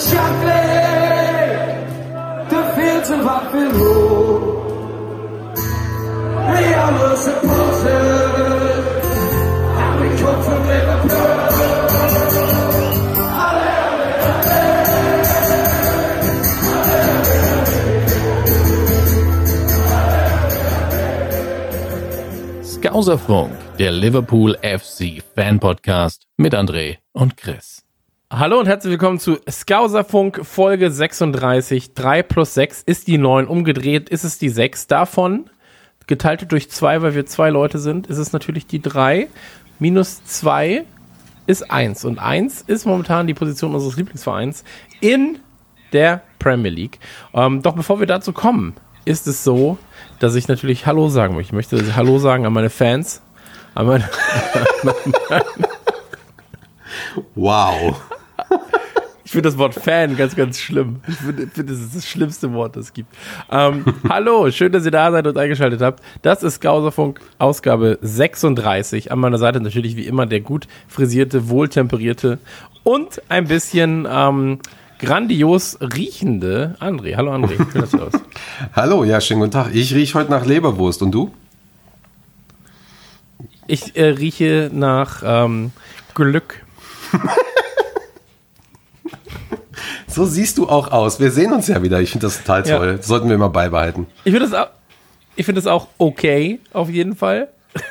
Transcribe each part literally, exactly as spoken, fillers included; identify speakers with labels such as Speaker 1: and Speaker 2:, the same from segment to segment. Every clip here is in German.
Speaker 1: chocolate, the fields of Buffalo. We all were supported, and we come from Liverpool.
Speaker 2: Skauserfunk, der Liverpool F C Fan Podcast mit André und Chris.
Speaker 3: Hallo und herzlich willkommen zu Skauserfunk Folge sechsunddreißig. drei plus sechs ist die neun, umgedreht ist es die sechs. Davon, geteilt durch zwei, weil wir zwei Leute sind, ist es natürlich die drei. Minus zwei ist eins. Und eins ist momentan die Position unseres Lieblingsvereins in der Premier League. Ähm, doch bevor wir dazu kommen, ist es so, dass ich natürlich Hallo sagen möchte. Ich möchte Hallo sagen an meine Fans. An meine
Speaker 4: Wow.
Speaker 3: Ich finde das Wort Fan ganz, ganz schlimm. Ich finde, find, das ist das schlimmste Wort, das es gibt. Ähm, hallo, schön, dass ihr da seid und eingeschaltet habt. Das ist Skauserfunk, Ausgabe sechsunddreißig. An meiner Seite natürlich wie immer der gut frisierte, wohltemperierte und ein bisschen ähm, grandios riechende André. Hallo André, wie sieht das aus?
Speaker 4: Hallo, ja, schönen guten Tag. Ich rieche heute nach Leberwurst. Und du?
Speaker 3: Ich äh, rieche nach ähm, Glück.
Speaker 4: So siehst du auch aus. Wir sehen uns ja wieder. Ich finde das total toll. Ja. Das sollten wir immer beibehalten.
Speaker 3: Ich finde das, ich find das auch okay, auf jeden Fall.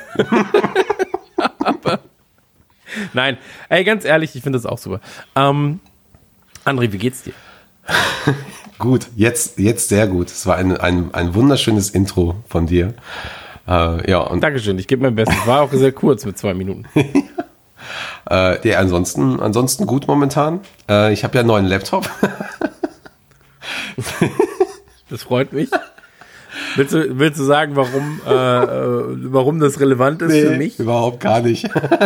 Speaker 3: Aber nein, ey, ganz ehrlich, ich finde das auch super. Ähm, André, wie geht's dir?
Speaker 4: Gut, jetzt, jetzt sehr gut. Es war ein, ein, ein wunderschönes Intro von dir. Äh, ja, und
Speaker 3: Dankeschön, ich gebe mein Bestes. War auch sehr kurz mit zwei Minuten.
Speaker 4: äh, ja, ansonsten, ansonsten gut momentan. Äh, ich habe ja einen neuen Laptop.
Speaker 3: Das freut mich. Willst du, willst du sagen, warum, äh, warum das relevant ist nee, für mich?
Speaker 4: Überhaupt gar nicht.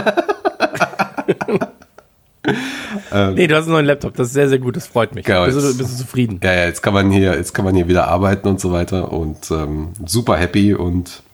Speaker 3: ähm, nee, du hast einen neuen Laptop, das ist sehr, sehr gut, das freut mich.
Speaker 4: Genau,
Speaker 3: bist, du,
Speaker 4: jetzt,
Speaker 3: bist du zufrieden?
Speaker 4: Ja, ja, jetzt kann man hier, jetzt kann man hier wieder arbeiten und so weiter und ähm, super happy und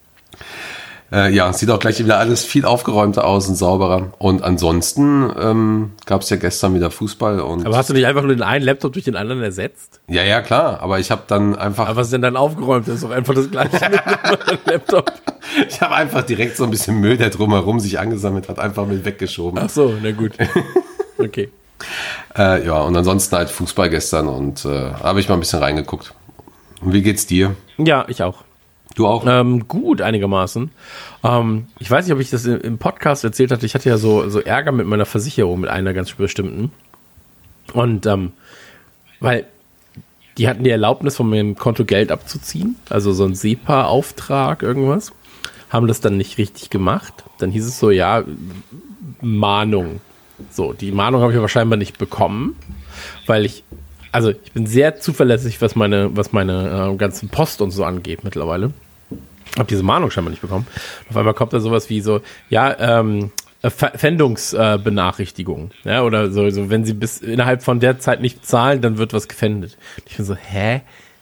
Speaker 4: äh, ja, sieht auch gleich wieder alles viel aufgeräumter aus und sauberer. Und ansonsten ähm, gab es ja gestern wieder Fußball. Und
Speaker 3: aber hast du nicht einfach nur den einen Laptop durch den anderen ersetzt?
Speaker 4: Ja, ja, klar. Aber ich habe dann einfach...
Speaker 3: Aber was ist denn dann aufgeräumt? Das ist doch einfach das Gleiche mit dem Laptop.
Speaker 4: Ich habe einfach direkt so ein bisschen Müll, der drumherum sich angesammelt hat, einfach mit weggeschoben.
Speaker 3: Ach so, na gut. Okay.
Speaker 4: äh, ja, und ansonsten halt Fußball gestern und äh, habe ich mal ein bisschen reingeguckt. Und wie geht's dir?
Speaker 3: Ja, ich auch.
Speaker 4: Du auch?
Speaker 3: Ähm, gut, einigermaßen. Ähm, ich weiß nicht, ob ich das im Podcast erzählt hatte. Ich hatte ja so, so Ärger mit meiner Versicherung, mit einer ganz bestimmten. Und ähm, weil die hatten die Erlaubnis, von meinem Konto Geld abzuziehen. Also so ein SEPA-Auftrag, irgendwas. Haben das dann nicht richtig gemacht. Dann hieß es so, ja, Mahnung. So, die Mahnung habe ich aber scheinbar nicht bekommen, weil ich, also ich bin sehr zuverlässig, was meine, was meine äh, ganzen Post und so angeht mittlerweile. Habe diese Mahnung scheinbar nicht bekommen. Auf einmal kommt da sowas wie so, ja, ähm, Pfändungsbenachrichtigung, äh, ja, oder so, so, wenn sie bis innerhalb von der Zeit nicht zahlen, dann wird was gepfändet. Ich bin so, hä?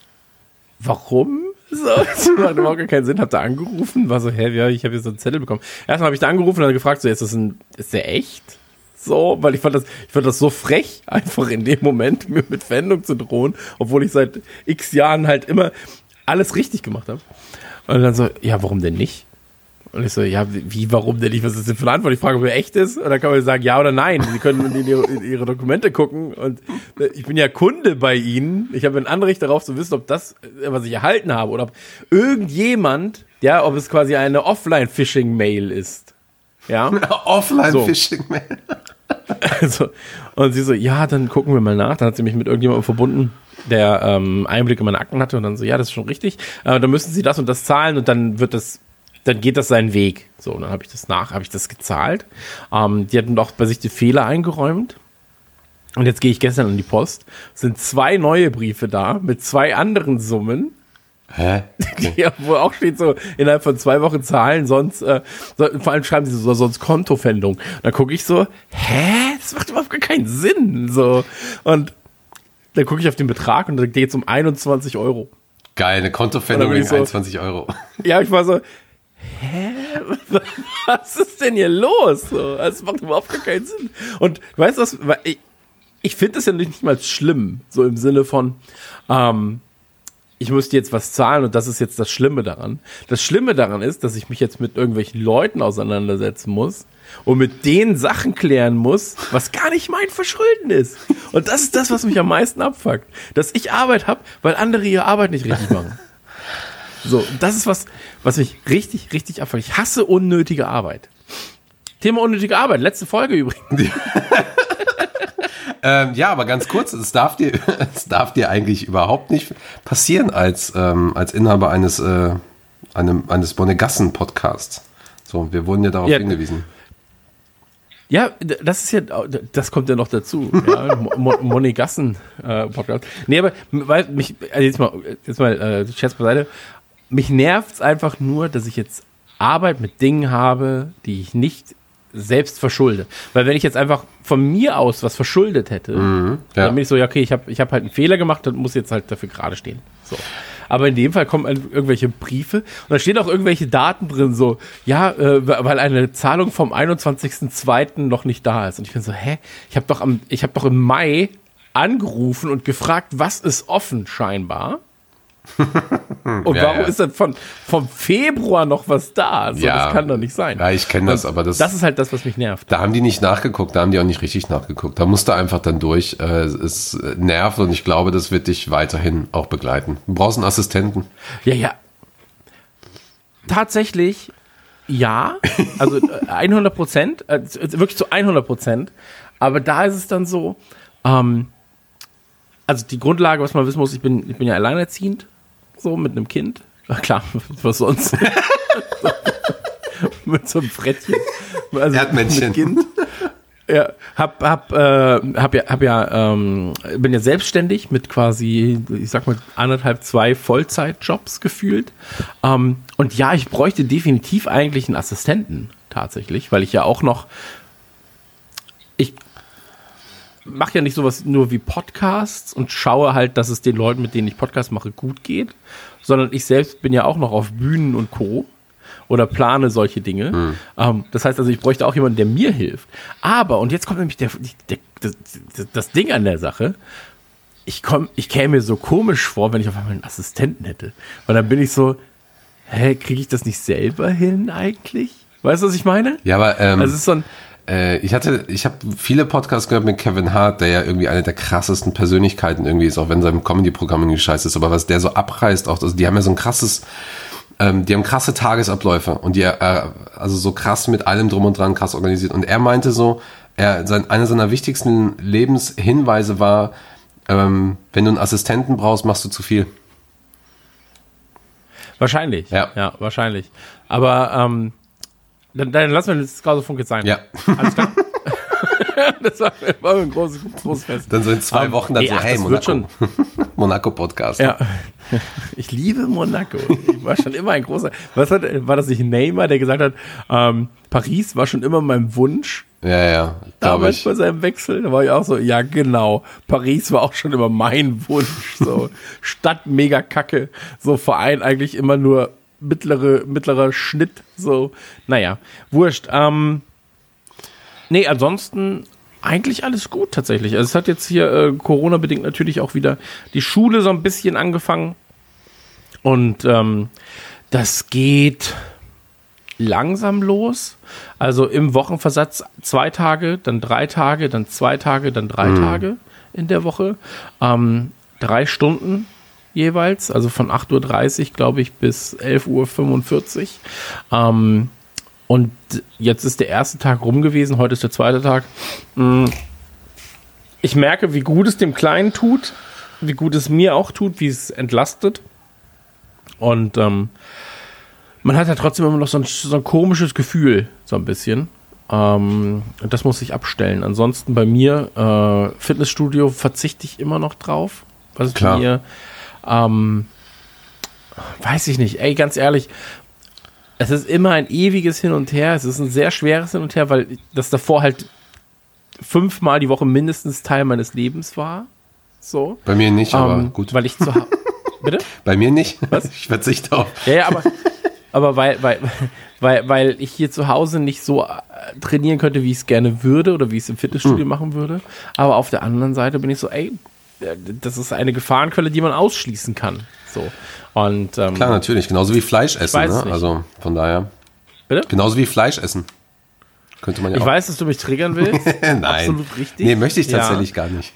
Speaker 3: Warum? So, das macht überhaupt gar keinen Sinn. Hab da angerufen, war so, hä, ja, ich habe jetzt so einen Zettel bekommen. Erstmal habe ich da angerufen und dann gefragt, so, ist das ein, ist der echt? So, weil ich fand das, ich fand das so frech, einfach in dem Moment mir mit Pfändung zu drohen, obwohl ich seit x Jahren halt immer alles richtig gemacht habe. Und dann so, ja, warum denn nicht? Und ich so, ja, wie, warum denn nicht? Was ist denn für eine Antwort? Ich frage, ob er echt ist. Und dann kann man sagen, ja oder nein. Sie können in ihre, in ihre Dokumente gucken. Und ich bin ja Kunde bei Ihnen. Ich habe ein Anrecht darauf zu wissen, ob das, was ich erhalten habe, oder ob irgendjemand, ja, ob es quasi eine Offline-Phishing-Mail ist. Ja?
Speaker 4: Offline-Phishing-Mail.
Speaker 3: Also, und sie so, ja, dann gucken wir mal nach. Dann hat sie mich mit irgendjemandem verbunden, der ähm, Einblick in meine Akten hatte. Und dann so, ja, das ist schon richtig. Äh, dann müssen Sie das und das zahlen und dann wird das, dann geht das seinen Weg. So, und dann habe ich das nach, habe ich das gezahlt. Ähm, die hatten auch bei sich die Fehler eingeräumt. Und jetzt gehe ich gestern an die Post. Es sind zwei neue Briefe da mit zwei anderen Summen.
Speaker 4: Hä? Okay.
Speaker 3: Ja, wo auch steht so, innerhalb von zwei Wochen zahlen, sonst, äh, so, vor allem schreiben sie so, sonst Kontopfändung. Da gucke ich so, hä? Das macht überhaupt gar keinen Sinn. So. Und dann gucke ich auf den Betrag und dann geht es um einundzwanzig Euro.
Speaker 4: Geil, eine Kontopfändung wegen
Speaker 3: so,
Speaker 4: einundzwanzig Euro.
Speaker 3: Ja, ich war so, hä? Was ist denn hier los? So, das macht überhaupt gar keinen Sinn. Und weißt du was, ich, ich finde das ja nicht mal schlimm, so im Sinne von, ähm, ich müsste jetzt was zahlen und das ist jetzt das Schlimme daran. Das Schlimme daran ist, dass ich mich jetzt mit irgendwelchen Leuten auseinandersetzen muss und mit denen Sachen klären muss, was gar nicht mein Verschulden ist. Und das ist das, was mich am meisten abfuckt. Dass ich Arbeit habe, weil andere ihre Arbeit nicht richtig machen. So, das ist was, was mich richtig, richtig abfuckt. Ich hasse unnötige Arbeit. Thema unnötige Arbeit, letzte Folge übrigens.
Speaker 4: Ähm, ja, aber ganz kurz, es darf dir, es darf dir eigentlich überhaupt nicht passieren als, ähm, als Inhaber eines, äh, einem, eines Monegassen-Podcasts. So, wir wurden ja darauf
Speaker 3: Ja.
Speaker 4: hingewiesen.
Speaker 3: Ja, das ist ja, das kommt ja noch dazu. Ja, Mo- Monegassen äh, Podcast. Nee, aber weil mich, also jetzt mal, jetzt mal äh, Scherz beiseite, mich nervt's einfach nur, dass ich jetzt Arbeit mit Dingen habe, die ich nicht selbst verschulde. Weil wenn ich jetzt einfach von mir aus was verschuldet hätte,
Speaker 4: Mhm, ja.
Speaker 3: dann bin ich so, ja okay, ich habe ich hab halt einen Fehler gemacht, dann muss ich jetzt halt dafür gerade stehen. So. Aber in dem Fall kommen irgendwelche Briefe und da stehen auch irgendwelche Daten drin, so, ja, äh, weil eine Zahlung vom einundzwanzigsten zweiten noch nicht da ist. Und ich bin so, hä? Ich habe doch am, ich habe doch im Mai angerufen und gefragt, was ist offen scheinbar? Und
Speaker 4: Ja,
Speaker 3: warum
Speaker 4: ja.
Speaker 3: ist dann von vom Februar noch was da? Also,
Speaker 4: Ja.
Speaker 3: das kann doch nicht sein.
Speaker 4: Ja, ich kenne das, aber das,
Speaker 3: Das ist halt das, was mich nervt.
Speaker 4: da haben die nicht nachgeguckt, da haben die auch nicht richtig nachgeguckt. Da musst du einfach dann durch. Äh, es nervt und ich glaube, das wird dich weiterhin auch begleiten. Du brauchst einen Assistenten.
Speaker 3: Ja, ja. Tatsächlich, ja. Also äh, hundert Prozent. Äh, wirklich zu hundert Prozent. Aber da ist es dann so, ähm, also die Grundlage, was man wissen muss, ich bin, ich bin ja alleinerziehend, so mit einem Kind. Na klar, was sonst? Mit so einem Frettchen. Also
Speaker 4: Erdmännchen.
Speaker 3: mit Kind. Ja, hab, hab, äh, hab ja, hab ja, ähm, bin ja selbstständig mit quasi, ich sag mal, anderthalb, zwei Vollzeitjobs gefühlt. Ähm, und ja, ich bräuchte definitiv eigentlich einen Assistenten, tatsächlich, weil ich ja auch noch, ich mache ja nicht sowas nur wie Podcasts und schaue halt, dass es den Leuten, mit denen ich Podcasts mache, gut geht, sondern ich selbst bin ja auch noch auf Bühnen und Co. oder plane solche Dinge.
Speaker 4: Hm.
Speaker 3: Ähm, das heißt also, ich bräuchte auch jemanden, der mir hilft. Aber, und jetzt kommt nämlich der, der, das, das Ding an der Sache, ich, komm, ich käme mir so komisch vor, wenn ich auf einmal einen Assistenten hätte. Weil dann bin ich so, hä, kriege ich das nicht selber hin eigentlich? Weißt du, was ich meine?
Speaker 4: Ja, aber ähm,
Speaker 3: Also es ist so ein,
Speaker 4: Äh, ich hatte, ich habe viele Podcasts gehört mit Kevin Hart, der ja irgendwie eine der krassesten Persönlichkeiten irgendwie ist, auch wenn sein Comedy-Programm irgendwie scheiße ist, aber was der so abreißt, auch, also die haben ja so ein krasses, ähm, die haben krasse Tagesabläufe und die, äh, also so krass mit allem drum und dran, krass organisiert. Und er meinte so, er, sein, einer seiner wichtigsten Lebenshinweise war, ähm, wenn du einen Assistenten brauchst, machst du zu viel.
Speaker 3: wahrscheinlich.
Speaker 4: Ja.
Speaker 3: Ja, wahrscheinlich. Aber, ähm, dann, dann lassen wir das Gausefunk jetzt sein.
Speaker 4: Ja.
Speaker 3: Alles klar? Das war, war ein großes, großes Fest.
Speaker 4: Dann so in zwei
Speaker 3: Ähm,
Speaker 4: Wochen dann
Speaker 3: nee,
Speaker 4: so,
Speaker 3: ach,
Speaker 4: hey,
Speaker 3: das wird
Speaker 4: Monaco. Monaco-Podcast.
Speaker 3: Ja. Ich liebe Monaco. Ich war schon immer ein großer. Was hat, war das nicht Neymar, der gesagt hat, ähm, Paris war schon immer mein Wunsch.
Speaker 4: Ja, ja, glaube
Speaker 3: Damals
Speaker 4: ich.
Speaker 3: bei seinem Wechsel. Da war ich auch so, ja genau. Paris war auch schon immer mein Wunsch. So Stadt mega kacke. So Verein eigentlich immer nur mittlere, mittlerer Schnitt. So, naja, wurscht. Ähm, nee, ansonsten eigentlich alles gut tatsächlich. Also es hat jetzt hier äh, Corona-bedingt natürlich auch wieder die Schule so ein bisschen angefangen. Und ähm, das geht langsam los. Also im Wochenversatz zwei Tage, dann drei Tage, dann zwei Tage, dann drei
Speaker 4: Mhm.
Speaker 3: Tage in der Woche. Ähm, drei Stunden jeweils, also von acht Uhr dreißig, glaube ich, bis elf Uhr fünfundvierzig. Ähm, und jetzt ist der erste Tag rum gewesen, heute ist der zweite Tag. Ich merke, wie gut es dem Kleinen tut, wie gut es mir auch tut, wie es entlastet. Und ähm, man hat ja trotzdem immer noch so ein, so ein komisches Gefühl, so ein bisschen. Ähm, und das muss ich abstellen. Ansonsten bei mir, äh, Fitnessstudio verzichte ich immer noch drauf. Was
Speaker 4: Klar.
Speaker 3: mir, ähm, weiß ich nicht, ey, ganz ehrlich, es ist immer ein ewiges Hin und Her. Es ist ein sehr schweres Hin und Her, weil das davor halt fünfmal die Woche mindestens Teil meines Lebens war. So.
Speaker 4: Bei mir nicht, aber
Speaker 3: Ähm,
Speaker 4: gut.
Speaker 3: Weil ich zu Hause. Bitte?
Speaker 4: Bei mir nicht.
Speaker 3: Was?
Speaker 4: Ich verzichte auf.
Speaker 3: Ja, ja, aber, aber weil, weil, weil, weil ich hier zu Hause nicht so äh, trainieren könnte, wie ich es gerne würde oder wie ich es im Fitnessstudio hm. machen würde. Aber auf der anderen Seite bin ich so, ey, das ist eine Gefahrenquelle, die man ausschließen kann. So. Und, ähm,
Speaker 4: klar, natürlich. Genauso wie Fleisch essen. Ne? Also von daher.
Speaker 3: Bitte?
Speaker 4: Genauso wie Fleisch essen. Könnte man ja
Speaker 3: ich
Speaker 4: auch.
Speaker 3: weiß, dass du mich triggern willst.
Speaker 4: Nein.
Speaker 3: Absolut richtig.
Speaker 4: Nee, möchte ich tatsächlich
Speaker 3: ja.
Speaker 4: gar nicht.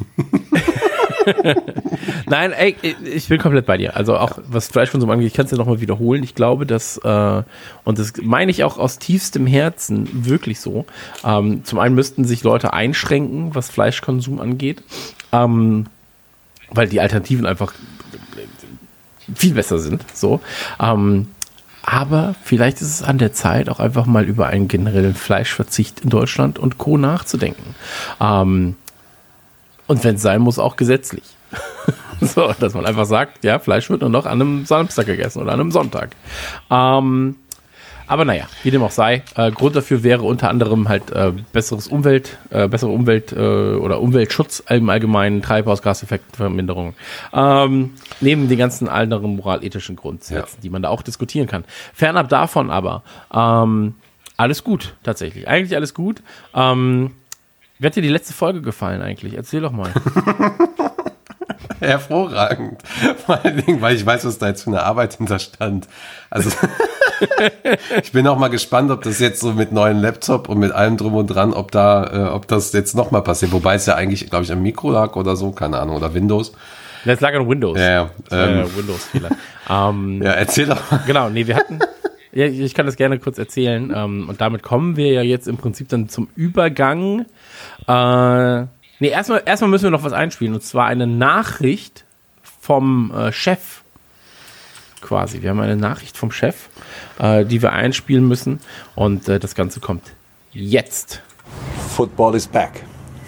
Speaker 3: Nein, ey, ich bin komplett bei dir. Also auch was Fleischkonsum angeht, ich kann es ja nochmal wiederholen. Ich glaube, dass, äh, und das meine ich auch aus tiefstem Herzen wirklich so, ähm, zum einen müssten sich Leute einschränken, was Fleischkonsum angeht, ähm, weil die Alternativen einfach viel besser sind. So. Ähm, aber vielleicht ist es an der Zeit, auch einfach mal über einen generellen Fleischverzicht in Deutschland und Co. nachzudenken. Ähm, und wenn es sein muss, auch gesetzlich. So, dass man einfach sagt, ja, Fleisch wird nur noch an einem Samstag gegessen oder an einem Sonntag. Ähm, aber naja, wie dem auch sei, äh, Grund dafür wäre unter anderem halt äh, besseres Umwelt, äh, bessere Umwelt äh, oder Umweltschutz im Allgemeinen, Treibhausgaseffektverminderung. Ähm, neben den ganzen anderen moralethischen Grundsätzen, ja. die man da auch diskutieren kann. Fernab davon aber, ähm, alles gut, tatsächlich. Eigentlich alles gut. Ähm, wie hat dir die letzte Folge gefallen eigentlich? Erzähl doch mal.
Speaker 4: Hervorragend. Vor allen Dingen, weil ich weiß, was da jetzt für eine Arbeit hinterstand. Also ich bin auch mal gespannt, ob das jetzt so mit neuen Laptop und mit allem drum und dran, ob da, äh, ob das jetzt nochmal passiert. Wobei es ja eigentlich, glaube ich, am Mikro lag oder so, keine Ahnung, oder Windows.
Speaker 3: Das lag an Windows.
Speaker 4: Ja, ja. Ähm,
Speaker 3: äh, Windows-Fehler. ähm,
Speaker 4: ja, erzähl doch mal.
Speaker 3: Genau, nee, wir hatten, ja, ich kann das gerne kurz erzählen. Ähm, und damit kommen wir ja jetzt im Prinzip dann zum Übergang. Äh, nee, erstmal, erstmal müssen wir noch was einspielen. Und zwar eine Nachricht vom äh, Chef. Quasi. Wir haben eine Nachricht vom Chef, äh, die wir einspielen müssen. Und äh, das Ganze kommt jetzt.
Speaker 5: Football is back.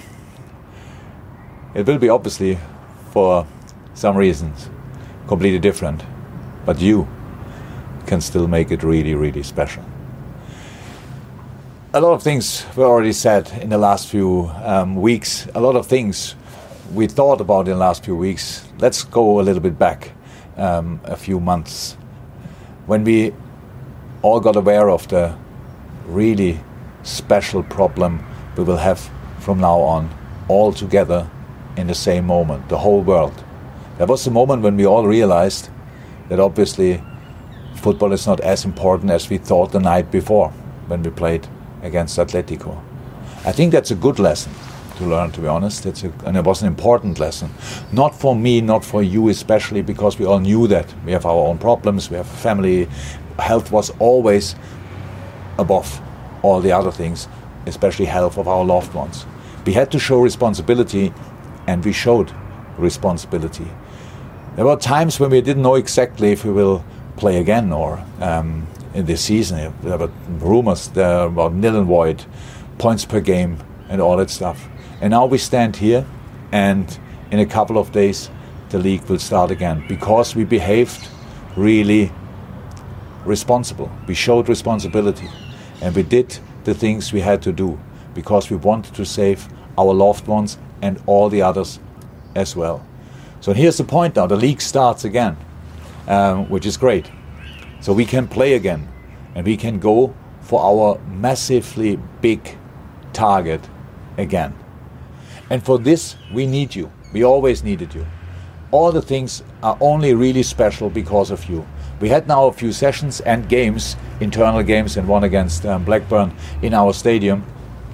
Speaker 5: It will be obviously for some reasons completely different. But you can still make it really, really special. A lot of things were already said in the last few um, weeks. A lot of things we thought about in the last few weeks. Let's go a little bit back um, a few months. When we all got aware of the really special problem we will have from now on, all together in the same moment, the whole world. That was the moment when we all realized that obviously football is not as important as we thought the night before when we played against Atletico. I think that's a good lesson to learn, to be honest. It's a, and it was an important lesson. Not for me, not for you especially, because we all knew that. We have our own problems, we have a family. Health was always above all the other things, especially health of our loved ones. We had to show responsibility, and we showed responsibility. There were times when we didn't know exactly if we will play again or um, in this season. There were rumors there about nil and void, points per game, and all that stuff. And now we stand here, and in a couple of days, the league will start again because we behaved really responsible. We showed responsibility, and we did the things we had to do because we wanted to save our loved ones and all the others as well. So here's the point now. The league starts again, um, which is great. So we can play again, and we can go for our massively big target again. And for this, we need you. We always needed you. All the things are only really special because of you. We had now a few sessions and games, internal games, and one against um, Blackburn in our stadium.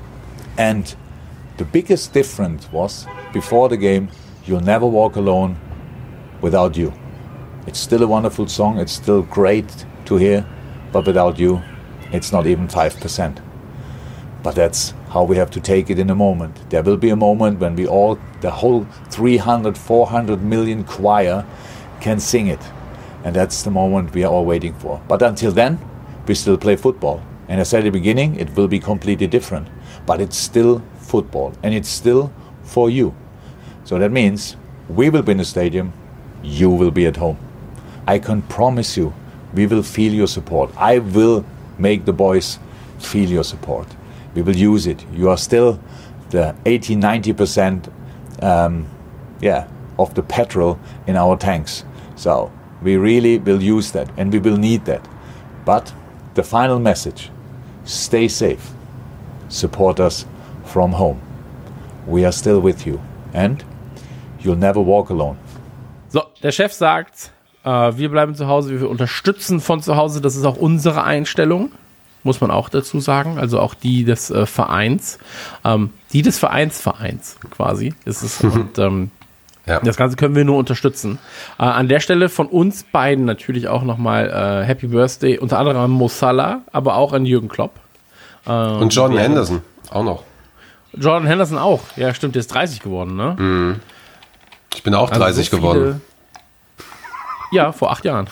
Speaker 5: And the biggest difference was, before the game, You'll Never Walk Alone without you. It's still a wonderful song, it's still great to hear, but without you, it's not even five percent. But that's how we have to take it in a moment. There will be a moment when we all, the whole three hundred, four hundred million choir can sing it. And that's the moment we are all waiting for. But until then, we still play football. And as I said at the beginning, it will be completely different. But it's still football, and it's still for you. So that means we will be in the stadium, you will be at home. I can promise you, we will feel your support. I will make the boys feel your support. We will use it. You are still the eighty, ninety percent um, yeah, of the petrol in our tanks. So we really will use that, and we will need that. But the final message, stay safe. Support us from home. We are still with you. And you'll never walk alone.
Speaker 3: So, der Chef sagt, äh, wir bleiben zu Hause, wir unterstützen von zu Hause. Das ist auch unsere Einstellung, muss man auch dazu sagen. Also auch die des äh, Vereins. Ähm, die des Vereinsvereins quasi ist es. Und ähm, ja. Das Ganze können wir nur unterstützen. Äh, an der Stelle von uns beiden natürlich auch nochmal äh, Happy Birthday, unter anderem an Mo Salah, aber auch an Jürgen Klopp. Äh,
Speaker 4: und Jordan Henderson auch noch.
Speaker 3: Jordan Henderson auch. Ja, stimmt, der ist dreißig geworden, ne?
Speaker 4: Mhm. Ich bin auch dreißig also so geworden.
Speaker 3: Ja, vor acht Jahren.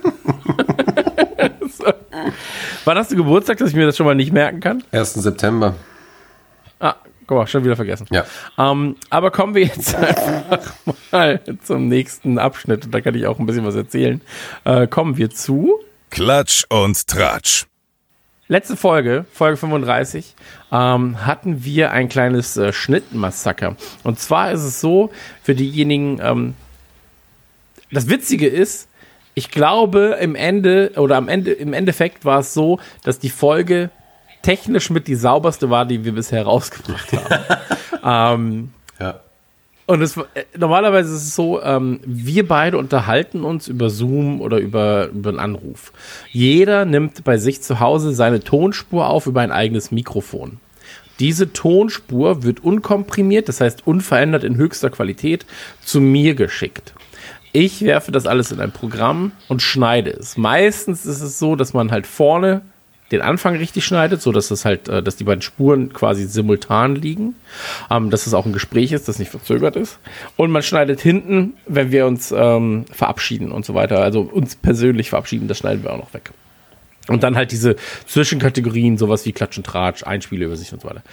Speaker 3: So. Wann hast du Geburtstag, dass ich mir das schon mal nicht merken kann?
Speaker 4: ersten September.
Speaker 3: Ah, guck mal, schon wieder vergessen.
Speaker 4: Ja.
Speaker 3: Ähm, aber kommen wir jetzt einfach mal zum nächsten Abschnitt. Und da kann ich auch ein bisschen was erzählen. Äh, kommen wir zu
Speaker 6: Klatsch und Tratsch.
Speaker 3: Letzte Folge, Folge fünfunddreißig, ähm, hatten wir ein kleines äh, Schnittmassaker. Und zwar ist es so, für diejenigen, ähm, das Witzige ist, ich glaube, im Ende oder am Ende, im Endeffekt war es so, dass die Folge technisch mit die sauberste war, die wir bisher rausgebracht haben. ähm,
Speaker 4: ja.
Speaker 3: Und es, normalerweise ist es so, ähm, wir beide unterhalten uns über Zoom oder über, über einen Anruf. Jeder nimmt bei sich zu Hause seine Tonspur auf über ein eigenes Mikrofon. Diese Tonspur wird unkomprimiert, das heißt unverändert in höchster Qualität, zu mir geschickt. Ich werfe das alles in ein Programm und schneide es. Meistens ist es so, dass man halt vorne den Anfang richtig schneidet, so dass es halt, dass die beiden Spuren quasi simultan liegen, ähm, dass es auch ein Gespräch ist, das nicht verzögert ist. Und man schneidet hinten, wenn wir uns ähm, verabschieden und so weiter, also uns persönlich verabschieden, das schneiden wir auch noch weg. Und dann halt diese Zwischenkategorien, sowas wie Klatsch und Tratsch, Einspielübersicht und so weiter.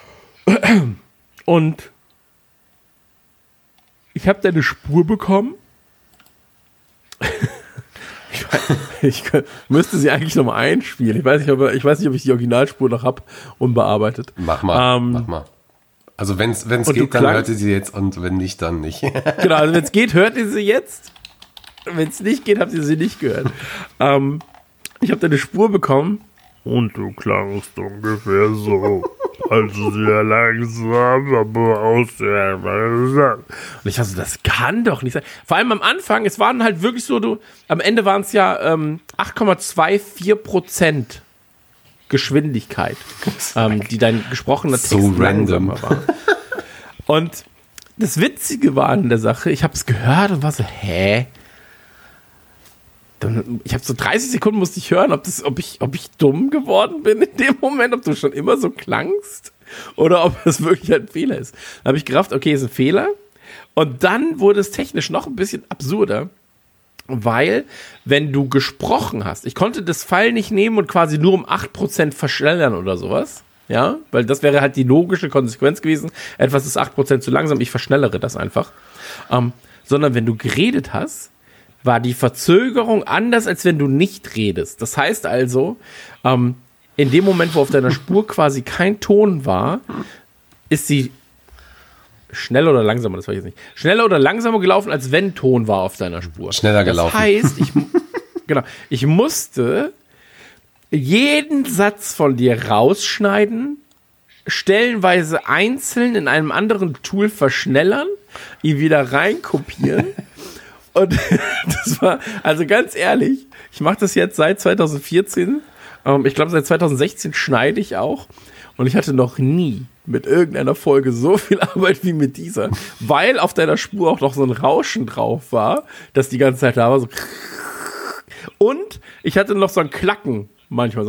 Speaker 3: Und ich habe da eine Spur bekommen. Ich, ich müsste sie eigentlich nochmal einspielen. Ich weiß nicht, ob, ich weiß nicht, ob ich die Originalspur noch habe, unbearbeitet.
Speaker 4: Mach mal,
Speaker 3: ähm,
Speaker 4: mach mal. Also wenn es geht, dann hört ihr sie jetzt und wenn nicht, dann nicht.
Speaker 3: Genau, also wenn es geht, hört ihr sie jetzt. Wenn es nicht geht, habt ihr sie nicht gehört. ähm, ich habe da eine Spur bekommen und du klangst ungefähr so. Also sehr langsam, aber auch sehr langsam. Und ich war so, das kann doch nicht sein. Vor allem am Anfang, es waren halt wirklich so, du, am Ende waren es ja ähm, acht Komma vierundzwanzig Prozent Geschwindigkeit, ähm, die dein gesprochener Text
Speaker 4: so
Speaker 3: langsamer war. Und das Witzige war an der Sache, ich habe es gehört und war so, hä? Ich habe so dreißig Sekunden musste ich hören, ob, das, ob, ich, ob ich dumm geworden bin in dem Moment, ob du schon immer so klangst oder ob es wirklich ein Fehler ist. Dann habe ich gerafft, okay, ist ein Fehler. Und dann wurde es technisch noch ein bisschen absurder, weil, wenn du gesprochen hast, ich konnte das Pfeil nicht nehmen und quasi nur um acht Prozent verschnellern oder sowas, ja, weil das wäre halt die logische Konsequenz gewesen. Etwas ist acht Prozent zu langsam, ich verschnellere das einfach. Ähm, sondern wenn du geredet hast, war die Verzögerung anders, als wenn du nicht redest. Das heißt also, ähm, in dem Moment, wo auf deiner Spur quasi kein Ton war, ist sie schneller oder langsamer, das weiß ich jetzt nicht, schneller oder langsamer gelaufen, als wenn Ton war auf deiner Spur.
Speaker 4: Schneller gelaufen.
Speaker 3: Das heißt, ich, genau, ich musste jeden Satz von dir rausschneiden, stellenweise einzeln in einem anderen Tool verschnellern, ihn wieder reinkopieren. Und das war, also ganz ehrlich, ich mache das jetzt seit zwanzig vierzehn. Ähm, ich glaube, seit zwanzig sechzehn schneide ich auch. Und ich hatte noch nie mit irgendeiner Folge so viel Arbeit wie mit dieser, weil auf deiner Spur auch noch so ein Rauschen drauf war, das die ganze Zeit da war. So. Und ich hatte noch so ein Klacken manchmal so.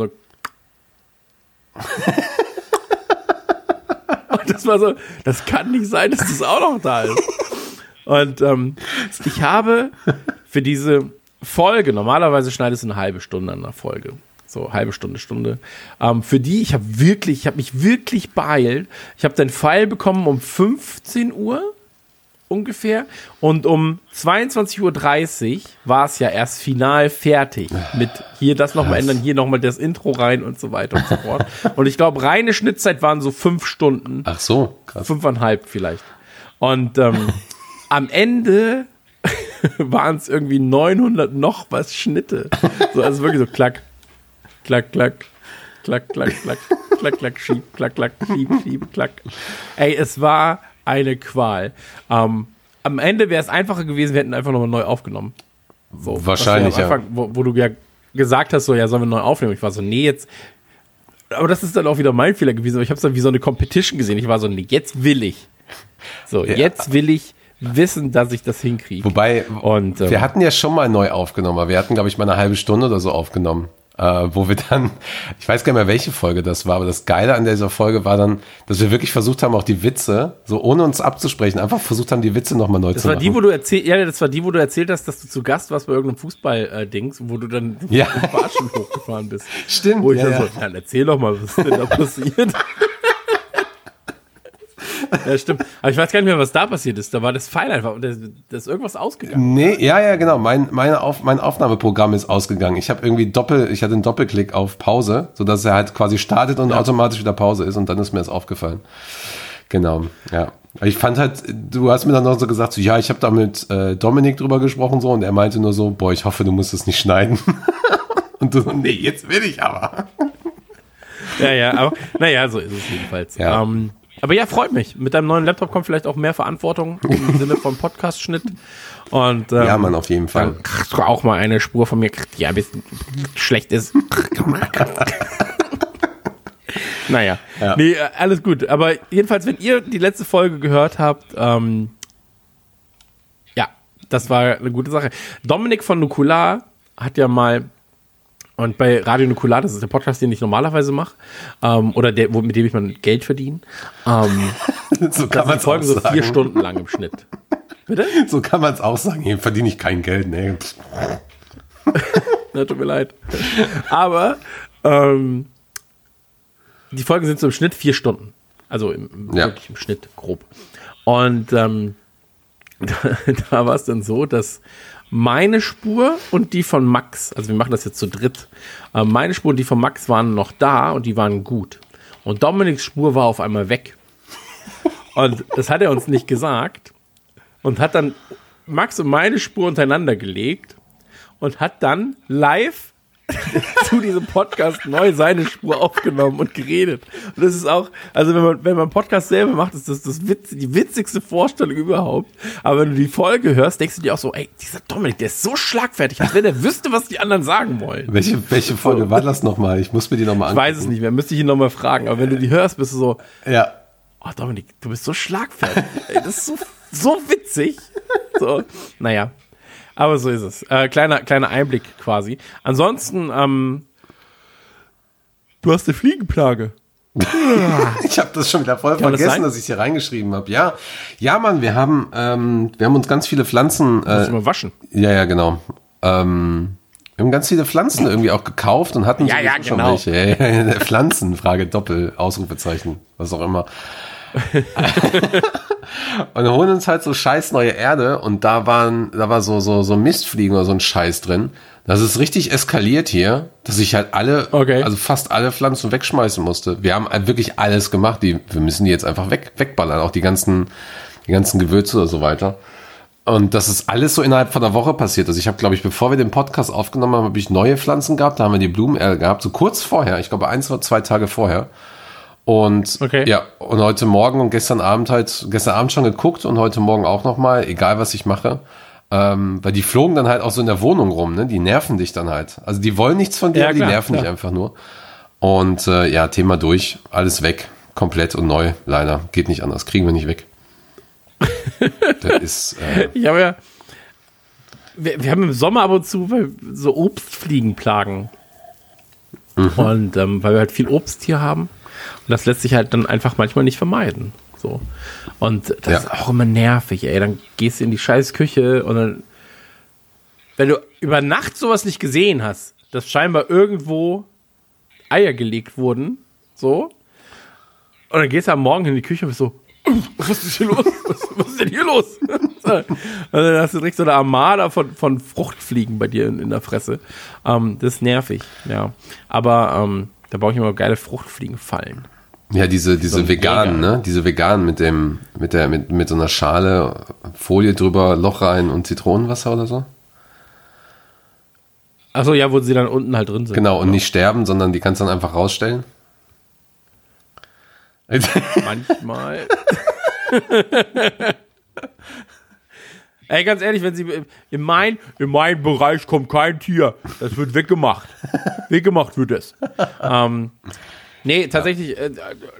Speaker 3: Und das war so, das kann nicht sein, dass das auch noch da ist. Und ähm, ich habe für diese Folge, normalerweise schneidest du eine halbe Stunde an einer Folge, so halbe Stunde, Stunde, ähm, für die, ich habe wirklich, ich habe mich wirklich beeilt. Ich habe den File bekommen um fünfzehn Uhr ungefähr und um zweiundzwanzig Uhr dreißig war es ja erst final fertig mit hier das nochmal ändern, hier nochmal das Intro rein und so weiter und so fort. Und ich glaube, reine Schnittzeit waren so fünf Stunden.
Speaker 4: Ach so, krass.
Speaker 3: Fünfeinhalb vielleicht. Und ähm, am Ende waren es irgendwie neunhundert noch was Schnitte. So, also wirklich so klack, klack, klack, klack, klack, klack, klack, klack, schieb, klack, klack, schieb, schieb, klack. Ey, es war eine Qual. Ähm, am Ende wäre es einfacher gewesen, wir hätten einfach nochmal neu aufgenommen. So,
Speaker 4: Wahrscheinlich,
Speaker 3: ja. Anfang, wo, wo du ja gesagt hast, so, ja, sollen wir neu aufnehmen? Ich war so, nee, jetzt, aber das ist dann auch wieder mein Fehler gewesen, aber ich habe es dann wie so eine Competition gesehen. Ich war so, nee, jetzt will ich. So,
Speaker 4: ja.
Speaker 3: jetzt will ich wissen, dass ich das hinkriege.
Speaker 4: Wobei,
Speaker 3: und, ähm,
Speaker 4: wir hatten ja schon mal neu aufgenommen, aber wir hatten, glaube ich, mal eine halbe Stunde oder so aufgenommen. Äh, wo wir dann, ich weiß gar nicht mehr, welche Folge das war, aber das Geile an dieser Folge war dann, dass wir wirklich versucht haben, auch die Witze, so ohne uns abzusprechen, einfach versucht haben, die Witze nochmal neu
Speaker 3: das
Speaker 4: zu
Speaker 3: war
Speaker 4: machen.
Speaker 3: Die, wo du erzähl- ja, das war die, wo du erzählt hast, dass du zu Gast warst bei irgendeinem Fußball-Dings, wo du dann
Speaker 4: Ja.
Speaker 3: mit Fahrstuhl hochgefahren bist.
Speaker 4: Stimmt,
Speaker 3: Wo ich
Speaker 4: ja,
Speaker 3: dann
Speaker 4: ja.
Speaker 3: so, dann erzähl doch mal, was ist denn da passiert? Ja, stimmt. Aber ich weiß gar nicht mehr, was da passiert ist. Da war das Pfeil einfach und da ist irgendwas ausgegangen.
Speaker 4: Nee, ja, ja, genau. Mein, meine Auf, mein Aufnahmeprogramm ist ausgegangen. Ich habe irgendwie Doppel, ich hatte einen Doppelklick auf Pause, sodass er halt quasi startet und ja. automatisch wieder Pause ist und dann ist mir das aufgefallen. Genau, ja. Ich fand halt, du hast mir dann noch so gesagt, so, ja, ich habe da mit äh, Dominik drüber gesprochen so und er meinte nur so, boah, ich hoffe, du musst es nicht schneiden. Und du so, nee, jetzt will ich aber.
Speaker 3: Ja, ja, aber naja, so ist es jedenfalls.
Speaker 4: Ja.
Speaker 3: Ähm, aber ja, freut mich. Mit deinem neuen Laptop kommt vielleicht auch mehr Verantwortung im Sinne von Podcast-Schnitt. Und, ähm,
Speaker 4: ja, Mann, auf jeden Fall.
Speaker 3: Dann kriegst du auch mal eine Spur von mir, die ein bisschen schlecht ist. Naja,
Speaker 4: Ja.
Speaker 3: nee, alles gut. Aber jedenfalls, wenn ihr die letzte Folge gehört habt, ähm, ja, das war eine gute Sache. Dominik von Nukular hat ja mal, und bei Radio Nukular, das ist der Podcast, den ich normalerweise mache, ähm, oder der, wo, mit dem ich mein Geld verdiene, ähm,
Speaker 4: So kann
Speaker 3: das
Speaker 4: man
Speaker 3: sind
Speaker 4: es auch
Speaker 3: Folgen so
Speaker 4: sagen.
Speaker 3: vier Stunden lang im Schnitt. Bitte?
Speaker 4: So kann man es auch sagen. Hier verdiene ich kein Geld. Nee.
Speaker 3: Na, tut mir leid. Aber ähm, die Folgen sind so im Schnitt vier Stunden. Also im, im,
Speaker 4: Ja.
Speaker 3: wirklich im Schnitt grob. Und ähm, da, da war es dann so, dass meine Spur und die von Max, also wir machen das jetzt zu dritt, äh, meine Spur und die von Max waren noch da und die waren gut. Und Dominiks Spur war auf einmal weg. Und das hat er uns nicht gesagt. Und hat dann Max und meine Spur untereinander gelegt und hat dann live zu diesem Podcast neu seine Spur aufgenommen und geredet. Und das ist auch, also wenn man, wenn man Podcast selber macht, ist das, das Witz, die witzigste Vorstellung überhaupt. Aber wenn du die Folge hörst, denkst du dir auch so, ey, dieser Dominik, der ist so schlagfertig, als wenn er wüsste, was die anderen sagen wollen.
Speaker 4: Welche, welche Folge war das nochmal? Ich muss mir die nochmal
Speaker 3: Ich
Speaker 4: angucken.
Speaker 3: weiß es nicht mehr, müsste ich ihn nochmal fragen. Aber wenn du die hörst, bist du so,
Speaker 4: Ja.
Speaker 3: oh Dominik, du bist so schlagfertig. Ey, das ist so, so witzig. So, naja. Aber so ist es. Äh, kleiner, kleiner Einblick quasi. Ansonsten, ähm, du hast eine Fliegenplage.
Speaker 4: Ich habe das schon wieder voll
Speaker 3: Kann das
Speaker 4: vergessen,
Speaker 3: sein?
Speaker 4: dass ich hier reingeschrieben habe. Ja, ja, Mann, wir haben, ähm, wir haben uns ganz viele Pflanzen.
Speaker 3: Muss
Speaker 4: Äh,
Speaker 3: ich mal waschen.
Speaker 4: ja, ja, genau. Ähm, wir haben ganz viele Pflanzen irgendwie auch gekauft und hatten
Speaker 3: Ja, ja,
Speaker 4: sowieso schon
Speaker 3: genau.
Speaker 4: welche. Ja, ja, ja, Pflanzen, Frage, Doppel, Ausrufezeichen, was auch immer. Und holen uns halt so scheiß neue Erde und da waren, da war so, so, so Mistfliegen oder so ein Scheiß drin. Das ist richtig eskaliert hier, dass ich halt alle,
Speaker 3: Okay.
Speaker 4: also fast alle Pflanzen wegschmeißen musste. Wir haben halt wirklich alles gemacht, die, wir müssen die jetzt einfach weg, wegballern, auch die ganzen, die ganzen Gewürze oder so weiter. Und das ist alles so innerhalb von einer Woche passiert. Also ich habe, glaube ich, bevor wir den Podcast aufgenommen haben, habe ich neue Pflanzen gehabt, da haben wir die Blumenerde gehabt, so kurz vorher, ich glaube eins oder zwei Tage vorher. Und
Speaker 3: Okay.
Speaker 4: ja, und heute Morgen und gestern Abend halt, gestern Abend schon geguckt und heute Morgen auch nochmal, egal was ich mache. Ähm, weil die flogen dann halt auch so in der Wohnung rum, ne? Die nerven dich dann halt. Also die wollen nichts von dir,
Speaker 3: Ja,
Speaker 4: die
Speaker 3: klar,
Speaker 4: nerven
Speaker 3: klar.
Speaker 4: dich einfach nur. Und äh, ja, Thema durch, alles weg, komplett und neu, leider. Geht nicht anders, kriegen wir nicht weg. Das ist, äh,
Speaker 3: Ich habe ja, wir, wir haben im Sommer ab und zu so Obstfliegenplagen.
Speaker 4: Mhm.
Speaker 3: Und ähm, weil wir halt viel Obst hier haben. Und das lässt sich halt dann einfach manchmal nicht vermeiden. So. Und das
Speaker 4: Ja.
Speaker 3: ist auch immer nervig, ey. Dann gehst du in die scheiß Küche und dann, wenn du über Nacht sowas nicht gesehen hast, dass scheinbar irgendwo Eier gelegt wurden, so, und dann gehst du am Morgen in die Küche und bist so, was ist hier los? Was, was ist denn hier los? Und dann hast du direkt so eine Armada von, von Fruchtfliegen bei dir in, in der Fresse. Ähm, das ist nervig, ja. Aber ähm, da baue ich immer geile Fruchtfliegenfallen.
Speaker 4: ja, diese, diese
Speaker 3: ein
Speaker 4: veganen,
Speaker 3: Jäger.
Speaker 4: ne? Diese veganen mit dem, mit der, mit, mit so einer Schale, Folie drüber, Loch rein und Zitronenwasser oder so.
Speaker 3: Achso, ja, wo sie dann unten halt drin sind.
Speaker 4: Genau, und nicht sterben, sondern die kannst du dann einfach rausstellen.
Speaker 3: Manchmal. Ey, ganz ehrlich, wenn sie in mein, in meinen Bereich kommt kein Tier, das wird weggemacht. Weggemacht wird es. Ähm, nee, tatsächlich, äh,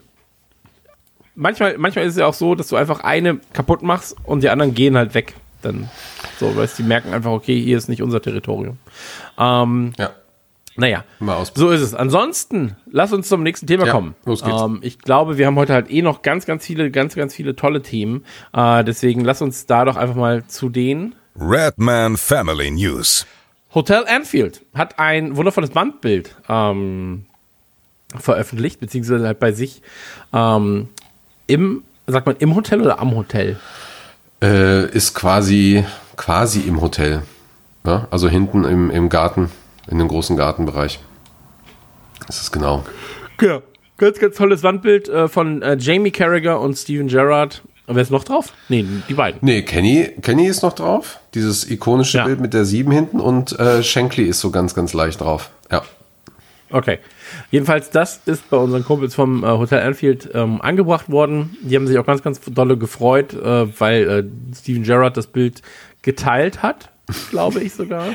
Speaker 3: manchmal, manchmal ist es ja auch so, dass du einfach eine kaputt machst und die anderen gehen halt weg. Dann so, weil die merken einfach, okay, hier ist nicht unser Territorium. Ähm,
Speaker 4: Ja.
Speaker 3: Naja,
Speaker 4: Mal aus.
Speaker 3: so ist es. Ansonsten, lass uns zum nächsten Thema
Speaker 4: Ja,
Speaker 3: kommen.
Speaker 4: los geht's.
Speaker 3: Ähm, ich glaube, wir haben heute halt eh noch ganz, ganz viele, ganz, ganz viele tolle Themen. Äh, deswegen lass uns da doch einfach mal zu den.
Speaker 6: Redman Family News.
Speaker 3: Hotel Anfield hat ein wundervolles Wandbild ähm, veröffentlicht, beziehungsweise halt bei sich ähm, im, sagt man, im Hotel oder am Hotel?
Speaker 4: Äh, ist quasi, quasi im Hotel. Ja? Also hinten im, im Garten, in dem großen Gartenbereich. Das ist genau.
Speaker 3: Ja, ganz, ganz tolles Wandbild äh, von äh, Jamie Carragher und Steven Gerrard. Und wer ist noch drauf? Nee, die beiden.
Speaker 4: Nee, Kenny, Kenny ist noch drauf. Dieses ikonische
Speaker 3: Ja.
Speaker 4: Bild mit der sieben hinten und äh, Shankly ist so ganz, ganz leicht drauf. Ja.
Speaker 3: Okay. Jedenfalls, das ist bei unseren Kumpels vom äh, Hotel Anfield ähm, angebracht worden. Die haben sich auch ganz, ganz dolle gefreut, äh, weil äh, Steven Gerrard das Bild geteilt hat, glaube ich sogar.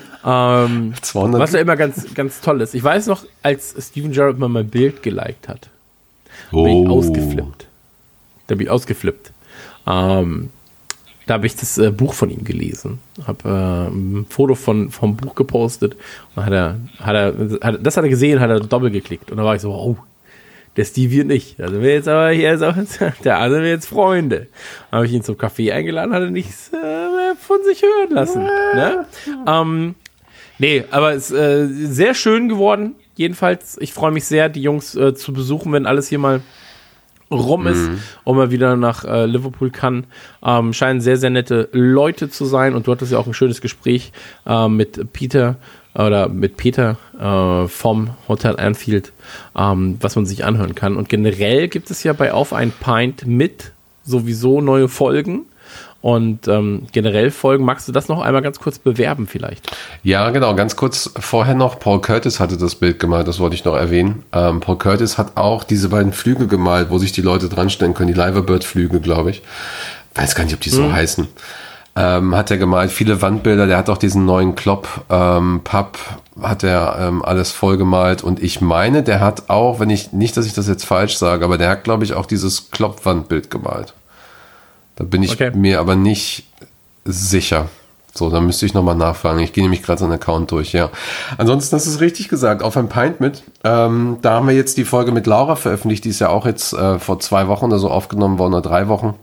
Speaker 3: ähm,
Speaker 4: zweihundert
Speaker 3: was ja immer ganz, ganz toll ist. Ich weiß noch, als Steven Gerrard mal mein Bild geliked hat, bin ich ausgeflippt. Da bin ich ausgeflippt. Ähm, da habe ich das äh, Buch von ihm gelesen. Habe äh, ein Foto von, vom Buch gepostet. Und hat er, hat er, hat, das hat er gesehen, hat er doppelt geklickt. Und da war ich so, oh, der Stevie und ich. Da sind wir jetzt aber hier, ist auch, da sind wir jetzt Freunde. Dann habe ich ihn zum Café eingeladen, hat er nichts äh, mehr von sich hören lassen. Ne? Ähm, nee, aber es ist äh, sehr schön geworden. Jedenfalls, ich freue mich sehr, die Jungs äh, zu besuchen, wenn alles hier mal rum ist und mal wieder nach äh, Liverpool kann. Ähm, scheinen sehr, sehr nette Leute zu sein und du hattest ja auch ein schönes Gespräch äh, mit Peter oder mit Peter äh, vom Hotel Anfield, ähm, was man sich anhören kann. Und generell gibt es ja bei Auf ein Pint mit sowieso neue Folgen und ähm, generell Folgen. Magst du das noch einmal ganz kurz bewerben vielleicht?
Speaker 4: Ja, genau. Ganz kurz vorher noch, Paul Curtis hatte das Bild gemalt, das wollte ich noch erwähnen. Ähm, Paul Curtis hat auch diese beiden Flügel gemalt, wo sich die Leute dranstellen können, die Liverbird-Flügel, glaube ich. Weiß gar nicht, ob die so
Speaker 3: Mhm.
Speaker 4: heißen. Ähm, hat er gemalt, viele Wandbilder, der hat auch diesen neuen Klopp ähm, Pub, hat er ähm, alles voll gemalt und ich meine, der hat auch, wenn ich, nicht, dass ich das jetzt falsch sage, aber der hat, glaube ich, auch dieses Klopp-Wandbild gemalt. Da bin ich
Speaker 3: Okay.
Speaker 4: mir aber nicht sicher. So, da müsste ich nochmal nachfragen. Ich gehe nämlich gerade so einen Account durch, ja. Ansonsten hast du es richtig gesagt, auf ein Pint mit. Ähm, da haben wir jetzt die Folge mit Laura veröffentlicht, die ist ja auch jetzt äh, vor zwei Wochen oder so aufgenommen worden, oder drei Wochen.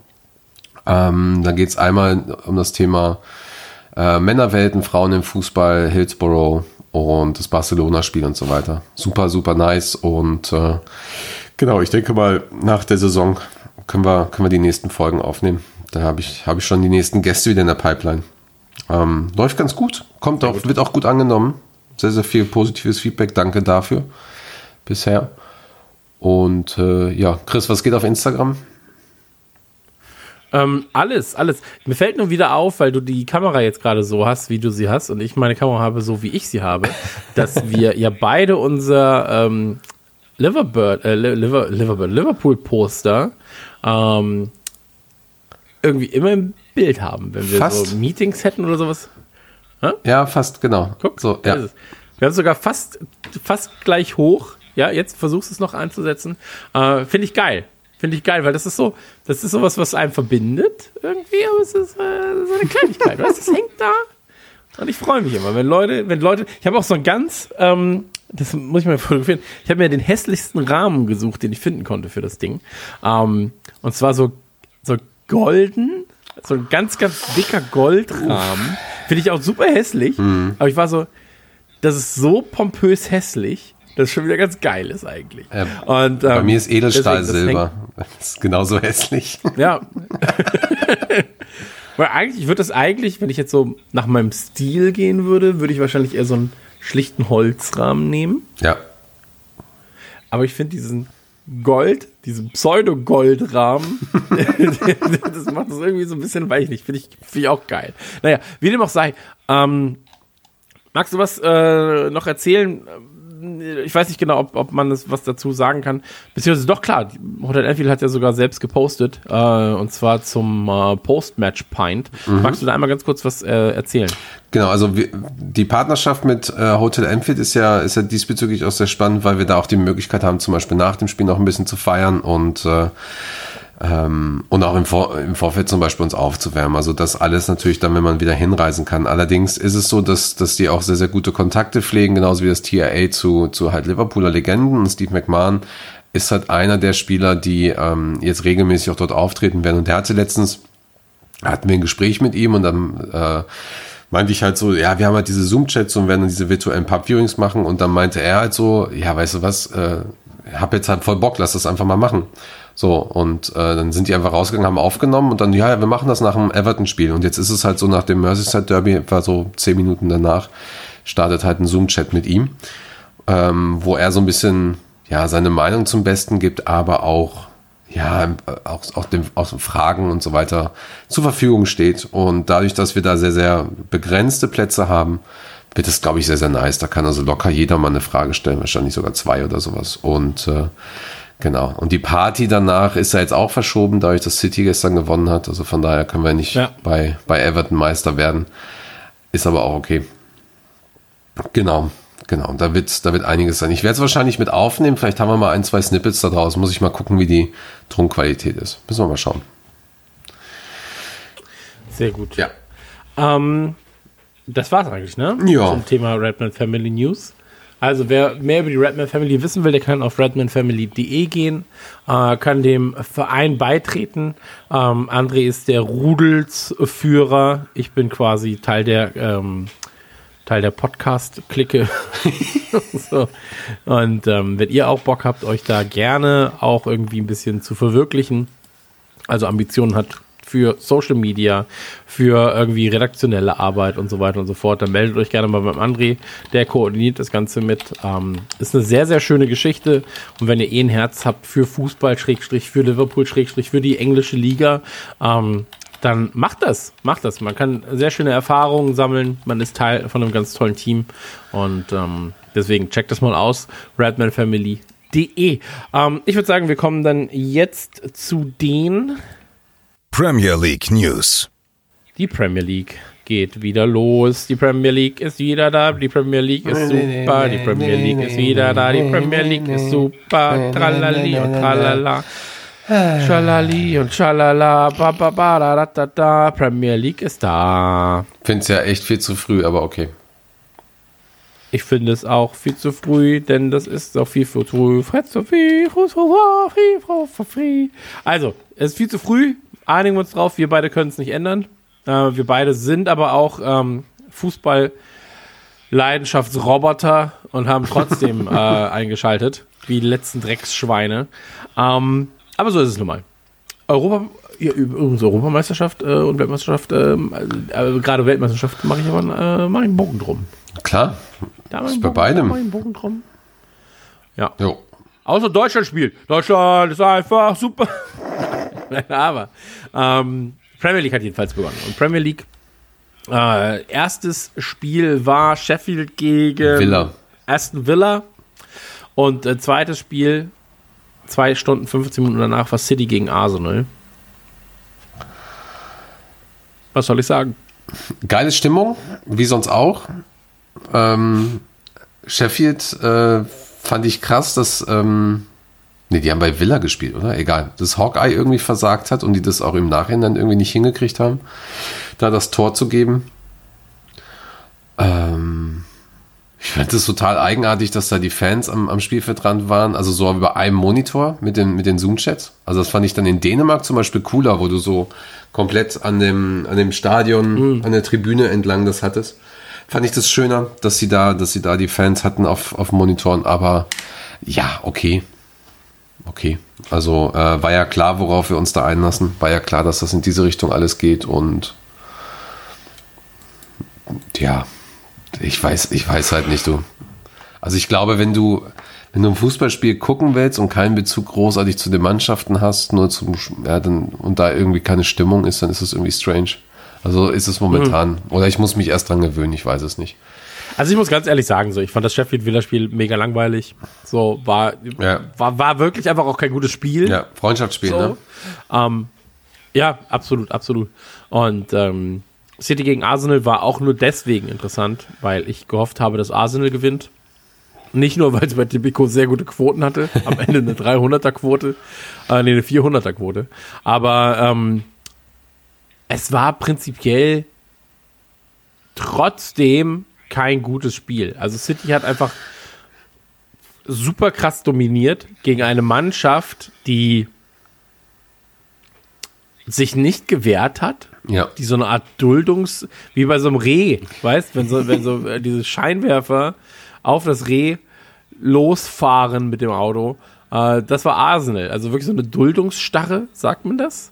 Speaker 4: Ähm, da geht es einmal um das Thema äh, Männerwelten, Frauen im Fußball, Hillsborough und das Barcelona-Spiel und so weiter. Super, super nice und äh, genau, ich denke mal, nach der Saison können wir, können wir die nächsten Folgen aufnehmen. Da habe ich, habe ich schon die nächsten Gäste wieder in der Pipeline. Ähm, läuft ganz gut, kommt auch, wird auch gut angenommen. Sehr, sehr viel positives Feedback, danke dafür bisher. Und äh, ja, Chris, was geht auf Instagram?
Speaker 3: Ähm, alles, alles. Mir fällt nur wieder auf, weil du die Kamera jetzt gerade so hast, wie du sie hast und ich meine Kamera habe, so wie ich sie habe, dass wir ja beide unser ähm, Liverbird, äh, Liver, Liverbird, Liverpool-Poster ähm, irgendwie immer im Bild haben, wenn wir
Speaker 4: Fast.
Speaker 3: so Meetings hätten oder sowas.
Speaker 4: Ja, fast, genau.
Speaker 3: Guck,
Speaker 4: so,
Speaker 3: da
Speaker 4: ja.
Speaker 3: ist es. Wir haben es sogar fast, fast gleich hoch. Ja, jetzt versuchst du es noch einzusetzen. Äh, Finde ich geil. Finde ich geil, weil das ist so, das ist sowas, was einem verbindet irgendwie, aber es ist äh, so eine Kleinigkeit, weißt du, es hängt da und ich freue mich immer, wenn Leute, wenn Leute, ich habe auch so ein ganz, ähm, das muss ich mal fotografieren, ich habe mir den hässlichsten Rahmen gesucht, den ich finden konnte für das Ding, ähm, und zwar so, so golden, so ein ganz, ganz dicker Goldrahmen, finde ich auch super hässlich,
Speaker 4: Mhm.
Speaker 3: aber ich war so, das ist so pompös hässlich, das schon wieder ganz geil ist eigentlich.
Speaker 4: Äh,
Speaker 3: und,
Speaker 4: Bei
Speaker 3: ähm,
Speaker 4: mir ist Edelstahl
Speaker 3: deswegen, das
Speaker 4: Silber. Das ist genauso hässlich.
Speaker 3: Ja. Weil eigentlich, ich würde das eigentlich, wenn ich jetzt so nach meinem Stil gehen würde, würde ich wahrscheinlich eher so einen schlichten Holzrahmen nehmen.
Speaker 4: Ja.
Speaker 3: Aber ich finde diesen Gold, diesen Pseudo-Goldrahmen, das macht das irgendwie so ein bisschen weichlich. Finde ich, finde ich auch geil. Naja, wie dem auch sei, ähm, Magst du was äh, noch erzählen? Ich weiß nicht genau, ob, ob man das was dazu sagen kann. Beziehungsweise doch klar, Hotel Anfield hat ja sogar selbst gepostet, äh, und zwar zum äh, Post-Match-Pint. Mhm. Magst du da einmal ganz kurz was äh, erzählen?
Speaker 4: Genau, also wir, die Partnerschaft mit äh, Hotel Anfield ist ja, ist ja diesbezüglich auch sehr spannend, weil wir da auch die Möglichkeit haben, zum Beispiel nach dem Spiel noch ein bisschen zu feiern und äh, Ähm, und auch im, Vor- im Vorfeld zum Beispiel uns aufzuwärmen. Also das alles natürlich dann, wenn man wieder hinreisen kann. Allerdings ist es so, dass, dass die auch sehr, sehr gute Kontakte pflegen, genauso wie das T R A zu, zu halt Liverpooler Legenden. Und Steve McMahon ist halt einer der Spieler, die ähm, jetzt regelmäßig auch dort auftreten werden. Und der hatte letztens, hatten wir ein Gespräch mit ihm und dann äh, meinte ich halt so, ja, wir haben halt diese Zoom-Chats und werden diese virtuellen Pub-Viewings machen. Und dann meinte er halt so, ja, weißt du was, äh, hab jetzt halt voll Bock, lass das einfach mal machen. So, und äh, dann sind die einfach rausgegangen, haben aufgenommen und dann, ja, ja, wir machen das nach dem Everton-Spiel. Und jetzt ist es halt so, nach dem Merseyside-Derby, etwa so zehn Minuten danach, startet halt ein Zoom-Chat mit ihm, ähm, wo er so ein bisschen, ja, seine Meinung zum Besten gibt, aber auch, ja, auch, auch, dem, auch Fragen und so weiter zur Verfügung steht. Und dadurch, dass wir da sehr, sehr begrenzte Plätze haben, wird es, glaube ich, sehr, sehr nice. Da kann also locker jeder mal eine Frage stellen, wahrscheinlich sogar zwei oder sowas. Und äh, genau. Und die Party danach ist ja jetzt auch verschoben, dadurch, dass City gestern gewonnen hat. Also von daher können wir nicht ja. bei, bei Everton Meister werden. Ist aber auch okay. Genau, genau. Da wird, da wird einiges sein. Ich werde es wahrscheinlich mit aufnehmen. Vielleicht haben wir mal ein, zwei Snippets da draußen. Muss ich mal gucken, wie die Tonqualität ist. Müssen wir mal schauen.
Speaker 3: Sehr gut.
Speaker 4: Ja.
Speaker 3: Ähm, das war's eigentlich, ne?
Speaker 4: Ja.
Speaker 3: Zum Thema Redman Family News. Also wer mehr über die Redman Family wissen will, der kann auf redman family punkt de gehen, äh, kann dem Verein beitreten. Ähm, André ist der Rudelsführer. Ich bin quasi Teil der ähm, Teil der Podcast-Clique. So. Und ähm, wenn ihr auch Bock habt, euch da gerne auch irgendwie ein bisschen zu verwirklichen, also Ambitionen hat für Social Media, für irgendwie redaktionelle Arbeit und so weiter und so fort, dann meldet euch gerne mal beim André, der koordiniert das Ganze mit. Ähm, ist eine sehr, sehr schöne Geschichte und wenn ihr eh ein Herz habt für Fußball, Schrägstrich, für Liverpool, Schrägstrich, für die englische Liga, ähm, dann macht das, macht das. Man kann sehr schöne Erfahrungen sammeln, man ist Teil von einem ganz tollen Team und ähm, deswegen checkt das mal aus, redman family punkt de. Ähm, ich würde sagen, wir kommen dann jetzt zu den
Speaker 6: Premier League News.
Speaker 3: Die Premier League geht wieder los. Die Premier League ist wieder da. Die Premier League ist super. Die Premier League ist wieder da. Die Premier League ist super. Tralali und tralala. Schalali und schalala. Ba, ba, ba, da, da, da, da. Premier League ist da.
Speaker 4: Finde es ja echt viel zu früh, aber okay.
Speaker 3: Ich finde es auch viel zu früh, denn das ist auch viel zu früh. Also, es ist viel zu früh. Einigen wir uns drauf, wir beide können es nicht ändern. Äh, wir beide sind aber auch ähm, Fußball-Leidenschaftsroboter und haben trotzdem äh, eingeschaltet, wie die letzten Drecksschweine. Ähm, aber so ist es nun mal. Europa, ja, übrigens Europameisterschaft äh, und Weltmeisterschaft, äh, äh, gerade Weltmeisterschaft mache ich aber äh, mach ich einen Bogen drum.
Speaker 4: Klar,
Speaker 3: da
Speaker 4: ist
Speaker 3: Bogen,
Speaker 4: bei beidem.
Speaker 3: Da mach ich einen Bogen drum. Ja.
Speaker 4: Jo.
Speaker 3: Außer Deutschland spielt. Deutschland ist einfach super. Aber ähm, Premier League hat jedenfalls begonnen. Und Premier League, äh, erstes Spiel war Sheffield gegen
Speaker 4: Villa.
Speaker 3: Aston Villa. Und äh, zweites Spiel, zwei Stunden, fünfzehn Minuten danach, war City gegen Arsenal. Was soll ich sagen?
Speaker 4: Geile Stimmung, wie sonst auch. Ähm, Sheffield äh, fand ich krass, dass ähm, ne, die haben bei Villa gespielt, oder? Egal. Dass Hawkeye irgendwie versagt hat und die das auch im Nachhinein irgendwie nicht hingekriegt haben, da das Tor zu geben. Ähm, ich fand es total eigenartig, dass da die Fans am, am Spielfeldrand waren, also so über einem Monitor mit den, mit den Zoom-Chats. Also das fand ich dann in Dänemark zum Beispiel cooler, wo du so komplett an dem, an dem Stadion, mhm. an der Tribüne entlang das hattest. Fand ich das schöner, dass sie da, dass sie da die Fans hatten auf, auf Monitoren, aber ja, okay. Okay. Also äh, war ja klar, worauf wir uns da einlassen. War ja klar, dass das in diese Richtung alles geht und ja, ich weiß, ich weiß halt nicht, du. Also ich glaube, wenn du, wenn du ein Fußballspiel gucken willst und keinen Bezug großartig zu den Mannschaften hast, nur zum, ja, dann, und da irgendwie keine Stimmung ist, dann ist es irgendwie strange. Also ist es momentan. Mhm. Oder ich muss mich erst dran gewöhnen, ich weiß es nicht.
Speaker 3: Also ich muss ganz ehrlich sagen, so ich fand das Sheffield-Villa-Spiel mega langweilig. So war,
Speaker 4: Ja.
Speaker 3: war war wirklich einfach auch kein gutes Spiel.
Speaker 4: Ja, Freundschaftsspiel,
Speaker 3: So.
Speaker 4: ne?
Speaker 3: Ähm, ja, absolut, absolut. Und ähm, City gegen Arsenal war auch nur deswegen interessant, weil ich gehofft habe, dass Arsenal gewinnt. Nicht nur, weil es bei Tipico sehr gute Quoten hatte, am Ende eine dreihunderter-Quote, äh, nee, eine vierhunderter-Quote. Aber ähm, es war prinzipiell trotzdem kein gutes Spiel. Also City hat einfach super krass dominiert gegen eine Mannschaft, die sich nicht gewehrt hat,
Speaker 4: Ja.
Speaker 3: die so eine Art Duldungs, wie bei so einem Reh, weißt, wenn so, wenn so äh, diese Scheinwerfer auf das Reh losfahren mit dem Auto, äh, das war Arsenal, also wirklich so eine Duldungsstarre, sagt man das?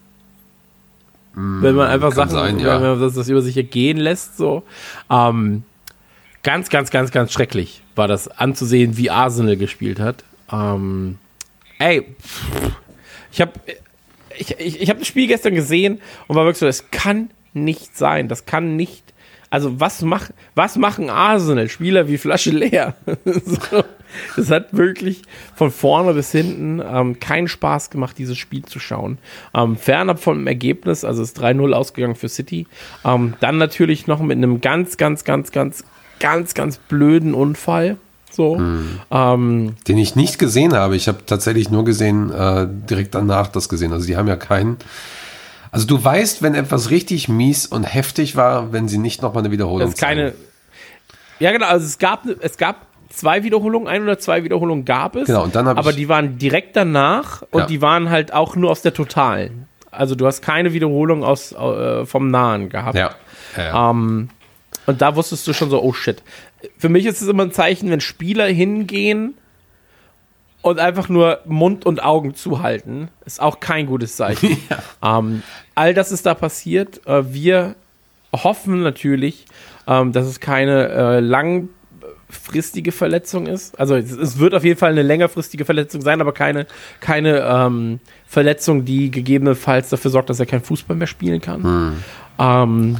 Speaker 3: Wenn man einfach
Speaker 4: kann
Speaker 3: Sachen,
Speaker 4: sein, ja.
Speaker 3: wenn man das, das über sich ergehen lässt, so. Ähm, ganz, ganz, ganz, ganz schrecklich war das anzusehen, wie Arsenal gespielt hat. Ähm, ey, ich habe ich, ich, ich hab das Spiel gestern gesehen und war wirklich so, das kann nicht sein, das kann nicht, also was, mach, was machen Arsenal-Spieler wie Flasche leer? So, das hat wirklich von vorne bis hinten ähm, keinen Spaß gemacht, dieses Spiel zu schauen. Ähm, fernab von dem Ergebnis, also es ist drei null ausgegangen für City. Ähm, dann natürlich noch mit einem ganz, ganz, ganz, ganz, ganz, ganz blöden Unfall. So.
Speaker 4: Hm.
Speaker 3: Ähm,
Speaker 4: Den ich nicht gesehen habe. Ich habe tatsächlich nur gesehen, äh, direkt danach das gesehen. Also die haben ja keinen. Also du weißt, wenn etwas richtig mies und heftig war, wenn sie nicht nochmal eine Wiederholung
Speaker 3: das ist keine. Ja, genau, also es gab, es gab zwei Wiederholungen, ein oder zwei Wiederholungen gab es.
Speaker 4: Genau, und dann hab
Speaker 3: aber
Speaker 4: ich-
Speaker 3: die waren direkt danach und
Speaker 4: Ja.
Speaker 3: die waren halt auch nur aus der Totalen. Also du hast keine Wiederholung aus, äh, vom Nahen gehabt.
Speaker 4: Ja. ja, ja.
Speaker 3: Ähm, und da wusstest du schon so, oh shit. Für mich ist es immer ein Zeichen, wenn Spieler hingehen und einfach nur Mund und Augen zuhalten, ist auch kein gutes Zeichen. ähm, all das ist da passiert. Äh, wir hoffen natürlich, ähm, dass es keine äh, langfristige Verletzung ist. Also es, es wird auf jeden Fall eine längerfristige Verletzung sein, aber keine, keine ähm, Verletzung, die gegebenenfalls dafür sorgt, dass er kein Fußball mehr spielen kann. Ähm,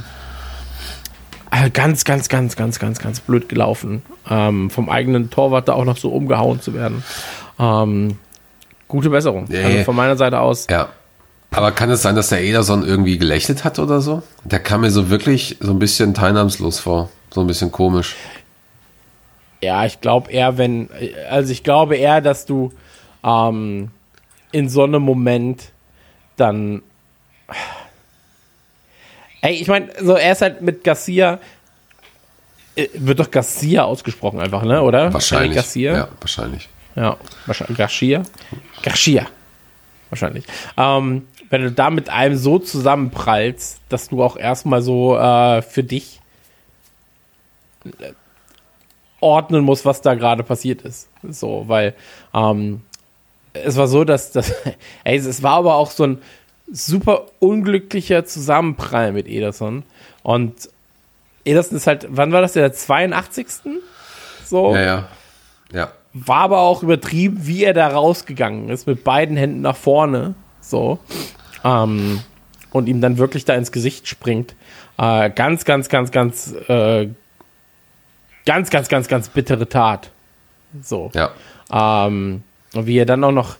Speaker 3: äh, ganz, ganz, ganz, ganz, ganz, ganz blöd gelaufen. Ähm, vom eigenen Torwart da auch noch so umgehauen zu werden. Ähm, gute Besserung.
Speaker 4: Nee.
Speaker 3: Also von meiner Seite aus.
Speaker 4: Ja. Aber kann es sein, dass der Ederson irgendwie gelächelt hat oder so? Der kam mir so wirklich so ein bisschen teilnahmslos vor. So ein bisschen komisch.
Speaker 3: Ja, ich glaube eher, wenn, also ich glaube eher, dass du ähm, in so einem Moment dann, ey, ich meine, so er ist halt mit Garcia, äh, wird doch Garcia ausgesprochen einfach, ne, oder?
Speaker 4: Wahrscheinlich.
Speaker 3: Eric Garcia?
Speaker 4: Ja, wahrscheinlich.
Speaker 3: Ja, wahrscheinlich. Garcia? Garcia. Wahrscheinlich. Ähm, wenn du da mit einem so zusammenprallst, dass du auch erstmal so äh, für dich äh, ordnen musst, was da gerade passiert ist. So, weil ähm, es war so, dass das, ey, es war aber auch so ein super unglücklicher Zusammenprall mit Ederson. Und Ederson ist halt, wann war das, der zweiundachtzigsten? So.
Speaker 4: Ja, ja. Ja.
Speaker 3: War aber auch übertrieben, wie er da rausgegangen ist, mit beiden Händen nach vorne, so, ähm, und ihm dann wirklich da ins Gesicht springt. Äh, ganz, ganz, ganz, ganz, äh, ganz, ganz, ganz, ganz bittere Tat. So.
Speaker 4: Ja.
Speaker 3: Ähm, und wie er dann auch noch,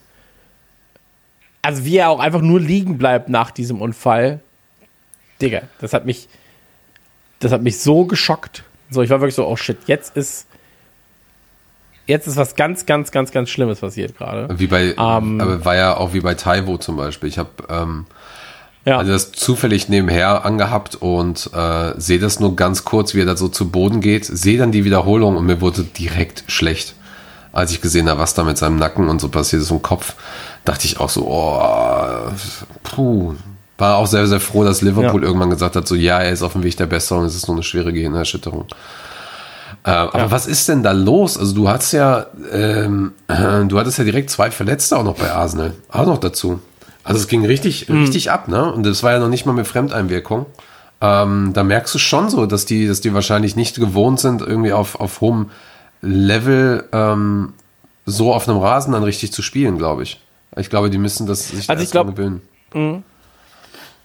Speaker 3: also wie er auch einfach nur liegen bleibt nach diesem Unfall. Digga, das hat mich, das hat mich so geschockt. So, ich war wirklich so, oh shit, jetzt ist, Jetzt ist was ganz, ganz, ganz, ganz Schlimmes passiert gerade.
Speaker 4: Wie bei,
Speaker 3: Ähm,
Speaker 4: aber war ja auch wie bei Taiwo zum Beispiel. Ich habe ähm,
Speaker 3: Ja.
Speaker 4: also das zufällig nebenher angehabt und äh, sehe das nur ganz kurz, wie er da so zu Boden geht, sehe dann die Wiederholung und mir wurde direkt schlecht. Als ich gesehen habe, was da mit seinem Nacken und so passiert ist im Kopf, dachte ich auch so, oh, puh. War auch sehr, sehr froh, dass Liverpool
Speaker 3: Ja.
Speaker 4: irgendwann gesagt hat, so ja, er ist auf dem Weg der Besserung, es ist nur eine schwere Gehirnerschütterung. Äh, aber
Speaker 3: Ja.
Speaker 4: was ist denn da los? Also du hast ja, ähm, du hattest ja direkt zwei Verletzte auch noch bei Arsenal, auch noch dazu. Also es ging richtig,
Speaker 3: Mhm.
Speaker 4: richtig ab, ne? Und das war ja noch nicht mal mit Fremdeinwirkung. Ähm, da merkst du schon so, dass die, dass die wahrscheinlich nicht gewohnt sind, irgendwie auf, auf hohem Level ähm, so auf einem Rasen dann richtig zu spielen, glaube ich. Ich glaube, die müssen das sich
Speaker 3: Also ich
Speaker 4: erst mal
Speaker 3: glaub-
Speaker 4: gewöhnen.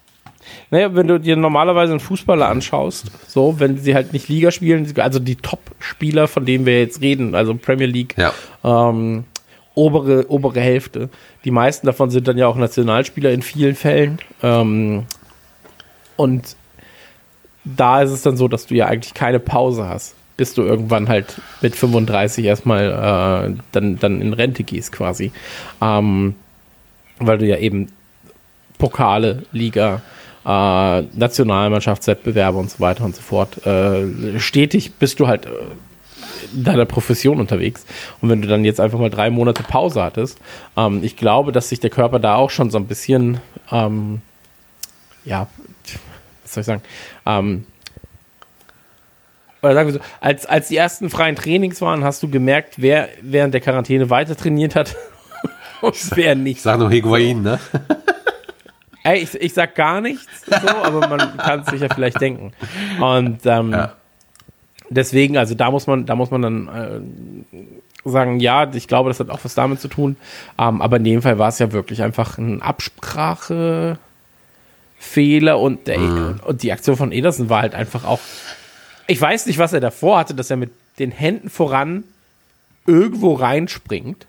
Speaker 3: Naja, wenn du dir normalerweise einen Fußballer anschaust, so, wenn sie halt nicht Liga spielen, also die Top-Spieler, von denen wir jetzt reden, also Premier League,
Speaker 4: Ja.
Speaker 3: ähm, obere, obere Hälfte. Die meisten davon sind dann ja auch Nationalspieler in vielen Fällen. Ähm, und da ist es dann so, dass du ja eigentlich keine Pause hast, bis du irgendwann halt mit fünfunddreißig erstmal äh, dann, dann in Rente gehst quasi. Ähm, weil du ja eben Pokale, Liga, äh, Nationalmannschaftswettbewerbe und so weiter und so fort äh, stetig bist du halt äh, in deiner Profession unterwegs. Und wenn du dann jetzt einfach mal drei Monate Pause hattest, ähm, ich glaube, dass sich der Körper da auch schon so ein bisschen, ähm, ja, was soll ich sagen, ähm, oder sagen wir so, als, als die ersten freien Trainings waren, hast du gemerkt, wer während der Quarantäne weiter trainiert hat und wer nicht.
Speaker 4: Ich sag nur Higuain, ne?
Speaker 3: Ey, ich, ich sag gar nichts, so, aber man kann es sich ja vielleicht denken. Und ähm,
Speaker 4: Ja.
Speaker 3: deswegen, also da muss man, da muss man dann äh, sagen, ja, ich glaube, das hat auch was damit zu tun. Ähm, aber in dem Fall war es ja wirklich einfach ein Absprachefehler und, der,
Speaker 4: Mhm.
Speaker 3: und die Aktion von Ederson war halt einfach auch. Ich weiß nicht, was er davor hatte, dass er mit den Händen voran irgendwo reinspringt.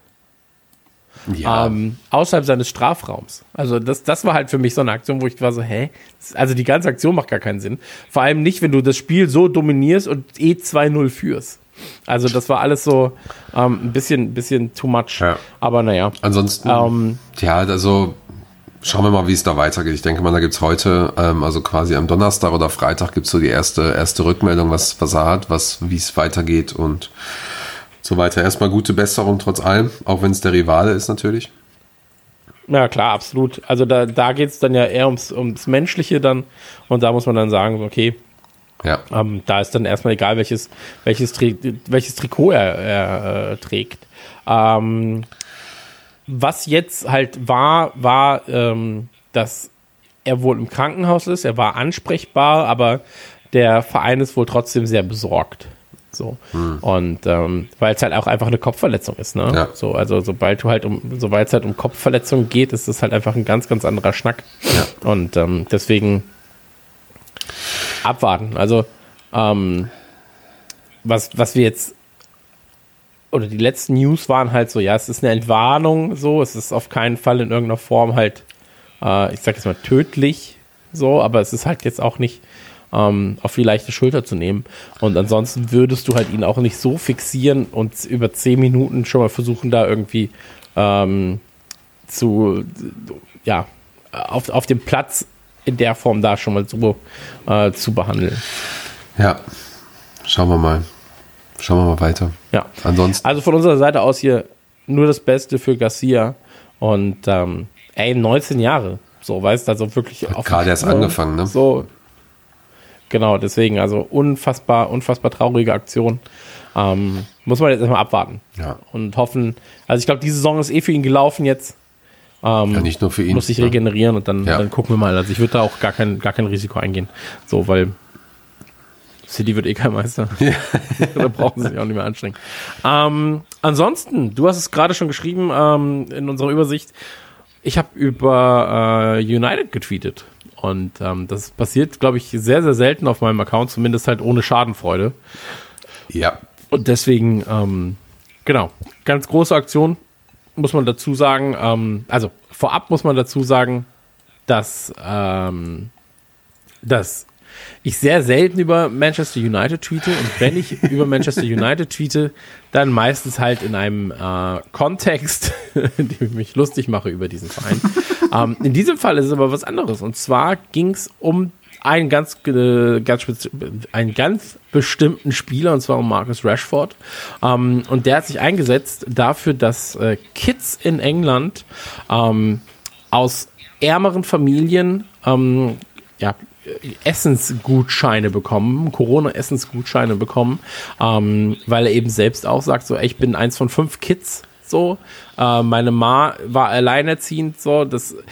Speaker 4: Ja.
Speaker 3: Ähm, außerhalb seines Strafraums. Also das, das war halt für mich so eine Aktion, wo ich war so, hä? Also die ganze Aktion macht gar keinen Sinn. Vor allem nicht, wenn du das Spiel so dominierst und eh zwei null führst. Also das war alles so ähm, ein bisschen, bisschen too much.
Speaker 4: Ja.
Speaker 3: Aber naja.
Speaker 4: Ansonsten,
Speaker 3: Ähm,
Speaker 4: ja, also schauen wir mal, wie es da weitergeht. Ich denke mal, da gibt's heute, ähm, also quasi am Donnerstag oder Freitag gibt's so die erste, erste Rückmeldung, was, was er hat, was, wie es weitergeht und so weiter. Erstmal gute Besserung trotz allem, auch wenn es der Rivale ist natürlich.
Speaker 3: Ja, klar, absolut. Also da, da geht es dann ja eher ums, ums Menschliche dann und da muss man dann sagen, so, okay,
Speaker 4: Ja.
Speaker 3: ähm, da ist dann erstmal egal, welches, welches, Tri- welches Trikot er, er äh, trägt. Ähm, was jetzt halt war, war, ähm, dass er wohl im Krankenhaus ist, er war ansprechbar, aber der Verein ist wohl trotzdem sehr besorgt. So. Und ähm, weil es halt auch einfach eine Kopfverletzung ist, ne?
Speaker 4: Ja.
Speaker 3: So, also sobald du halt um, sobald es halt um Kopfverletzungen geht, ist das halt einfach ein ganz, ganz anderer Schnack.
Speaker 4: Ja.
Speaker 3: Und ähm, deswegen abwarten. Also ähm, was, was wir jetzt oder die letzten News waren halt so, ja, es ist eine Entwarnung, so, es ist auf keinen Fall in irgendeiner Form halt, äh, ich sag jetzt mal tödlich, so, aber es ist halt jetzt auch nicht ähm, auf die leichte Schulter zu nehmen. Und ansonsten würdest du halt ihn auch nicht so fixieren und über zehn Minuten schon mal versuchen, da irgendwie ähm, zu, ja, auf, auf dem Platz in der Form da schon mal so äh, zu behandeln.
Speaker 4: Ja. Schauen wir mal. Schauen wir mal weiter.
Speaker 3: Ja.
Speaker 4: Ansonsten.
Speaker 3: Also von unserer Seite aus hier nur das Beste für Garcia und ähm, ey, neunzehn Jahre. So, weißt du, also wirklich
Speaker 4: Hat
Speaker 3: auf
Speaker 4: gerade erst angefangen, ne?
Speaker 3: So, genau, deswegen, also unfassbar, unfassbar traurige Aktion. Ähm, muss man jetzt erstmal abwarten.
Speaker 4: Ja.
Speaker 3: Und hoffen, also ich glaube, die Saison ist eh für ihn gelaufen jetzt. Ähm,
Speaker 4: Ja, nicht nur für ihn.
Speaker 3: muss sich
Speaker 4: ne?
Speaker 3: regenerieren und dann,
Speaker 4: Ja.
Speaker 3: dann gucken wir mal. Also ich würde da auch gar kein, gar kein Risiko eingehen. So, weil City wird eh kein Meister. Da brauchen sie sich auch nicht mehr anstrengen. Ähm, ansonsten, du hast es gerade schon geschrieben ähm, in unserer Übersicht. Ich habe über äh, United getweetet. Und ähm, das passiert, glaube ich, sehr, sehr selten auf meinem Account, zumindest halt ohne Schadenfreude.
Speaker 4: Ja.
Speaker 3: Und deswegen, ähm, genau, ganz große Aktion, muss man dazu sagen. Ähm, also vorab muss man dazu sagen, dass, ähm, dass ich sehr selten über Manchester United tweete. Und wenn ich über Manchester United tweete, dann meistens halt in einem äh, Kontext, in dem ich mich lustig mache über diesen Verein. ähm, in diesem Fall ist es aber was anderes. Und zwar ging es um einen ganz, äh, ganz, spezi- einen ganz bestimmten Spieler, und zwar um Marcus Rashford. Ähm, und der hat sich eingesetzt dafür, dass äh, Kids in England ähm, aus ärmeren Familien ähm, ja, Essensgutscheine bekommen, Corona-Essensgutscheine bekommen, ähm, weil er eben selbst auch sagt, so, ey, ich bin eins von fünf Kids, so, äh, meine Ma war alleinerziehend, so, das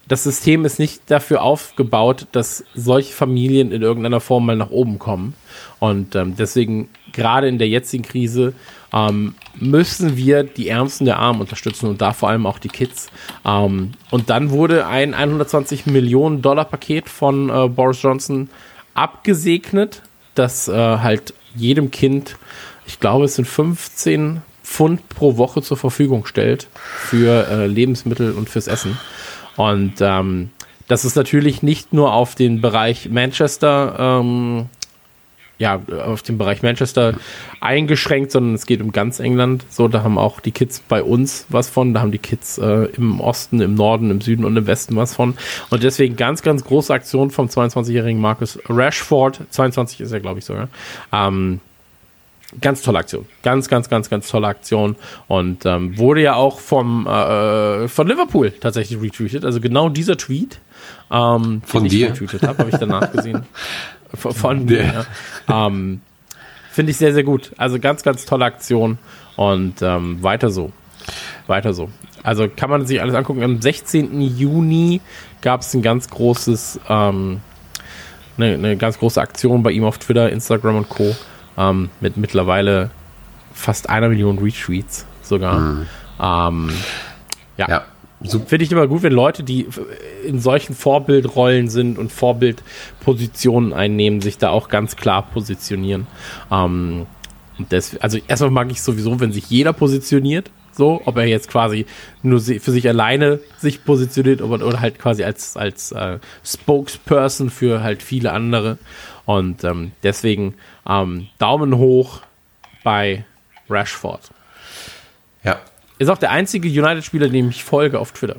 Speaker 3: das System ist nicht dafür aufgebaut, dass solche Familien in irgendeiner Form mal nach oben kommen. Und ähm, deswegen, gerade in der jetzigen Krise, ähm, müssen wir die Ärmsten der Armen unterstützen und da vor allem auch die Kids. Ähm, und dann wurde ein hundertzwanzig Millionen Dollar Paket von äh, Boris Johnson abgesegnet, das äh, halt jedem Kind, ich glaube, es sind fünfzehn Pfund pro Woche zur Verfügung stellt für äh, Lebensmittel und fürs Essen. Und ähm, das ist natürlich nicht nur auf den Bereich Manchester, ähm, ja, auf den Bereich Manchester eingeschränkt, sondern es geht um ganz England. So, da haben auch die Kids bei uns was von, da haben die Kids äh, im Osten, im Norden, im Süden und im Westen was von. Und deswegen ganz, ganz große Aktion vom zweiundzwanzigjährigen Marcus Rashford. zweiundzwanzig ist er, glaube ich, sogar. Ähm, Ganz tolle Aktion. Ganz, ganz, ganz, ganz tolle Aktion. Und ähm, wurde ja auch vom äh, von Liverpool tatsächlich retweetet. Also genau dieser Tweet, ähm,
Speaker 4: von
Speaker 3: den
Speaker 4: dir?
Speaker 3: ich retweetet habe, habe ich danach gesehen. Von, von mir. Ja. Ähm, Finde ich sehr, sehr gut. Also ganz, ganz tolle Aktion. Und ähm, weiter so. Weiter so. Also kann man sich alles angucken. Am sechzehnten Juni gab es ein ganz großes, ähm, eine, eine ganz große Aktion bei ihm auf Twitter, Instagram und Co. Ähm, mit mittlerweile fast einer Million Retweets sogar. Mhm. Ähm, ja.
Speaker 4: Ja.
Speaker 3: Finde ich immer gut, wenn Leute, die in solchen Vorbildrollen sind und Vorbildpositionen einnehmen, sich da auch ganz klar positionieren. Ähm, und das, also erstmal mag ich sowieso, wenn sich jeder positioniert, so, ob er jetzt quasi nur für sich alleine sich positioniert oder, oder halt quasi als, als äh, Spokesperson für halt viele andere. Und ähm, deswegen ähm, Daumen hoch bei Rashford.
Speaker 4: Ja.
Speaker 3: Ist auch der einzige United-Spieler, dem ich folge auf Twitter.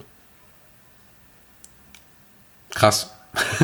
Speaker 4: Krass.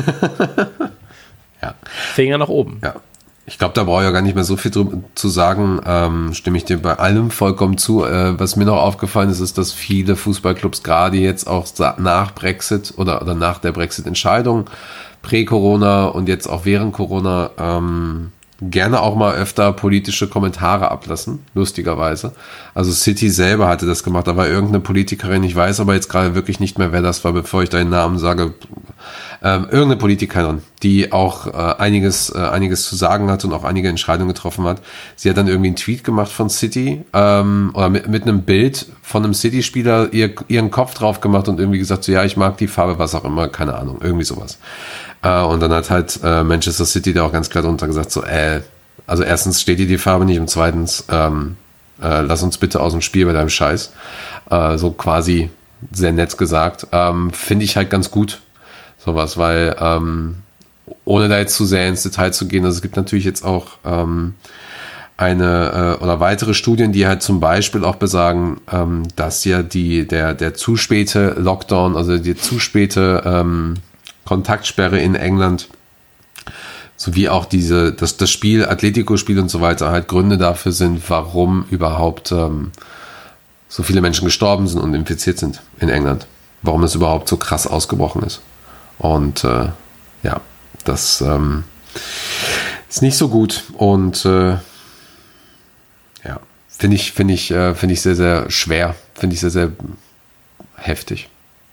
Speaker 4: Ja.
Speaker 3: Finger nach oben.
Speaker 4: Ja. Ich glaube, da brauche ich ja gar nicht mehr so viel drüber zu sagen. Ähm, stimme ich dir bei allem vollkommen zu. Äh, was mir noch aufgefallen ist, ist, dass viele Fußballclubs gerade jetzt auch nach Brexit oder, oder nach der Brexit-Entscheidung, prä-Corona und jetzt auch während Corona, ähm, gerne auch mal öfter politische Kommentare ablassen, lustigerweise. Also City selber hatte das gemacht, da war irgendeine Politikerin, ich weiß aber jetzt gerade wirklich nicht mehr, wer das war, bevor ich deinen Namen sage, ähm, irgendeine Politikerin, die auch äh, einiges äh, einiges zu sagen hat und auch einige Entscheidungen getroffen hat. Sie hat dann irgendwie einen Tweet gemacht von City ähm, oder mit, mit einem Bild von einem City-Spieler ihr, ihren Kopf drauf gemacht und irgendwie gesagt, so ja, ich mag die Farbe, was auch immer, keine Ahnung, irgendwie sowas. Uh, und dann hat halt äh, Manchester City da auch ganz klar drunter gesagt, so, äh, also erstens steht dir die Farbe nicht und zweitens, ähm, äh, lass uns bitte aus dem Spiel bei deinem Scheiß. Äh, so quasi sehr nett gesagt. Ähm, finde ich halt ganz gut, sowas, weil ähm, ohne da jetzt zu sehr ins Detail zu gehen, also es gibt natürlich jetzt auch ähm, eine äh, oder weitere Studien, die halt zum Beispiel auch besagen, ähm, dass ja die der der zu späte Lockdown, also die zu späte ähm, Kontaktsperre in England, sowie auch diese, das, das Spiel, Atletico-Spiel und so weiter, halt Gründe dafür sind, warum überhaupt ähm, so viele Menschen gestorben sind und infiziert sind in England. Warum es überhaupt so krass ausgebrochen ist. Und äh, ja, das ähm, ist nicht so gut und äh, ja, finde ich, finde ich, äh, finde ich sehr, sehr schwer, finde ich sehr, sehr heftig.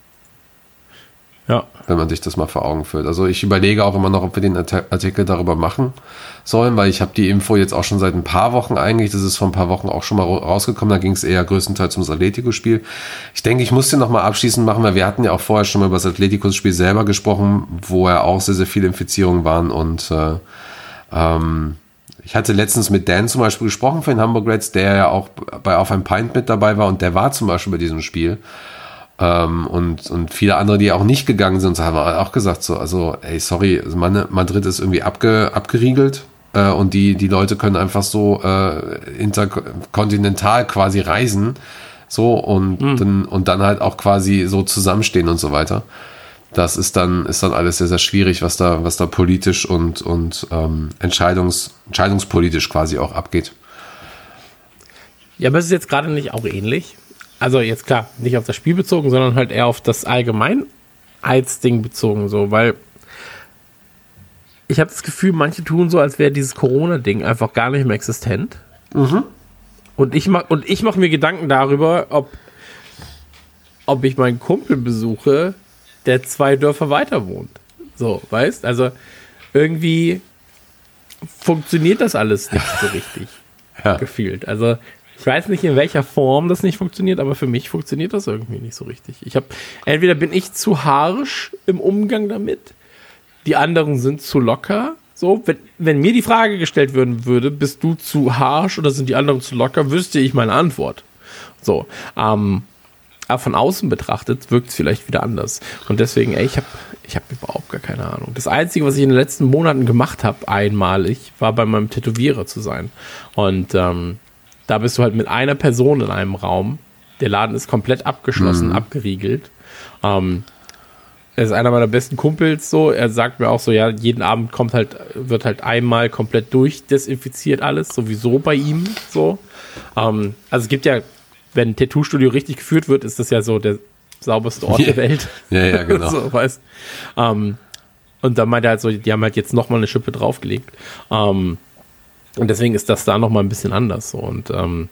Speaker 3: Ja.
Speaker 4: Wenn man sich das mal vor Augen führt. Also ich überlege auch immer noch, ob wir den Artikel darüber machen sollen, weil ich habe die Info jetzt auch schon seit ein paar Wochen eigentlich, das ist vor ein paar Wochen auch schon mal rausgekommen, da ging es eher größtenteils ums Atletico-Spiel. Ich denke, ich muss den nochmal abschließend machen, weil wir hatten ja auch vorher schon mal über das Atletico-Spiel selber gesprochen, wo ja auch sehr, sehr viele Infizierungen waren und äh, ähm, ich hatte letztens mit Dan zum Beispiel gesprochen von den Hamburg Reds, der ja auch bei Auf ein Pint mit dabei war und der war zum Beispiel bei diesem Spiel. Ähm, und, und viele andere, die auch nicht gegangen sind, haben auch gesagt so, also, ey, sorry, Madrid ist irgendwie abge, abgeriegelt äh, und die, die Leute können einfach so äh, interkontinental quasi reisen so und, mhm. dann, und dann halt auch quasi so zusammenstehen und so weiter. Das ist dann, ist dann alles sehr, sehr schwierig, was da, was da politisch und, und ähm, entscheidungs, entscheidungspolitisch quasi auch abgeht.
Speaker 3: Ja, aber es ist jetzt gerade nicht auch ähnlich. Also jetzt klar, nicht auf das Spiel bezogen, sondern halt eher auf das Allgemeinheitsding bezogen, so, weil ich habe das Gefühl, manche tun so, als wäre dieses Corona-Ding einfach gar nicht mehr existent. Mhm. Und ich mach, und ich mache mir Gedanken darüber, ob, ob ich meinen Kumpel besuche, der zwei Dörfer weiter wohnt. So, weißt? Also irgendwie funktioniert das alles nicht so richtig.
Speaker 4: Ja.
Speaker 3: Gefühlt. Also ich weiß nicht, in welcher Form das nicht funktioniert, aber für mich funktioniert das irgendwie nicht so richtig. Ich habe, entweder bin ich zu harsch im Umgang damit, die anderen sind zu locker. So, wenn, wenn mir die Frage gestellt werden würde, bist du zu harsch oder sind die anderen zu locker, wüsste ich meine Antwort. So, ähm, aber von außen betrachtet wirkt es vielleicht wieder anders. Und deswegen, ey, ich habe ich hab überhaupt gar keine Ahnung. Das Einzige, was ich in den letzten Monaten gemacht habe, einmalig, war bei meinem Tätowierer zu sein. Und ähm, da bist du halt mit einer Person in einem Raum. Der Laden ist komplett abgeschlossen, mhm. abgeriegelt. Ähm, er ist einer meiner besten Kumpels so. Er sagt mir auch so, ja, jeden Abend kommt halt, wird halt einmal komplett durchdesinfiziert alles, sowieso bei ihm so. Ähm, also es gibt ja, wenn ein Tattoo-Studio richtig geführt wird, ist das ja so der sauberste Ort der Welt.
Speaker 4: Ja, ja, genau.
Speaker 3: so, weißt. Ähm, und dann meint er halt so, die haben halt jetzt nochmal eine Schippe draufgelegt. Ähm, und deswegen ist das da nochmal ein bisschen anders. So. Und ähm,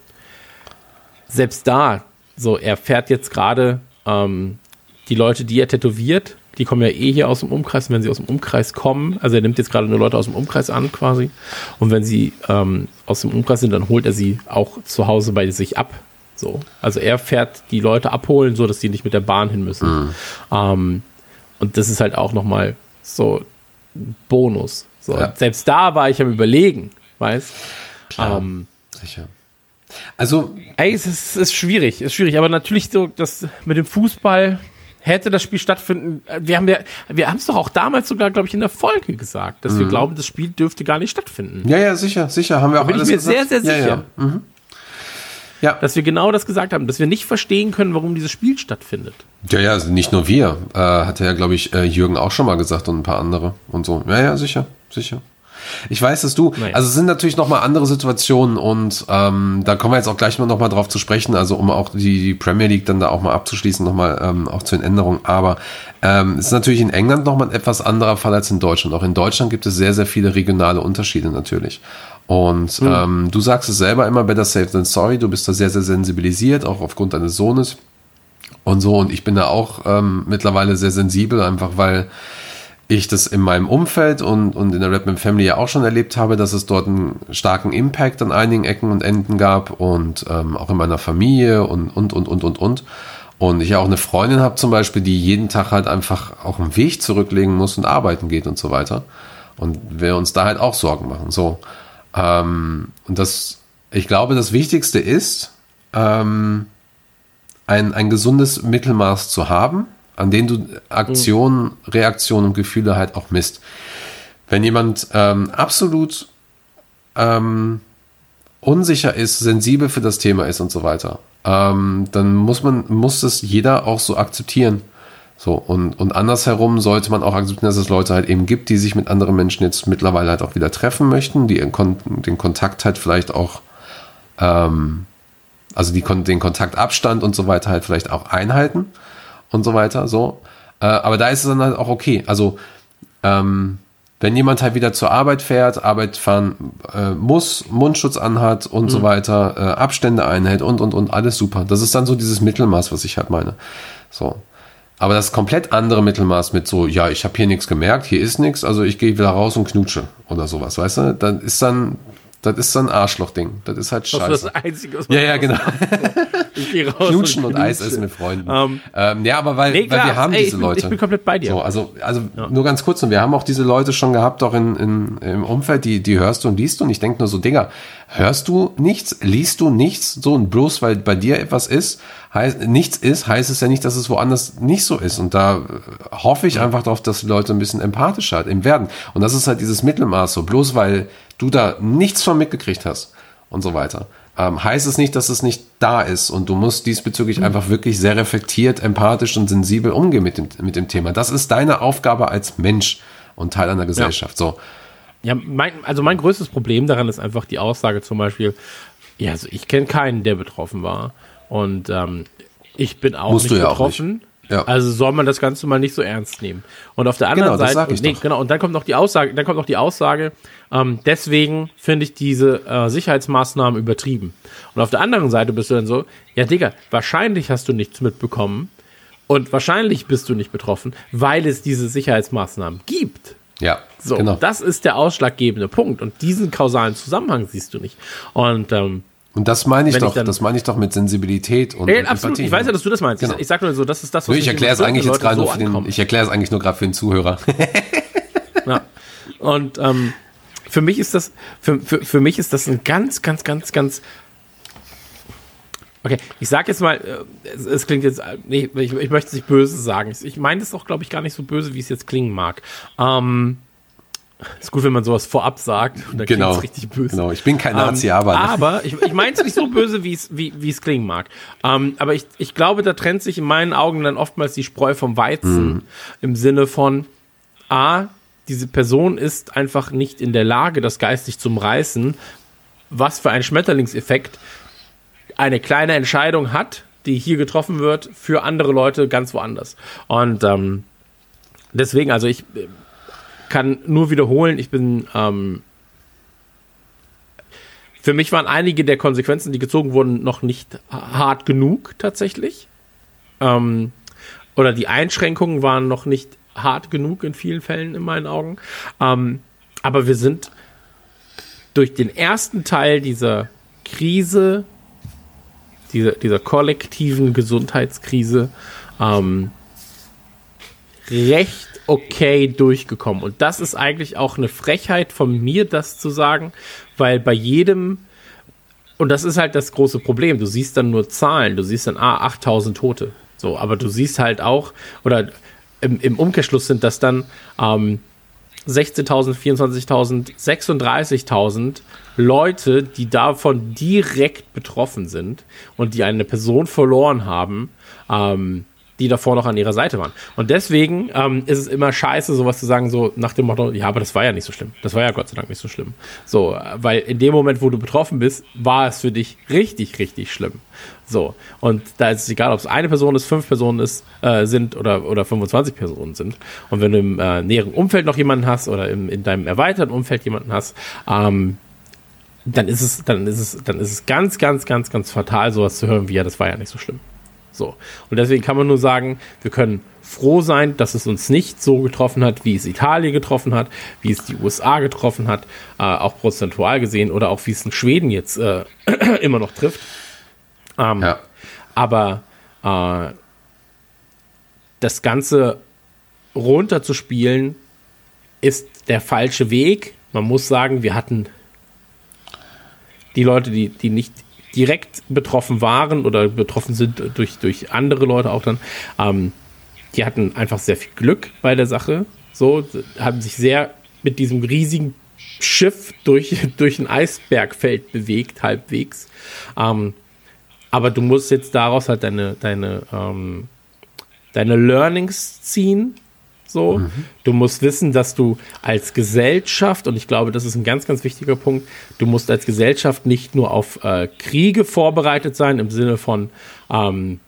Speaker 3: selbst da, so, er fährt jetzt gerade ähm, die Leute, die er tätowiert, die kommen ja eh hier aus dem Umkreis. Und wenn sie aus dem Umkreis kommen, also er nimmt jetzt gerade nur Leute aus dem Umkreis an quasi. Und wenn sie ähm, aus dem Umkreis sind, dann holt er sie auch zu Hause bei sich ab. So, also er fährt die Leute abholen, so dass die nicht mit der Bahn hin müssen. Mhm. Ähm, und das ist halt auch nochmal so ein Bonus. So,
Speaker 4: Ja.
Speaker 3: Selbst da war ich am Überlegen, weißt?
Speaker 4: Klar,
Speaker 3: Ähm,
Speaker 4: sicher. Also,
Speaker 3: ey, es ist, es ist schwierig, es ist schwierig. Aber natürlich so, das mit dem Fußball hätte das Spiel stattfinden. Wir haben ja, wir haben es doch auch damals sogar, glaube ich, in der Folge gesagt, dass
Speaker 4: Mhm.
Speaker 3: wir glauben, das Spiel dürfte gar nicht stattfinden.
Speaker 4: ja, ja, sicher, sicher, haben wir auch
Speaker 3: bin ich
Speaker 4: alles
Speaker 3: mir
Speaker 4: gesagt.
Speaker 3: sehr, sehr
Speaker 4: Ja,
Speaker 3: sicher.
Speaker 4: ja. Mhm. Ja.
Speaker 3: Dass wir genau das gesagt haben, dass wir nicht verstehen können, warum dieses Spiel stattfindet.
Speaker 4: Ja, ja, also nicht nur wir. Äh, hatte ja, glaube ich, äh, Jürgen auch schon mal gesagt und ein paar andere und so. Ja, ja, sicher, sicher. Ich weiß, dass du,
Speaker 3: Naja.
Speaker 4: also es sind natürlich nochmal andere Situationen und ähm, da kommen wir jetzt auch gleich mal nochmal drauf zu sprechen, also um auch die, die Premier League dann da auch mal abzuschließen, nochmal ähm, auch zu den Änderungen. Aber ähm, es ist natürlich in England nochmal ein etwas anderer Fall als in Deutschland. Auch in Deutschland gibt es sehr, sehr viele regionale Unterschiede natürlich. Und
Speaker 3: Mhm.
Speaker 4: ähm, du sagst es selber immer, better safe than sorry, du bist da sehr, sehr sensibilisiert, auch aufgrund deines Sohnes und so. Und ich bin da auch ähm, mittlerweile sehr sensibel, einfach weil ich das in meinem Umfeld und, und in der Redman Family ja auch schon erlebt habe, dass es dort einen starken Impact an einigen Ecken und Enden gab und ähm, auch in meiner Familie und, und, und, und, und, und. Und ich ja auch eine Freundin habe zum Beispiel, die jeden Tag halt einfach auch einen Weg zurücklegen muss und arbeiten geht und so weiter. Und wir uns da halt auch Sorgen machen. So. Ähm, und das, ich glaube, das Wichtigste ist, ähm, ein, ein gesundes Mittelmaß zu haben, an dem du Aktionen, Reaktionen und Gefühle halt auch misst. Wenn jemand ähm, absolut ähm, unsicher ist, sensibel für das Thema ist und so weiter, ähm, dann muss man, muss das jeder auch so akzeptieren. So, und, und andersherum sollte man auch akzeptieren, dass es Leute halt eben gibt, die sich mit anderen Menschen jetzt mittlerweile halt auch wieder treffen möchten, die ihren Kon- den Kontakt halt vielleicht auch, ähm, also die, den Kontaktabstand und so weiter halt vielleicht auch einhalten und so weiter, so. Äh, aber da ist es dann halt auch okay. Also, ähm, wenn jemand halt wieder zur Arbeit fährt, Arbeit fahren äh, muss, Mundschutz anhat und mhm. so weiter, äh, Abstände einhält und, und, und, alles super. Das ist dann so dieses Mittelmaß, was ich halt meine. So. Aber das komplett andere Mittelmaß mit so, ja, ich habe hier nichts gemerkt, hier ist nichts, also ich gehe wieder raus und knutsche oder sowas, weißt du? Dann ist dann, das ist dann ein Arschlochding. Das ist halt scheiße.
Speaker 3: Das ist das Einzige, was man
Speaker 4: ja, ja, genau.
Speaker 3: Ich geh raus
Speaker 4: Knutschen und,
Speaker 3: knutsche.
Speaker 4: Eis essen mit Freunden.
Speaker 3: Ähm,
Speaker 4: ähm, ja, aber weil,
Speaker 3: nee, klar,
Speaker 4: weil wir haben
Speaker 3: ey,
Speaker 4: diese
Speaker 3: ich bin,
Speaker 4: Leute.
Speaker 3: Ich bin komplett bei dir.
Speaker 4: So, also, also nur ganz kurz, und wir haben auch diese Leute schon gehabt, auch in, in, im Umfeld, die, die hörst du und liest du, und ich denke nur so, Digga, hörst du nichts, liest du nichts, so, und bloß weil bei dir etwas ist, heißt, nichts ist, heißt es ja nicht, dass es woanders nicht so ist, und da hoffe ich einfach darauf, dass die Leute ein bisschen empathischer halt eben werden, und das ist halt dieses Mittelmaß so, bloß weil du da nichts von mitgekriegt hast und so weiter. Ähm, heißt es nicht, dass es nicht da ist, und du musst diesbezüglich mhm. einfach wirklich sehr reflektiert, empathisch und sensibel umgehen mit dem, mit dem Thema. Das ist deine Aufgabe als Mensch und Teil einer Gesellschaft. Ja. So.
Speaker 3: Ja, mein, also mein größtes Problem daran ist einfach die Aussage zum Beispiel, ja, also ich kenne keinen, der betroffen war, und ähm, ich bin auch
Speaker 4: Musst
Speaker 3: nicht
Speaker 4: du ja
Speaker 3: betroffen.
Speaker 4: auch nicht. Ja.
Speaker 3: Also soll man das Ganze mal nicht so ernst nehmen. Und auf der anderen
Speaker 4: Genau, das
Speaker 3: Seite,
Speaker 4: sag ich
Speaker 3: nee,
Speaker 4: doch.
Speaker 3: genau, und dann kommt noch die Aussage, dann kommt noch die Aussage, ähm, deswegen finde ich diese äh, Sicherheitsmaßnahmen übertrieben. Und auf der anderen Seite bist du dann so, ja Digga, wahrscheinlich hast du nichts mitbekommen, Und wahrscheinlich bist du nicht betroffen, weil es diese Sicherheitsmaßnahmen gibt.
Speaker 4: Ja,
Speaker 3: So,
Speaker 4: genau.
Speaker 3: das ist der ausschlaggebende Punkt. Und diesen kausalen Zusammenhang siehst du nicht. Und ähm,
Speaker 4: Und das meine ich
Speaker 3: Wenn ich
Speaker 4: doch,
Speaker 3: dann-
Speaker 4: das meine ich doch mit Sensibilität und,
Speaker 3: ey,
Speaker 4: und
Speaker 3: absolut,
Speaker 4: Empathie.
Speaker 3: ich weiß ja, dass du das meinst.
Speaker 4: Genau.
Speaker 3: Ich, ich sag nur so, das ist das, was
Speaker 4: Nö, ich
Speaker 3: mich
Speaker 4: erkläre es
Speaker 3: immer
Speaker 4: eigentlich
Speaker 3: stört,
Speaker 4: jetzt
Speaker 3: wenn
Speaker 4: gerade nur
Speaker 3: Leute
Speaker 4: für
Speaker 3: so
Speaker 4: den,
Speaker 3: ankommen.
Speaker 4: ich erkläre es eigentlich nur gerade für den Zuhörer.
Speaker 3: Ja. Und ähm, für mich ist das, für, für, für mich ist das ein ganz, ganz, ganz, ganz. Okay, ich sag jetzt mal, äh, es, es klingt jetzt, äh, nee, ich, ich möchte es nicht böse sagen. Ich, ich meine es auch, glaube ich, gar nicht so böse, wie es jetzt klingen mag. Ähm, ist gut, wenn man sowas vorab sagt und dann
Speaker 4: Genau,
Speaker 3: klingt es richtig böse.
Speaker 4: genau. Ich bin kein Nazi,
Speaker 3: ähm,
Speaker 4: aber-
Speaker 3: Aber ich, ich meine es nicht so böse, wie es wie, wie es klingen mag. Ähm, aber ich, ich glaube, da trennt sich in meinen Augen dann oftmals die Spreu vom Weizen
Speaker 4: Mhm.
Speaker 3: im Sinne von A, diese Person ist einfach nicht in der Lage, das geistig zu umreißen, was für ein Schmetterlingseffekt eine kleine Entscheidung hat, die hier getroffen wird, für andere Leute ganz woanders. Und ähm, deswegen, also ich äh, kann nur wiederholen, ich bin, ähm, für mich waren einige der Konsequenzen, die gezogen wurden, noch nicht hart genug tatsächlich. Ähm, oder die Einschränkungen waren noch nicht hart genug in vielen Fällen in meinen Augen. Ähm, aber wir sind durch den ersten Teil dieser Krise, dieser, dieser kollektiven Gesundheitskrise, ähm, recht okay durchgekommen. Und das ist eigentlich auch eine Frechheit von mir, das zu sagen, weil bei jedem, und das ist halt das große Problem, du siehst dann nur Zahlen, du siehst dann, ah, achttausend Tote. So, aber du siehst halt auch, oder im, im Umkehrschluss sind das dann ähm, sechzehntausend, vierundzwanzigtausend, sechsunddreißigtausend Leute, die davon direkt betroffen sind und die eine Person verloren haben, ähm, die davor noch an ihrer Seite waren. Und deswegen ähm, ist es immer scheiße, sowas zu sagen, so nach dem Motto, ja, aber das war ja nicht so schlimm. Das war ja Gott sei Dank nicht so schlimm. So, äh, weil in dem Moment, wo du betroffen bist, war es für dich richtig, richtig schlimm. So, und da ist es egal, ob es eine Person ist, fünf Personen ist, äh, sind oder, oder fünfundzwanzig Personen sind. Und wenn du im äh, näheren Umfeld noch jemanden hast oder im, in deinem erweiterten Umfeld jemanden hast, ähm, dann ist es, dann ist es, dann ist es ganz, ganz, ganz, ganz fatal, sowas zu hören wie, ja, das war ja nicht so schlimm. So. Und deswegen kann man nur sagen, wir können froh sein, dass es uns nicht so getroffen hat, wie es Italien getroffen hat, wie es die U S A getroffen hat, äh, auch prozentual gesehen, oder auch wie es in Schweden jetzt äh, immer noch trifft. Ähm,
Speaker 4: Ja.
Speaker 3: Aber äh, das Ganze runterzuspielen ist der falsche Weg. Man muss sagen, wir hatten die Leute, die, die nicht direkt betroffen waren oder betroffen sind durch, durch andere Leute auch dann, ähm, die hatten einfach sehr viel Glück bei der Sache. So, haben sich sehr mit diesem riesigen Schiff durch, durch ein Eisbergfeld bewegt, halbwegs. Ähm, aber du musst jetzt daraus halt deine, deine, ähm, deine Learnings ziehen. So, mhm. Du musst wissen, dass du als Gesellschaft, und ich glaube, das ist ein ganz, ganz wichtiger Punkt, du musst als Gesellschaft nicht nur auf äh, Kriege vorbereitet sein, im Sinne von, ähm,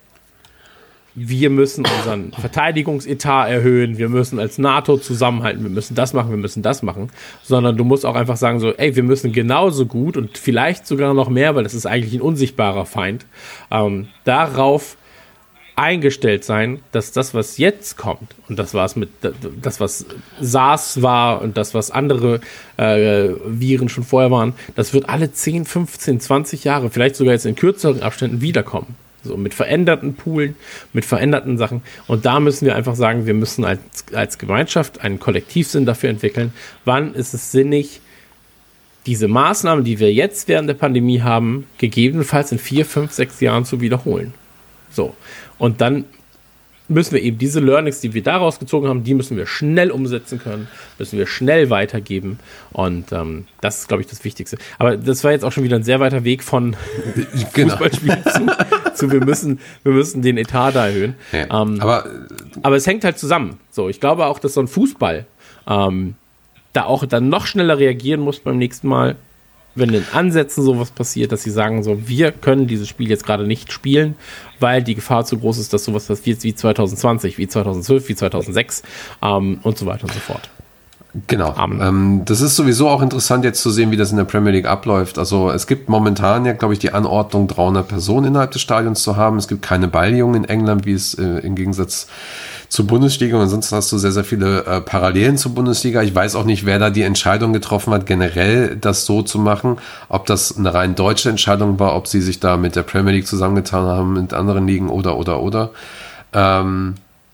Speaker 3: wir müssen unseren Verteidigungsetat erhöhen, wir müssen als NATO zusammenhalten, wir müssen das machen, wir müssen das machen, sondern du musst auch einfach sagen so, ey, wir müssen genauso gut und vielleicht sogar noch mehr, weil das ist eigentlich ein unsichtbarer Feind, ähm, darauf eingestellt sein, dass das, was jetzt kommt und das, was mit das, was SARS war und das, was andere äh, Viren schon vorher waren, das wird alle zehn, fünfzehn, zwanzig Jahre, vielleicht sogar jetzt in kürzeren Abständen wiederkommen. So mit veränderten Poolen, mit veränderten Sachen. Und da müssen wir einfach sagen, wir müssen als, als Gemeinschaft einen Kollektivsinn dafür entwickeln. Wann ist es sinnig, diese Maßnahmen, die wir jetzt während der Pandemie haben, gegebenenfalls in vier, fünf, sechs Jahren zu wiederholen? So. Und dann müssen wir eben diese Learnings, die wir daraus gezogen haben, die müssen wir schnell umsetzen können, müssen wir schnell weitergeben. Und ähm, das ist, glaube ich, das Wichtigste. Aber das war jetzt auch schon wieder ein sehr weiter Weg von
Speaker 4: Genau.
Speaker 3: Fußballspielen zu, zu wir müssen, wir müssen den Etat da erhöhen.
Speaker 4: Ja,
Speaker 3: Ähm,
Speaker 4: aber
Speaker 3: aber es hängt halt zusammen. So, ich glaube auch, dass so ein Fußball ähm, da auch dann noch schneller reagieren muss beim nächsten Mal, wenn in Ansätzen sowas passiert, dass sie sagen so, wir können dieses Spiel jetzt gerade nicht spielen, weil die Gefahr zu groß ist, dass sowas passiert wie zwanzig zwanzig, wie zweitausendzwölf, wie zweitausendsechs ähm, und so weiter und so fort.
Speaker 4: Genau.
Speaker 3: Amen.
Speaker 4: Ähm, das ist sowieso auch interessant jetzt zu sehen, wie das in der Premier League abläuft. Also es gibt momentan ja, glaube ich, die Anordnung, dreihundert Personen innerhalb des Stadions zu haben. Es gibt keine Balljungen in England, wie es äh, im Gegensatz zur Bundesliga. Und ansonsten hast du sehr, sehr viele äh, Parallelen zur Bundesliga. Ich weiß auch nicht, wer da die Entscheidung getroffen hat, generell das so zu machen. Ob das eine rein deutsche Entscheidung war, ob sie sich da mit der Premier League zusammengetan haben, mit anderen Ligen oder, oder, oder. Ähm,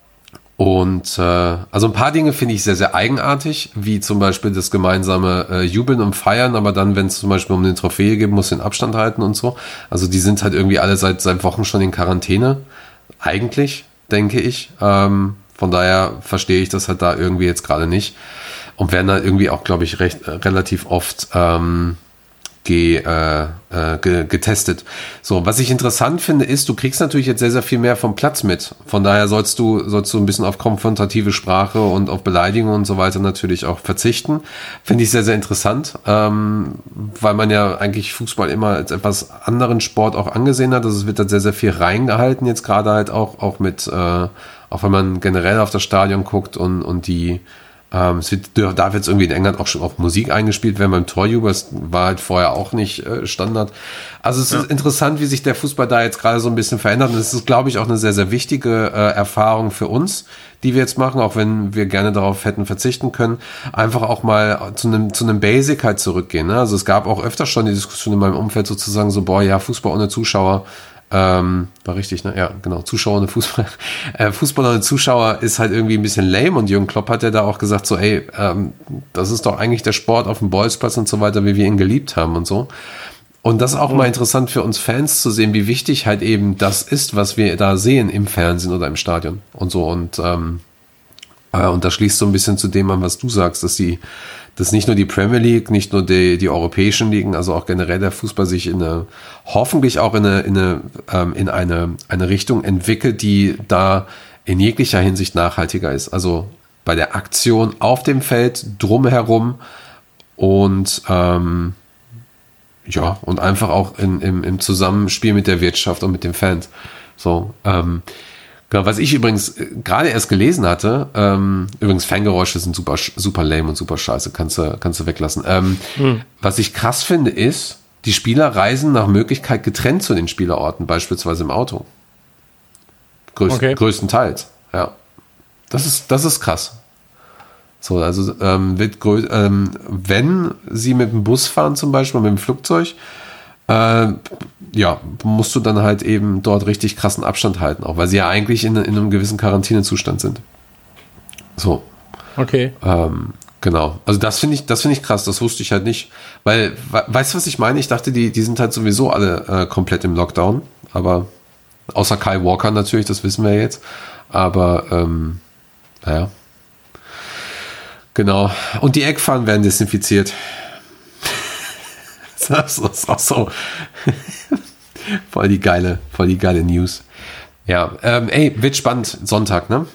Speaker 4: Und äh, also ein paar Dinge finde ich sehr, sehr eigenartig, wie zum Beispiel das gemeinsame äh, Jubeln und Feiern, aber dann, wenn es zum Beispiel um eine Trophäe geht, muss den Abstand halten und so. Also die sind halt irgendwie alle seit, seit Wochen schon in Quarantäne, eigentlich, denke ich. Ähm, von daher verstehe ich das halt da irgendwie jetzt gerade nicht. Und werden da irgendwie auch, glaube ich, recht äh, relativ oft ähm, Ge, äh, äh, ge, getestet. So, was ich interessant finde, ist, du kriegst natürlich jetzt sehr, sehr viel mehr vom Platz mit. Von daher sollst du, sollst du ein bisschen auf konfrontative Sprache und auf Beleidigungen und so weiter natürlich auch verzichten. Finde ich sehr, sehr interessant, ähm, weil man ja eigentlich Fußball immer als etwas anderen Sport auch angesehen hat. Also es wird da sehr, sehr viel reingehalten, jetzt gerade halt auch, auch mit, äh, auch wenn man generell auf das Stadion guckt und, und die Ähm, es wird, darf jetzt irgendwie in England auch schon auf Musik eingespielt werden beim Torjubel. Das war halt vorher auch nicht äh, Standard. Also es ja. ist interessant, wie sich der Fußball da jetzt gerade so ein bisschen verändert. Und es ist, glaube ich, auch eine sehr, sehr wichtige äh, Erfahrung für uns, die wir jetzt machen, auch wenn wir gerne darauf hätten verzichten können. Einfach auch mal zu einem zu einem Basic halt zurückgehen. Ne? Also es gab auch öfter schon die Diskussion in meinem Umfeld sozusagen so, boah, ja, Fußball ohne Zuschauer. Ähm, war richtig, ne? Ja, genau. Zuschauer ohne Fußball. Äh, Fußball ohne Zuschauer ist halt irgendwie ein bisschen lame und Jürgen Klopp hat ja da auch gesagt so, ey, ähm, das ist doch eigentlich der Sport auf dem Bolzplatz und so weiter, wie wir ihn geliebt haben und so. Und das ist auch mal interessant für uns Fans zu sehen, wie wichtig halt eben das ist, was wir da sehen im Fernsehen oder im Stadion und so. Und, ähm, äh, und das schließt so ein bisschen zu dem an, was du sagst, dass die dass nicht nur die Premier League, nicht nur die, die europäischen Ligen, also auch generell der Fußball sich in eine, hoffentlich auch in eine, in eine, ähm, in eine, eine Richtung entwickelt, die da in jeglicher Hinsicht nachhaltiger ist. Also bei der Aktion auf dem Feld, drumherum und, ähm, ja, und einfach auch in, im, im Zusammenspiel mit der Wirtschaft und mit den Fans. So, ähm, Genau, was ich übrigens gerade erst gelesen hatte, ähm, übrigens Fangeräusche sind super, super lame und super scheiße, kannst du, kannst du weglassen. Ähm, hm. Was ich krass finde ist, die Spieler reisen nach Möglichkeit getrennt zu den Spielerorten, beispielsweise im Auto. Größt, okay. Größtenteils, ja. Das ist, das ist krass. So, also ähm, wird grö- ähm, wenn sie mit dem Bus fahren zum Beispiel, mit dem Flugzeug, Äh, ja, musst du dann halt eben dort richtig krassen Abstand halten, auch weil sie ja eigentlich in, in einem gewissen Quarantänezustand sind. So.
Speaker 3: Okay.
Speaker 4: Ähm, genau. Also das finde ich, das finde ich krass, das wusste ich halt nicht. Weil, we- weißt du, was ich meine? Ich dachte, die, die sind halt sowieso alle äh, komplett im Lockdown, aber außer Kyle Walker natürlich, das wissen wir jetzt. Aber ähm, naja. Genau. Und die Eckfahnen werden desinfiziert. Das ist auch so voll die geile, voll die geile News. Ja, ähm, ey, wird spannend, Sonntag, ne?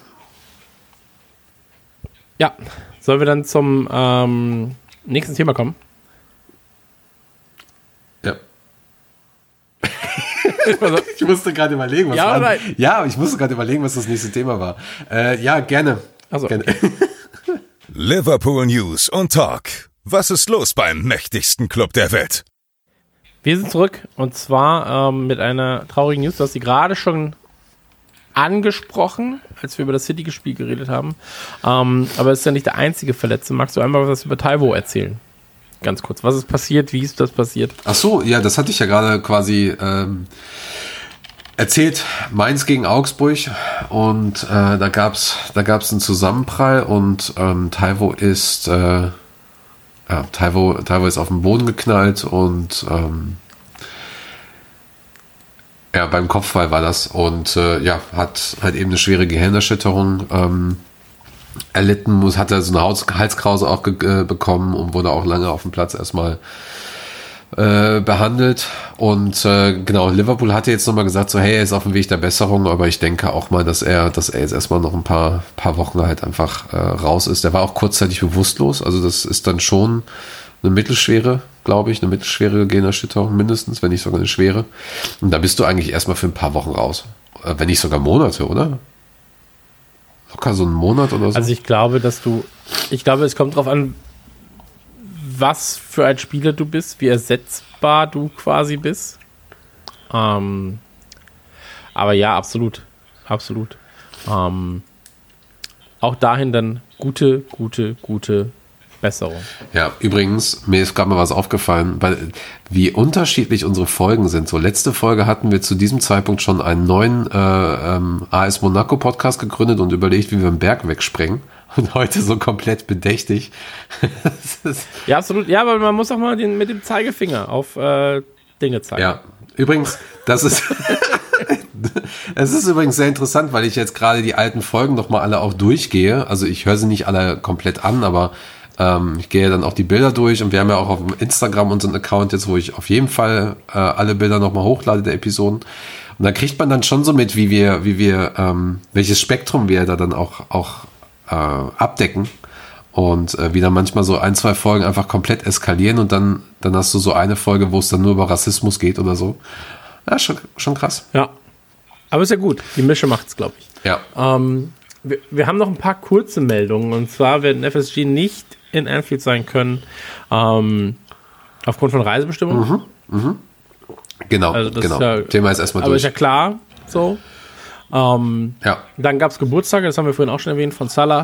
Speaker 3: Ja, sollen wir dann zum ähm, nächsten Thema kommen?
Speaker 4: Ja. Ich musste gerade überlegen, was
Speaker 3: ja,
Speaker 4: war.
Speaker 3: nein.
Speaker 4: Ja, ich musste gerade überlegen, was das nächste Thema war. Äh, ja, gerne.
Speaker 3: Also.
Speaker 4: gerne.
Speaker 6: Liverpool News und Talk. Was ist los beim mächtigsten Club der Welt?
Speaker 3: Wir sind zurück und zwar ähm, mit einer traurigen News. Du hast sie gerade schon angesprochen, als wir über das City-Spiel geredet haben. Ähm, aber es ist ja nicht der einzige Verletzte. Magst du einmal was über Taiwo erzählen? Ganz kurz. Was ist passiert? Wie ist das passiert?
Speaker 4: Ach so, ja, das hatte ich ja gerade quasi ähm, erzählt. Mainz gegen Augsburg und äh, da gab's da gab's einen Zusammenprall und ähm, Taiwo ist äh, Ja, Taiwo, Taiwo ist auf den Boden geknallt und ähm, ja, beim Kopfball war das und äh, ja, hat halt eben eine schwere Gehirnerschütterung ähm, erlitten, muss, hat er so eine Hals- Halskrause auch ge- äh, bekommen und wurde auch lange auf dem Platz erstmal äh, behandelt und äh, genau, Liverpool hatte jetzt nochmal gesagt, so hey, er ist auf dem Weg der Besserung, aber ich denke auch mal, dass er, dass er jetzt erstmal noch ein paar, paar Wochen halt einfach äh, raus ist. Der war auch kurzzeitig bewusstlos, also das ist dann schon eine mittelschwere, glaube ich, eine mittelschwere Gehirnerschütterung mindestens, wenn nicht sogar eine schwere. Und da bist du eigentlich erstmal für ein paar Wochen raus, äh, wenn nicht sogar Monate, oder? Locker so einen Monat oder so.
Speaker 3: Also ich glaube, dass du, ich glaube, es kommt drauf an, was für ein Spieler du bist, wie ersetzbar du quasi bist. Ähm, aber ja, absolut, absolut. Ähm, auch dahin dann gute, gute, gute Besserung.
Speaker 4: Ja, übrigens, mir ist gerade mal was aufgefallen, weil wie unterschiedlich unsere Folgen sind. So, letzte Folge hatten wir zu diesem Zeitpunkt schon einen neuen äh, ähm, A S Monaco Podcast gegründet und überlegt, wie wir einen Berg wegsprengen. Und heute so komplett bedächtig.
Speaker 3: Ja, absolut. Ja, aber man muss auch mal den, mit dem Zeigefinger auf äh, Dinge zeigen.
Speaker 4: Ja, übrigens, das ist es ist übrigens sehr interessant, weil ich jetzt gerade die alten Folgen nochmal alle auch durchgehe. Also ich höre sie nicht alle komplett an, aber ähm, ich gehe dann auch die Bilder durch und wir haben ja auch auf Instagram unseren Account jetzt, wo ich auf jeden Fall äh, alle Bilder nochmal hochlade der Episoden. Und da kriegt man dann schon so mit, wie wir, wie wir, ähm, welches Spektrum wir da dann auch, auch äh, abdecken. Und äh, wie dann manchmal so ein, zwei Folgen einfach komplett eskalieren und dann, dann hast du so eine Folge, wo es dann nur über Rassismus geht oder so. Ja, schon, schon krass.
Speaker 3: Ja. Aber ist ja gut. Die Mische macht's, glaube ich.
Speaker 4: Ja.
Speaker 3: Ähm, wir, wir haben noch ein paar kurze Meldungen. Und zwar werden F S G nicht in Anfield sein können, ähm, aufgrund von Reisebestimmungen.
Speaker 4: Mhm, mhm. Genau,
Speaker 3: Also das
Speaker 4: genau.
Speaker 3: ist ja,
Speaker 4: Thema ist erstmal
Speaker 3: aber
Speaker 4: durch.
Speaker 3: ist ja klar, so. Ähm,
Speaker 4: Ja.
Speaker 3: Dann gab es Geburtstage, das haben wir vorhin auch schon erwähnt, von Salah,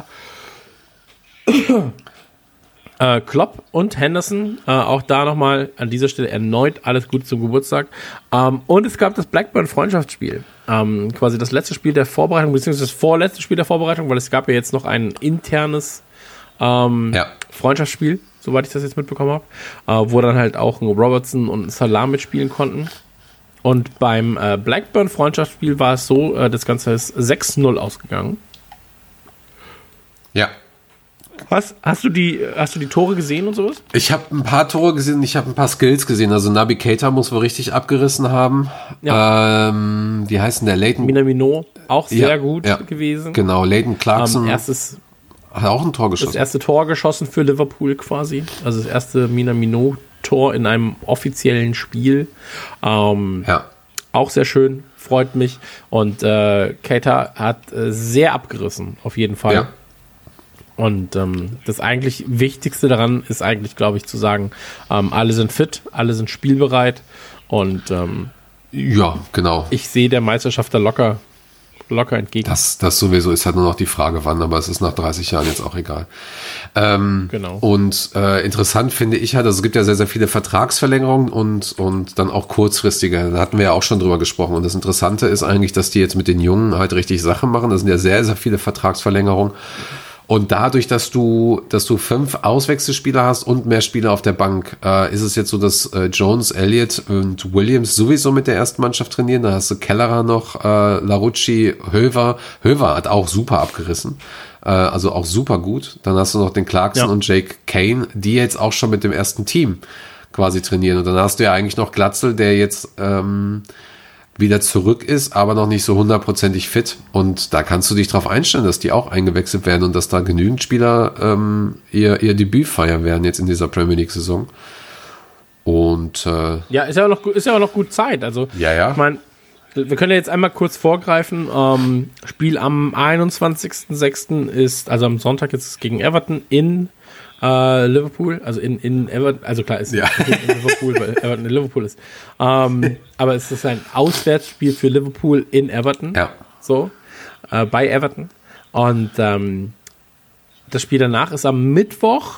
Speaker 3: äh, Klopp und Henderson. Äh, auch da nochmal an dieser Stelle erneut alles Gute zum Geburtstag. Ähm, und es gab das Blackburn-Freundschaftsspiel. Ähm, quasi das letzte Spiel der Vorbereitung, beziehungsweise das vorletzte Spiel der Vorbereitung, weil es gab ja jetzt noch ein internes ähm,
Speaker 4: Ja.
Speaker 3: Freundschaftsspiel, soweit ich das jetzt mitbekommen habe, äh, wo dann halt auch ein Robertson und ein Salah mitspielen konnten. Und beim äh, Blackburn-Freundschaftsspiel war es so, äh, das Ganze ist sechs null ausgegangen.
Speaker 4: Ja.
Speaker 3: Hast, hast, du die, hast du die Tore gesehen und sowas?
Speaker 4: Ich habe ein paar Tore gesehen, ich habe ein paar Skills gesehen. Also Naby Keita muss wohl richtig abgerissen haben.
Speaker 3: Ja.
Speaker 4: Ähm, wie heißt denn der? Leighton?
Speaker 3: Minamino, auch sehr
Speaker 4: Ja,
Speaker 3: gut
Speaker 4: ja.
Speaker 3: gewesen.
Speaker 4: Genau, Leighton Clarkson
Speaker 3: Ähm, erstes,
Speaker 4: hat auch ein Tor
Speaker 3: das
Speaker 4: geschossen.
Speaker 3: erste Tor geschossen für Liverpool quasi. Also das erste Minamino-Tor in einem offiziellen Spiel. Ähm,
Speaker 4: Ja.
Speaker 3: Auch sehr schön, freut mich. Und äh, Keita hat äh, sehr abgerissen, auf jeden Fall.
Speaker 4: Ja.
Speaker 3: Und ähm, das eigentlich Wichtigste daran ist eigentlich, glaube ich, zu sagen, ähm, alle sind fit, alle sind spielbereit und ähm,
Speaker 4: Ja, genau.
Speaker 3: ich sehe der Meisterschaft da locker, locker entgegen.
Speaker 4: Das, das sowieso ist halt nur noch die Frage, wann, aber es ist nach dreißig Jahren jetzt auch egal. Ähm,
Speaker 3: Genau.
Speaker 4: Und äh, interessant finde ich halt, also es gibt ja sehr, sehr viele Vertragsverlängerungen und, und dann auch kurzfristige. Da hatten wir ja auch schon drüber gesprochen. Und das Interessante ist eigentlich, dass die jetzt mit den Jungen halt richtig Sache machen. Das sind ja sehr, sehr viele Vertragsverlängerungen. Und dadurch, dass du, dass du fünf Auswechselspieler hast und mehr Spieler auf der Bank, äh, ist es jetzt so, dass äh, Jones, Elliott und Williams sowieso mit der ersten Mannschaft trainieren. Da hast du Kellerer noch, äh, Larucci, Höver. Höver hat auch super abgerissen. Äh, also auch super gut. Dann hast du noch den Clarkson
Speaker 3: Ja.
Speaker 4: und Jake Kane, die jetzt auch schon mit dem ersten Team quasi trainieren. Und dann hast du ja eigentlich noch Glatzel, der jetzt ähm, wieder zurück ist, aber noch nicht so hundertprozentig fit. Und da kannst du dich drauf einstellen, dass die auch eingewechselt werden und dass da genügend Spieler ähm, ihr, ihr Debüt feiern werden jetzt in dieser Premier League-Saison. Und äh,
Speaker 3: Ja, ist ja auch noch, gu- ist ja auch noch gut Zeit. Also,
Speaker 4: Ja, ja.
Speaker 3: ich meine, wir können ja jetzt einmal kurz vorgreifen. Ähm, Spiel am einundzwanzigsten sechsten ist, also am Sonntag jetzt gegen Everton in äh, Liverpool, also in, in Everton, also klar, ist
Speaker 4: Ja.
Speaker 3: in Liverpool, weil Everton in Liverpool ist. Ähm, aber es ist ein Auswärtsspiel für Liverpool in Everton.
Speaker 4: ja,
Speaker 3: So, äh, bei Everton. Und ähm, das Spiel danach ist am Mittwoch,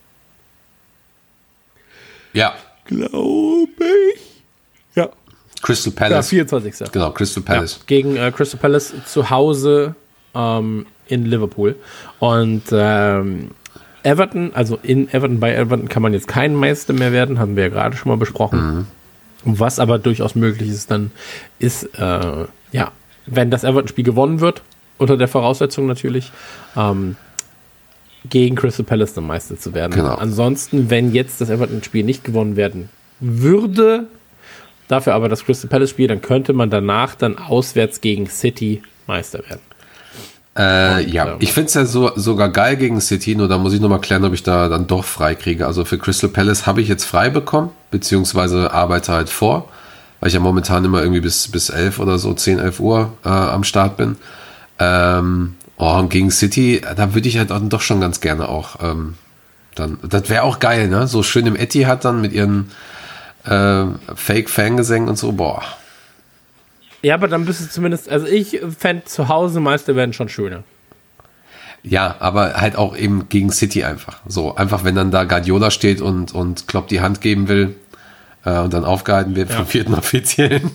Speaker 4: ja,
Speaker 3: glaube ich. Ja,
Speaker 4: Crystal
Speaker 3: ja
Speaker 4: Palace.
Speaker 3: vierundzwanzigsten
Speaker 4: Genau, Crystal Palace.
Speaker 3: Ja, gegen äh, Crystal Palace zu Hause ähm, in Liverpool. Und ähm, Everton, also in Everton, bei Everton kann man jetzt kein Meister mehr werden, haben wir ja gerade schon mal besprochen. Was aber durchaus möglich ist, dann ist, äh, ja, wenn das Everton-Spiel gewonnen wird, unter der Voraussetzung natürlich, ähm, gegen Crystal Palace dann Meister zu werden.
Speaker 4: Genau.
Speaker 3: Ansonsten, wenn jetzt das Everton-Spiel nicht gewonnen werden würde, dafür aber das Crystal Palace-Spiel, dann könnte man danach dann auswärts gegen City Meister werden.
Speaker 4: Äh,
Speaker 3: Und,
Speaker 4: ja,
Speaker 3: ähm,
Speaker 4: ich finde es ja so, sogar geil gegen City, nur da muss ich nochmal klären, ob ich da dann doch frei kriege. Also für Crystal Palace habe ich jetzt frei bekommen, beziehungsweise arbeite halt vor, weil ich ja momentan immer irgendwie bis, bis elf oder so, zehn, elf Uhr äh, am Start bin. Ähm, Oh, und gegen City, da würde ich halt auch doch schon ganz gerne auch ähm, dann, das wäre auch geil, ne? So schön im Etihad dann mit ihren äh, Fake-Fangesängen und so, boah.
Speaker 3: Ja, aber dann bist du zumindest, also ich fände zu Hause Meister werden schon schöner.
Speaker 4: Ja, aber halt auch eben gegen City einfach. So, einfach wenn dann da Guardiola steht und, und Klopp die Hand geben will äh, und dann aufgehalten wird
Speaker 3: Ja.
Speaker 4: vom vierten Offiziellen.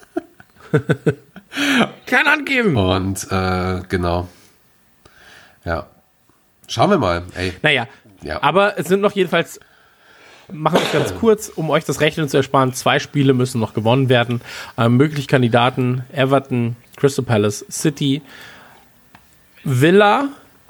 Speaker 3: Keine Hand geben!
Speaker 4: Und äh, genau. Ja. Schauen wir mal. Ey.
Speaker 3: Naja,
Speaker 4: Ja.
Speaker 3: aber es sind noch jedenfalls, machen wir es ganz kurz, um euch das Rechnen zu ersparen, zwei Spiele müssen noch gewonnen werden. Ähm, mögliche Kandidaten, Everton, Crystal Palace, City, Villa,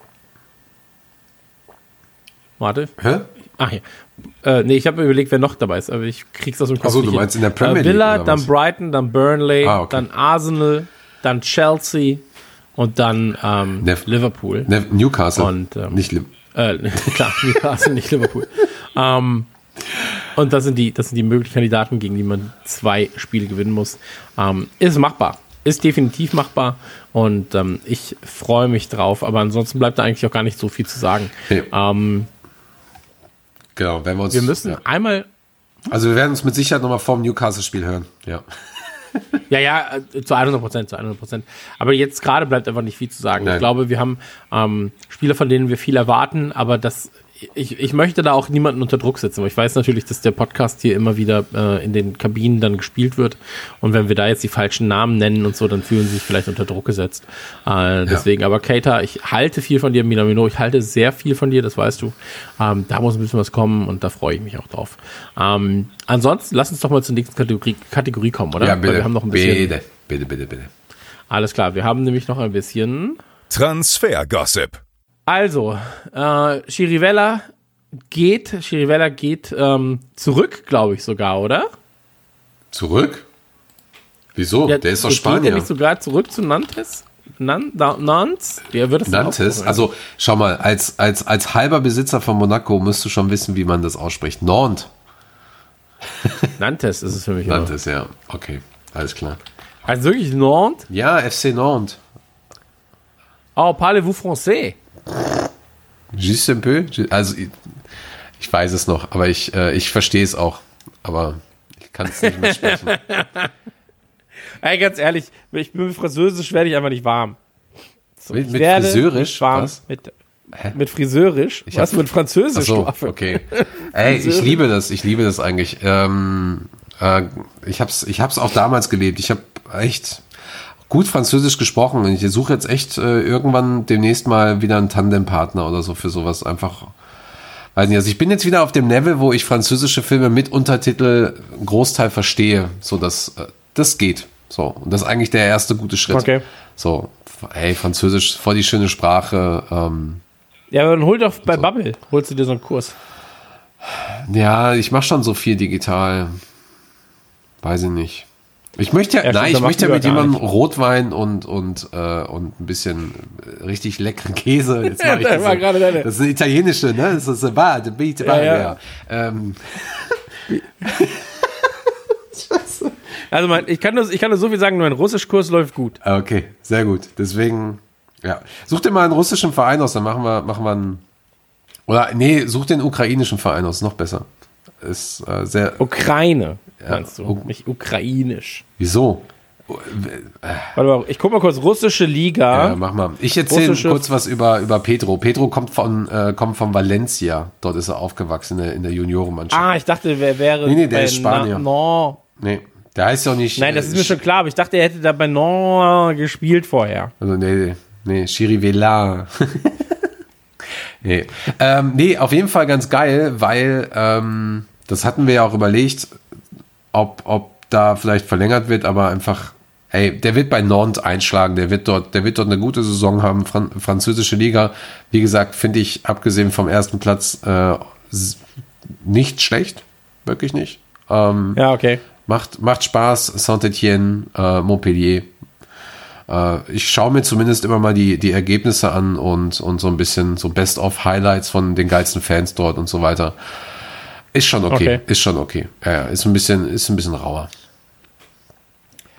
Speaker 3: warte,
Speaker 4: Hä?
Speaker 3: ach hier, äh, nee, ich habe mir überlegt, wer noch dabei ist, aber ich krieg's aus dem Kopf
Speaker 4: Ach so,
Speaker 3: nicht
Speaker 4: du
Speaker 3: hin.
Speaker 4: meinst in der Premier
Speaker 3: äh,
Speaker 4: League
Speaker 3: Villa,
Speaker 4: oder
Speaker 3: dann
Speaker 4: was?
Speaker 3: Brighton, dann Burnley,
Speaker 4: Ah, okay.
Speaker 3: dann Arsenal, dann Chelsea und dann ähm,
Speaker 4: Nev-
Speaker 3: Liverpool.
Speaker 4: Ne, Newcastle.
Speaker 3: Und, ähm,
Speaker 4: Nicht Lim-
Speaker 3: Äh, klar, Newcastle, nicht Liverpool. ähm, und das sind die, das sind die möglichen Kandidaten, gegen die man zwei Spiele gewinnen muss. Ähm, ist machbar. Ist definitiv machbar. Und ähm, ich freue mich drauf. Aber ansonsten bleibt da eigentlich auch gar nicht so viel zu sagen.
Speaker 4: Nee.
Speaker 3: Ähm,
Speaker 4: Genau, wenn wir uns.
Speaker 3: wir müssen
Speaker 4: ja.
Speaker 3: einmal,
Speaker 4: Also wir werden uns mit Sicherheit nochmal vor dem Newcastle-Spiel hören. Ja.
Speaker 3: ja, ja, äh, zu hundert Prozent, zu hundert Prozent. Aber jetzt gerade bleibt einfach nicht viel zu sagen.
Speaker 4: Nein.
Speaker 3: Ich glaube, wir haben ähm, Spieler, von denen wir viel erwarten, aber das, ich, ich möchte da auch niemanden unter Druck setzen, weil ich weiß natürlich, dass der Podcast hier immer wieder äh, in den Kabinen dann gespielt wird und wenn wir da jetzt die falschen Namen nennen und so, dann fühlen sie sich vielleicht unter Druck gesetzt. Äh, deswegen, aber Keita, ich halte viel von dir, Minamino, ich halte sehr viel von dir, das weißt du. Ähm, da muss ein bisschen was kommen und da freue ich mich auch drauf. Ähm, ansonsten, lass uns doch mal zur nächsten Kategorie, Kategorie kommen, oder?
Speaker 4: Ja, bitte.
Speaker 3: Weil wir haben noch ein bisschen.
Speaker 4: Bitte, bitte, bitte, bitte.
Speaker 3: Alles klar, wir haben nämlich noch ein bisschen.
Speaker 6: Transfer-Gossip.
Speaker 3: Also, äh, Chirivella geht, Chirivella geht ähm, zurück, glaube ich sogar, oder?
Speaker 4: Zurück? Wieso?
Speaker 3: Ja,
Speaker 4: Der ist doch
Speaker 3: geht
Speaker 4: Spanier.
Speaker 3: der nicht sogar zurück zu Nantes? Nan, da, Nantes? Der wird das dann
Speaker 4: Nantes,
Speaker 3: auch-
Speaker 4: also schau mal, als, als, als halber Besitzer von Monaco musst du schon wissen, wie man das ausspricht. Nantes.
Speaker 3: Nantes ist es für mich. immer.
Speaker 4: Nantes, ja. Okay, alles klar.
Speaker 3: Also wirklich Nantes?
Speaker 4: Ja, F C Nantes.
Speaker 3: Oh, parlez-vous français?
Speaker 4: Juste un peu. Also ich, ich weiß es noch, aber ich, äh, ich verstehe es auch. Aber ich kann es nicht mehr sprechen.
Speaker 3: Ey, ganz ehrlich, ich bin mit Französisch werde ich einfach nicht warm. So,
Speaker 4: Mit-
Speaker 3: ich
Speaker 4: mit
Speaker 3: werde
Speaker 4: Friseurisch?
Speaker 3: nicht warm.
Speaker 4: Was?
Speaker 3: Mit, mit Friseurisch?
Speaker 4: Ich
Speaker 3: Was
Speaker 4: hab-
Speaker 3: mit Französisch?
Speaker 4: Ach so,
Speaker 3: du Affe?
Speaker 4: okay. Ey, ich liebe das, ich liebe das eigentlich. Ähm, äh, ich hab's, ich hab's auch damals gelebt. Ich habe echt gut Französisch gesprochen und ich suche jetzt echt äh, irgendwann demnächst mal wieder einen Tandempartner oder so für sowas. Einfach, weiß nicht. Also ich bin jetzt wieder auf dem Level, wo ich französische Filme mit Untertitel einen Großteil verstehe, so dass äh, das geht. So, und das ist eigentlich der erste gute Schritt.
Speaker 3: Okay.
Speaker 4: So, ey, Französisch, voll die schöne Sprache. Ähm,
Speaker 3: Ja, aber dann hol doch bei Bubble, holst du dir so einen Kurs.
Speaker 4: Ja, ich mache schon so viel digital. Weiß ich nicht. Ich möchte ja,
Speaker 3: Ja, stimmt,
Speaker 4: nein,
Speaker 3: da
Speaker 4: ich
Speaker 3: macht
Speaker 4: möchte ja
Speaker 3: lieber
Speaker 4: mit
Speaker 3: gar
Speaker 4: jemandem
Speaker 3: nicht.
Speaker 4: Rotwein und und äh, und ein bisschen äh, richtig leckeren Käse. Jetzt mach ich
Speaker 3: das
Speaker 4: das,
Speaker 3: war gerade deine-
Speaker 4: das ist eine italienische, ne? Das ist Bar, de Beat,
Speaker 3: Ja, ja.
Speaker 4: Ähm,
Speaker 3: Also mein, ich kann nur, ich kann nur so viel sagen, mein Russischkurs läuft gut.
Speaker 4: okay, sehr gut. Deswegen, ja, such dir mal einen russischen Verein aus, dann machen wir machen wir einen oder nee, such den ukrainischen Verein aus, noch besser. Ist äh, sehr.
Speaker 3: Ukraine, meinst du,
Speaker 4: Uk-
Speaker 3: nicht ukrainisch.
Speaker 4: Wieso?
Speaker 3: Warte mal, ich guck mal kurz, russische Liga.
Speaker 4: Ja, mach mal. Ich erzähle
Speaker 3: Russische-
Speaker 4: kurz was über, über Pedro. Pedro kommt von, äh, kommt von Valencia. Dort ist er aufgewachsen in der, in der Juniorenmannschaft.
Speaker 3: Ah, ich dachte, wer wäre
Speaker 4: Nee, nee, der
Speaker 3: bei
Speaker 4: ist Spanier.
Speaker 3: Na, no.
Speaker 4: Nee, der heißt ja auch nicht.
Speaker 3: Nein, das ist
Speaker 4: äh,
Speaker 3: mir schon klar, aber ich dachte, er hätte da bei Non gespielt vorher.
Speaker 4: Also, nee, nee, Chirivella. nee. Ähm, nee, auf jeden Fall ganz geil, weil, ähm, das hatten wir ja auch überlegt, ob, ob da vielleicht verlängert wird, aber einfach, ey, der wird bei Nantes einschlagen, der wird dort, der wird dort eine gute Saison haben, Fran- französische Liga. Wie gesagt, finde ich, abgesehen vom ersten Platz, äh, s- nicht schlecht. Wirklich nicht. Ähm,
Speaker 3: Ja, okay.
Speaker 4: Macht, macht Spaß, Saint-Etienne, äh, Montpellier. Äh, ich schaue mir zumindest immer mal die, die Ergebnisse an und, und so ein bisschen so Best-of-Highlights von den geilsten Fans dort und so weiter. Ist schon okay,
Speaker 3: Okay.
Speaker 4: ist schon okay. Ja, ja, ist ein bisschen, ist ein bisschen rauer.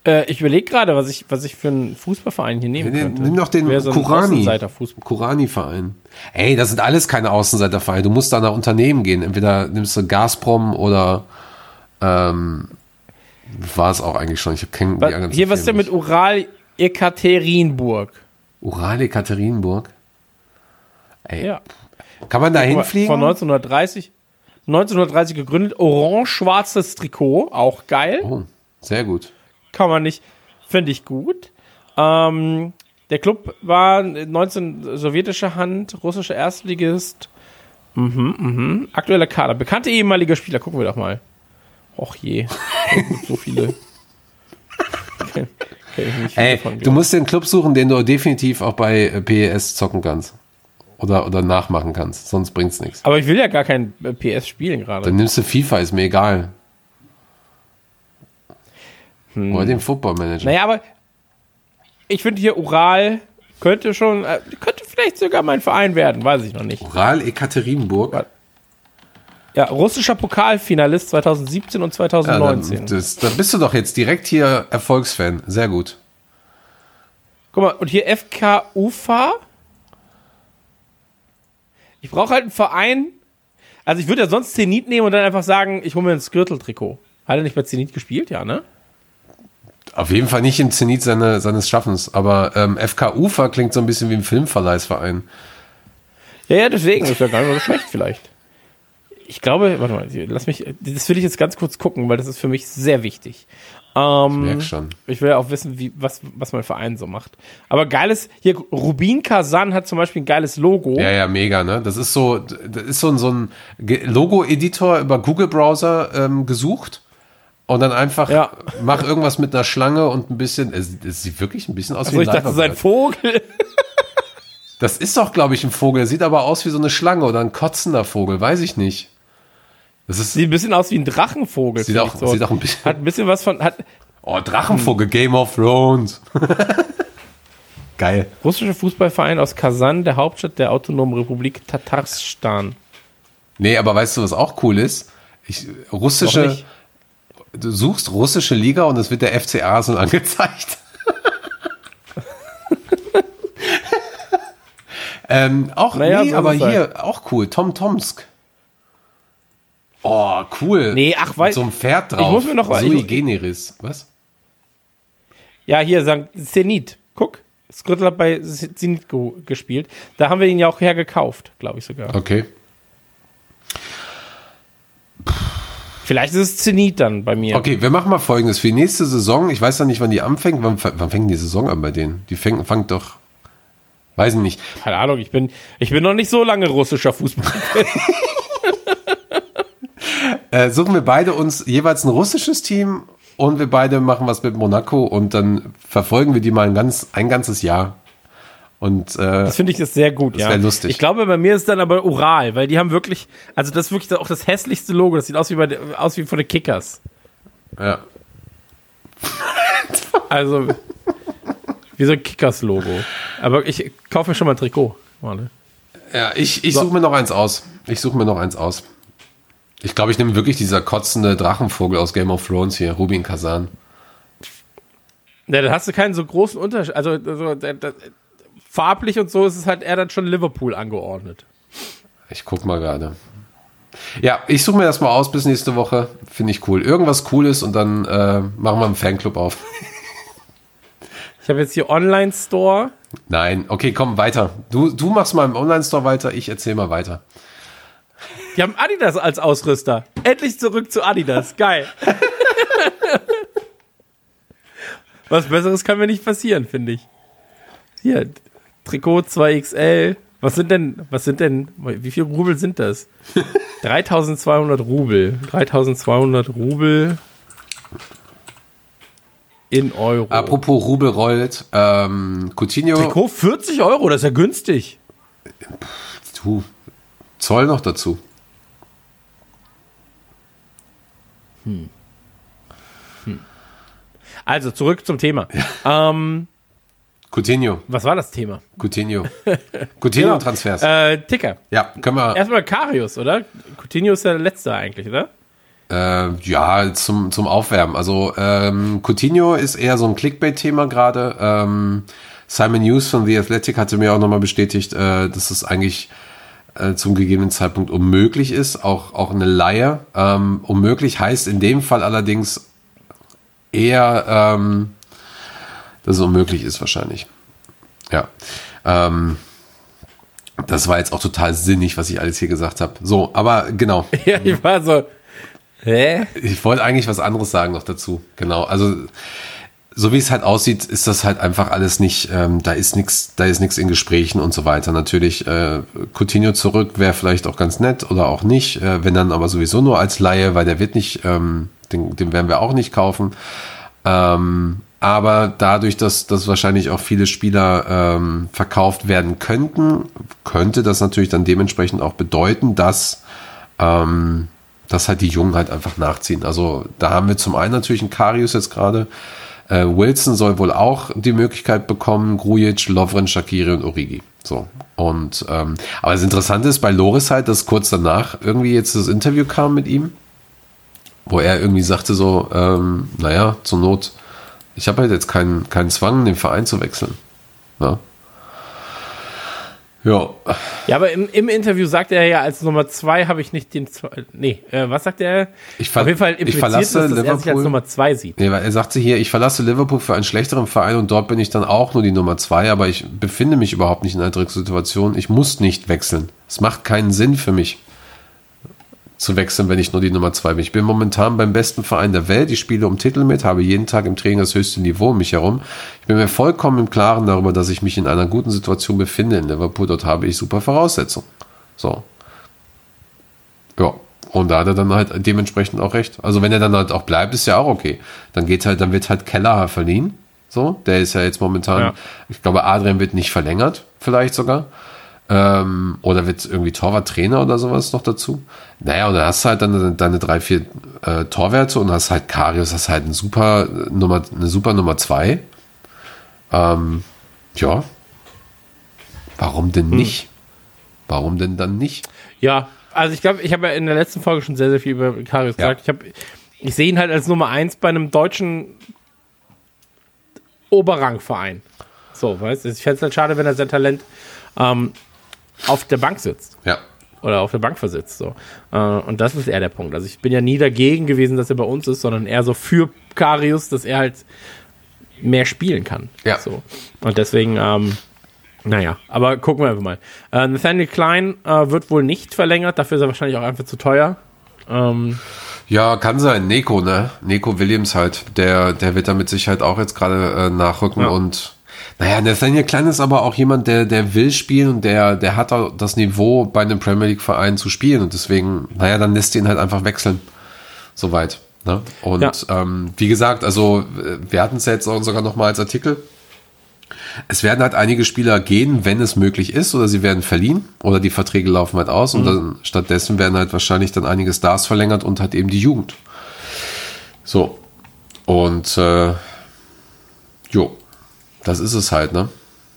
Speaker 3: Äh, ich überlege gerade, was ich, was ich für einen Fußballverein hier nehmen
Speaker 4: Nimm,
Speaker 3: könnte.
Speaker 4: nimm doch den
Speaker 3: Wäre so ein
Speaker 4: Kurani.
Speaker 3: Außenseiterfußball.
Speaker 4: Kurani-Verein. Ey, das sind alles keine Außenseitervereine. Du musst da nach Unternehmen gehen. Entweder nimmst du Gazprom oder ähm, war es auch eigentlich schon. Ich habe keinen.
Speaker 3: Was, hier, was ist denn mit Ural Ekaterinburg?
Speaker 4: Ural Ekaterinburg? Ey,
Speaker 3: Ja.
Speaker 4: kann man da
Speaker 3: Guck mal,
Speaker 4: hinfliegen?
Speaker 3: Von neunzehnhundertdreißig, neunzehnhundertdreißig gegründet. Orange-schwarzes Trikot. Auch geil.
Speaker 4: Oh, sehr gut.
Speaker 3: Kann man nicht. Finde ich gut. Ähm, der Club war neunzehn sowjetische Hand, russischer Erstligist. Mhm, mhm. Aktueller Kader. Bekannte ehemalige Spieler. Gucken wir doch mal. Och je. So viele. Kenn, kenn ich nicht
Speaker 4: Ey,
Speaker 3: davon,
Speaker 4: du musst den Club suchen, den du definitiv auch bei äh, P E S zocken kannst. Oder, oder nachmachen kannst. Sonst bringt's nichts.
Speaker 3: Aber ich will ja gar kein äh, P S spielen gerade.
Speaker 4: Dann nimmst du FIFA, ist mir egal.
Speaker 3: Hm.
Speaker 4: Oder den Football Manager.
Speaker 3: Naja, aber ich finde hier Ural könnte schon, äh, könnte vielleicht sogar mein Verein werden, weiß ich noch nicht.
Speaker 4: Ural Ekaterinburg.
Speaker 3: Ja, russischer Pokalfinalist zweitausendsiebzehn und
Speaker 4: Ja,
Speaker 3: zweitausendneunzehn.
Speaker 4: dann, das, dann bist du doch jetzt direkt hier Erfolgsfan. Sehr gut.
Speaker 3: Guck mal, und hier F K Ufa. Ich brauche halt einen Verein. Also ich würde ja sonst Zenit nehmen und dann einfach sagen, ich hole mir ein Skirtle-Trikot. Hat er nicht bei Zenit gespielt? Ja, ne?
Speaker 4: Auf jeden Fall nicht im Zenit seine, seines Schaffens. Aber ähm, F K Ufa klingt so ein bisschen wie ein Filmverleihsverein.
Speaker 3: Ja, ja, deswegen ist ja gar nicht so schlecht vielleicht. Ich glaube, warte mal, lass mich, das will ich jetzt ganz kurz gucken, weil das ist für mich sehr wichtig. Ähm,
Speaker 4: Ich merk schon.
Speaker 3: Ich will ja auch wissen, wie, was, was mein Verein so macht. Aber geiles, hier, Rubin Kazan hat zum Beispiel ein geiles Logo.
Speaker 4: Ja, ja, mega, ne? Das ist so, das ist so ein, so ein Ge- Logo-Editor über Google-Browser ähm, gesucht und dann einfach
Speaker 3: Ja.
Speaker 4: mach irgendwas mit einer Schlange und ein bisschen, es, es sieht wirklich ein bisschen aus
Speaker 3: Also
Speaker 4: wie
Speaker 3: ich
Speaker 4: ein
Speaker 3: dachte, das ist ein
Speaker 4: Liverbird.
Speaker 3: Vogel.
Speaker 4: Das ist doch, glaube ich, ein Vogel. Sieht aber aus wie so eine Schlange oder ein kotzender Vogel, weiß ich nicht. Das ist,
Speaker 3: Sieht ein bisschen aus wie ein Drachenvogel.
Speaker 4: Sieht
Speaker 3: finde
Speaker 4: auch-
Speaker 3: ich so.
Speaker 4: sieht auch ein bisschen-
Speaker 3: Hat ein bisschen was von, hat
Speaker 4: oh, Drachenvogel, Game of Thrones. Geil.
Speaker 3: russischer Fußballverein aus Kasan, der Hauptstadt der Autonomen Republik Tatarstan.
Speaker 4: Nee, aber weißt du, was auch cool ist? Ich,
Speaker 3: Noch
Speaker 4: russische,
Speaker 3: nicht.
Speaker 4: du suchst russische Liga und es wird der F C A so angezeigt. ähm, auch,
Speaker 3: Naja,
Speaker 4: nee,
Speaker 3: so
Speaker 4: aber
Speaker 3: ist es
Speaker 4: hier, auch cool. Tom Tomsk. Oh, cool.
Speaker 3: Nee, ach, weil-
Speaker 4: Mit so ein Pferd drauf.
Speaker 3: Ich muss mir noch-
Speaker 4: Sui
Speaker 3: ich-
Speaker 4: generis. Was?
Speaker 3: Ja, hier, Sankt Zenit. Guck, Skrittl hat bei Zenit ge gespielt. Da haben wir ihn ja auch hergekauft, glaube ich sogar.
Speaker 4: Okay.
Speaker 3: Vielleicht ist es Zenit dann bei mir.
Speaker 4: Okay, wir machen mal Folgendes. Für die nächste Saison, ich weiß ja nicht, wann die anfängt. Wann, wann fängt die Saison an bei denen? Die fängt, fängt doch, weiß ich nicht.
Speaker 3: Keine Ahnung, ich bin, ich bin noch nicht so lange russischer Fußball.
Speaker 4: Äh, suchen wir beide uns jeweils ein russisches Team und wir beide machen was mit Monaco und dann verfolgen wir die mal ein, ganz, ein ganzes Jahr. Und äh,
Speaker 3: Das finde ich ist sehr gut,
Speaker 4: Das
Speaker 3: ja.
Speaker 4: wär lustig.
Speaker 3: Ich glaube, bei mir ist dann aber Ural, weil die haben wirklich, also das ist wirklich auch das hässlichste Logo. Das sieht aus wie, bei, aus wie von den Kickers.
Speaker 4: ja.
Speaker 3: Also, wie so ein Kickers-Logo. Aber ich kaufe mir schon mal ein Trikot. Warte.
Speaker 4: ja, ich, ich
Speaker 3: So.
Speaker 4: suche mir noch eins aus. Ich suche mir noch eins aus. Ich glaube, ich nehme wirklich dieser kotzende Drachenvogel aus Game of Thrones hier, Rubin Kazan.
Speaker 3: Ja, dann hast du keinen so großen Unterschied. Also, also der, der, farblich und so ist es halt eher dann schon Liverpool angeordnet.
Speaker 4: Ich guck mal gerade. Ja, ich suche mir das mal aus bis nächste Woche. Finde ich cool. Irgendwas Cooles und dann äh, machen wir einen Fanclub auf.
Speaker 3: Ich habe jetzt hier Online-Store.
Speaker 4: Nein, okay, komm, weiter. Du, du machst mal im Online-Store weiter, ich erzähle mal weiter.
Speaker 3: Die haben Adidas als Ausrüster. Endlich zurück zu Adidas. Geil. Was Besseres kann mir nicht passieren, finde ich. Hier, Trikot zwei X L. Was sind denn, was sind denn, wie viel Rubel sind das? dreitausendzweihundert Rubel. dreitausendzweihundert Rubel in Euro.
Speaker 4: Apropos Rubel rollt, ähm, Coutinho,
Speaker 3: Trikot vierzig Euro, das ist ja günstig.
Speaker 4: du, Zoll noch dazu.
Speaker 3: Also, zurück zum Thema. Ähm,
Speaker 4: Coutinho,
Speaker 3: was war das Thema?
Speaker 4: Coutinho. Coutinho-Transfers.
Speaker 3: Äh, Ticker.
Speaker 4: Ja, können wir,
Speaker 3: Erstmal Karius, oder? Coutinho ist ja der Letzte eigentlich, oder?
Speaker 4: Äh, ja, zum, zum Aufwärmen. Also ähm, Coutinho ist eher so ein Clickbait-Thema gerade. Ähm, Simon Hughes von The Athletic hatte mir auch nochmal bestätigt, äh, dass es eigentlich äh, zum gegebenen Zeitpunkt unmöglich ist. Auch, auch eine Leihe. Ähm, unmöglich heißt in dem Fall allerdings eher, ähm, dass es unmöglich ist wahrscheinlich. Ja. Ähm, das war jetzt auch total sinnig, was ich alles hier gesagt habe. So, aber genau.
Speaker 3: Ja, ich war so, hä?
Speaker 4: Ich wollte eigentlich was anderes sagen noch dazu. Genau, also so wie es halt aussieht, ist das halt einfach alles nicht, ähm, da ist nichts, da ist nichts in Gesprächen und so weiter. Natürlich, äh, Coutinho zurück wäre vielleicht auch ganz nett oder auch nicht, äh, wenn dann aber sowieso nur als Laie, weil der wird nicht, ähm, den, den werden wir auch nicht kaufen. Ähm, aber dadurch, dass, dass wahrscheinlich auch viele Spieler ähm, verkauft werden könnten, könnte das natürlich dann dementsprechend auch bedeuten, dass ähm, dass halt die Jungen halt einfach nachziehen. Also da haben wir zum einen natürlich einen Karius jetzt gerade. Äh, Wilson soll wohl auch die Möglichkeit bekommen, Grujic, Lovren, Shaqiri und Origi. So. Und ähm, aber das Interessante ist bei Loris halt, dass kurz danach irgendwie jetzt das Interview kam mit ihm, wo er irgendwie sagte so, ähm, naja, zur Not, ich habe halt jetzt keinen, keinen Zwang, den Verein zu wechseln. Ja. Ja.
Speaker 3: Ja, aber im, im Interview sagt er ja, als Nummer zwei habe ich nicht den, nee, äh, was sagt er?
Speaker 4: Ich ver-
Speaker 3: Auf jeden Fall
Speaker 4: ich
Speaker 3: impliziert
Speaker 4: verlasse
Speaker 3: das, dass er sich als
Speaker 4: Liverpool.
Speaker 3: Nummer zwei sieht.
Speaker 4: Nee, weil er sagte hier, ich verlasse Liverpool für einen schlechteren Verein und dort bin ich dann auch nur die Nummer zwei, aber ich befinde mich überhaupt nicht in einer Drecksituation. Ich muss nicht wechseln. Es macht keinen Sinn für mich zu wechseln, wenn ich nur die Nummer zwei bin. Ich bin momentan beim besten Verein der Welt. Ich spiele um Titel mit, habe jeden Tag im Training das höchste Niveau um mich herum. Ich bin mir vollkommen im Klaren darüber, dass ich mich in einer guten Situation befinde in Liverpool. Dort habe ich super Voraussetzungen. So. Ja. Und da hat er dann halt dementsprechend auch recht. Also wenn er dann halt auch bleibt, ist ja auch okay. Dann geht halt, dann wird halt Kelleher verliehen. So. Der ist ja jetzt momentan,
Speaker 3: Ja.
Speaker 4: ich glaube, Adrian wird nicht verlängert. Vielleicht sogar. Ähm, oder wird irgendwie Torwarttrainer oder sowas noch dazu. Naja, und dann hast du halt dann deine drei, vier äh, Torwerte und hast halt Karius, hast halt eine super Nummer, eine super Nummer zwei. Ähm, ja. Warum denn nicht? Warum denn dann nicht?
Speaker 3: Ja, also ich glaube, ich habe ja in der letzten Folge schon sehr, sehr viel über Karius
Speaker 4: Ja.
Speaker 3: gesagt. Ich, hab, ich sehe ihn halt als Nummer eins bei einem deutschen Oberrangverein. So, weißt du, ich fände es halt schade, wenn er sein Talent ähm, auf der Bank sitzt.
Speaker 4: Ja.
Speaker 3: Oder auf der Bank versitzt. So. Äh, und das ist eher der Punkt. Also ich bin ja nie dagegen gewesen, dass er bei uns ist, sondern eher so für Karius, dass er halt mehr spielen kann.
Speaker 4: Ja.
Speaker 3: So. Und deswegen, ähm, naja, aber gucken wir einfach mal. Äh, Nathaniel Klein äh, wird wohl nicht verlängert, dafür ist er wahrscheinlich auch einfach zu teuer. Ähm,
Speaker 4: Ja, kann sein. Neko, ne? Neko Williams halt. Der, der wird da mit Sicherheit auch jetzt gerade äh, nachrücken
Speaker 3: Ja.
Speaker 4: und naja, Nathaniel Klein ist aber auch jemand, der, der will spielen und der, der hat auch das Niveau, bei einem Premier League Verein zu spielen und deswegen, naja, dann lässt ihn halt einfach wechseln. Soweit. Ne? Und
Speaker 3: Ja.
Speaker 4: ähm, wie gesagt, also wir hatten es ja jetzt auch sogar noch mal als Artikel. Es werden halt einige Spieler gehen, wenn es möglich ist, oder sie werden verliehen oder die Verträge laufen halt aus und dann stattdessen werden halt wahrscheinlich dann einige Stars verlängert und halt eben die Jugend. So. Und äh, jo, das ist es halt, ne?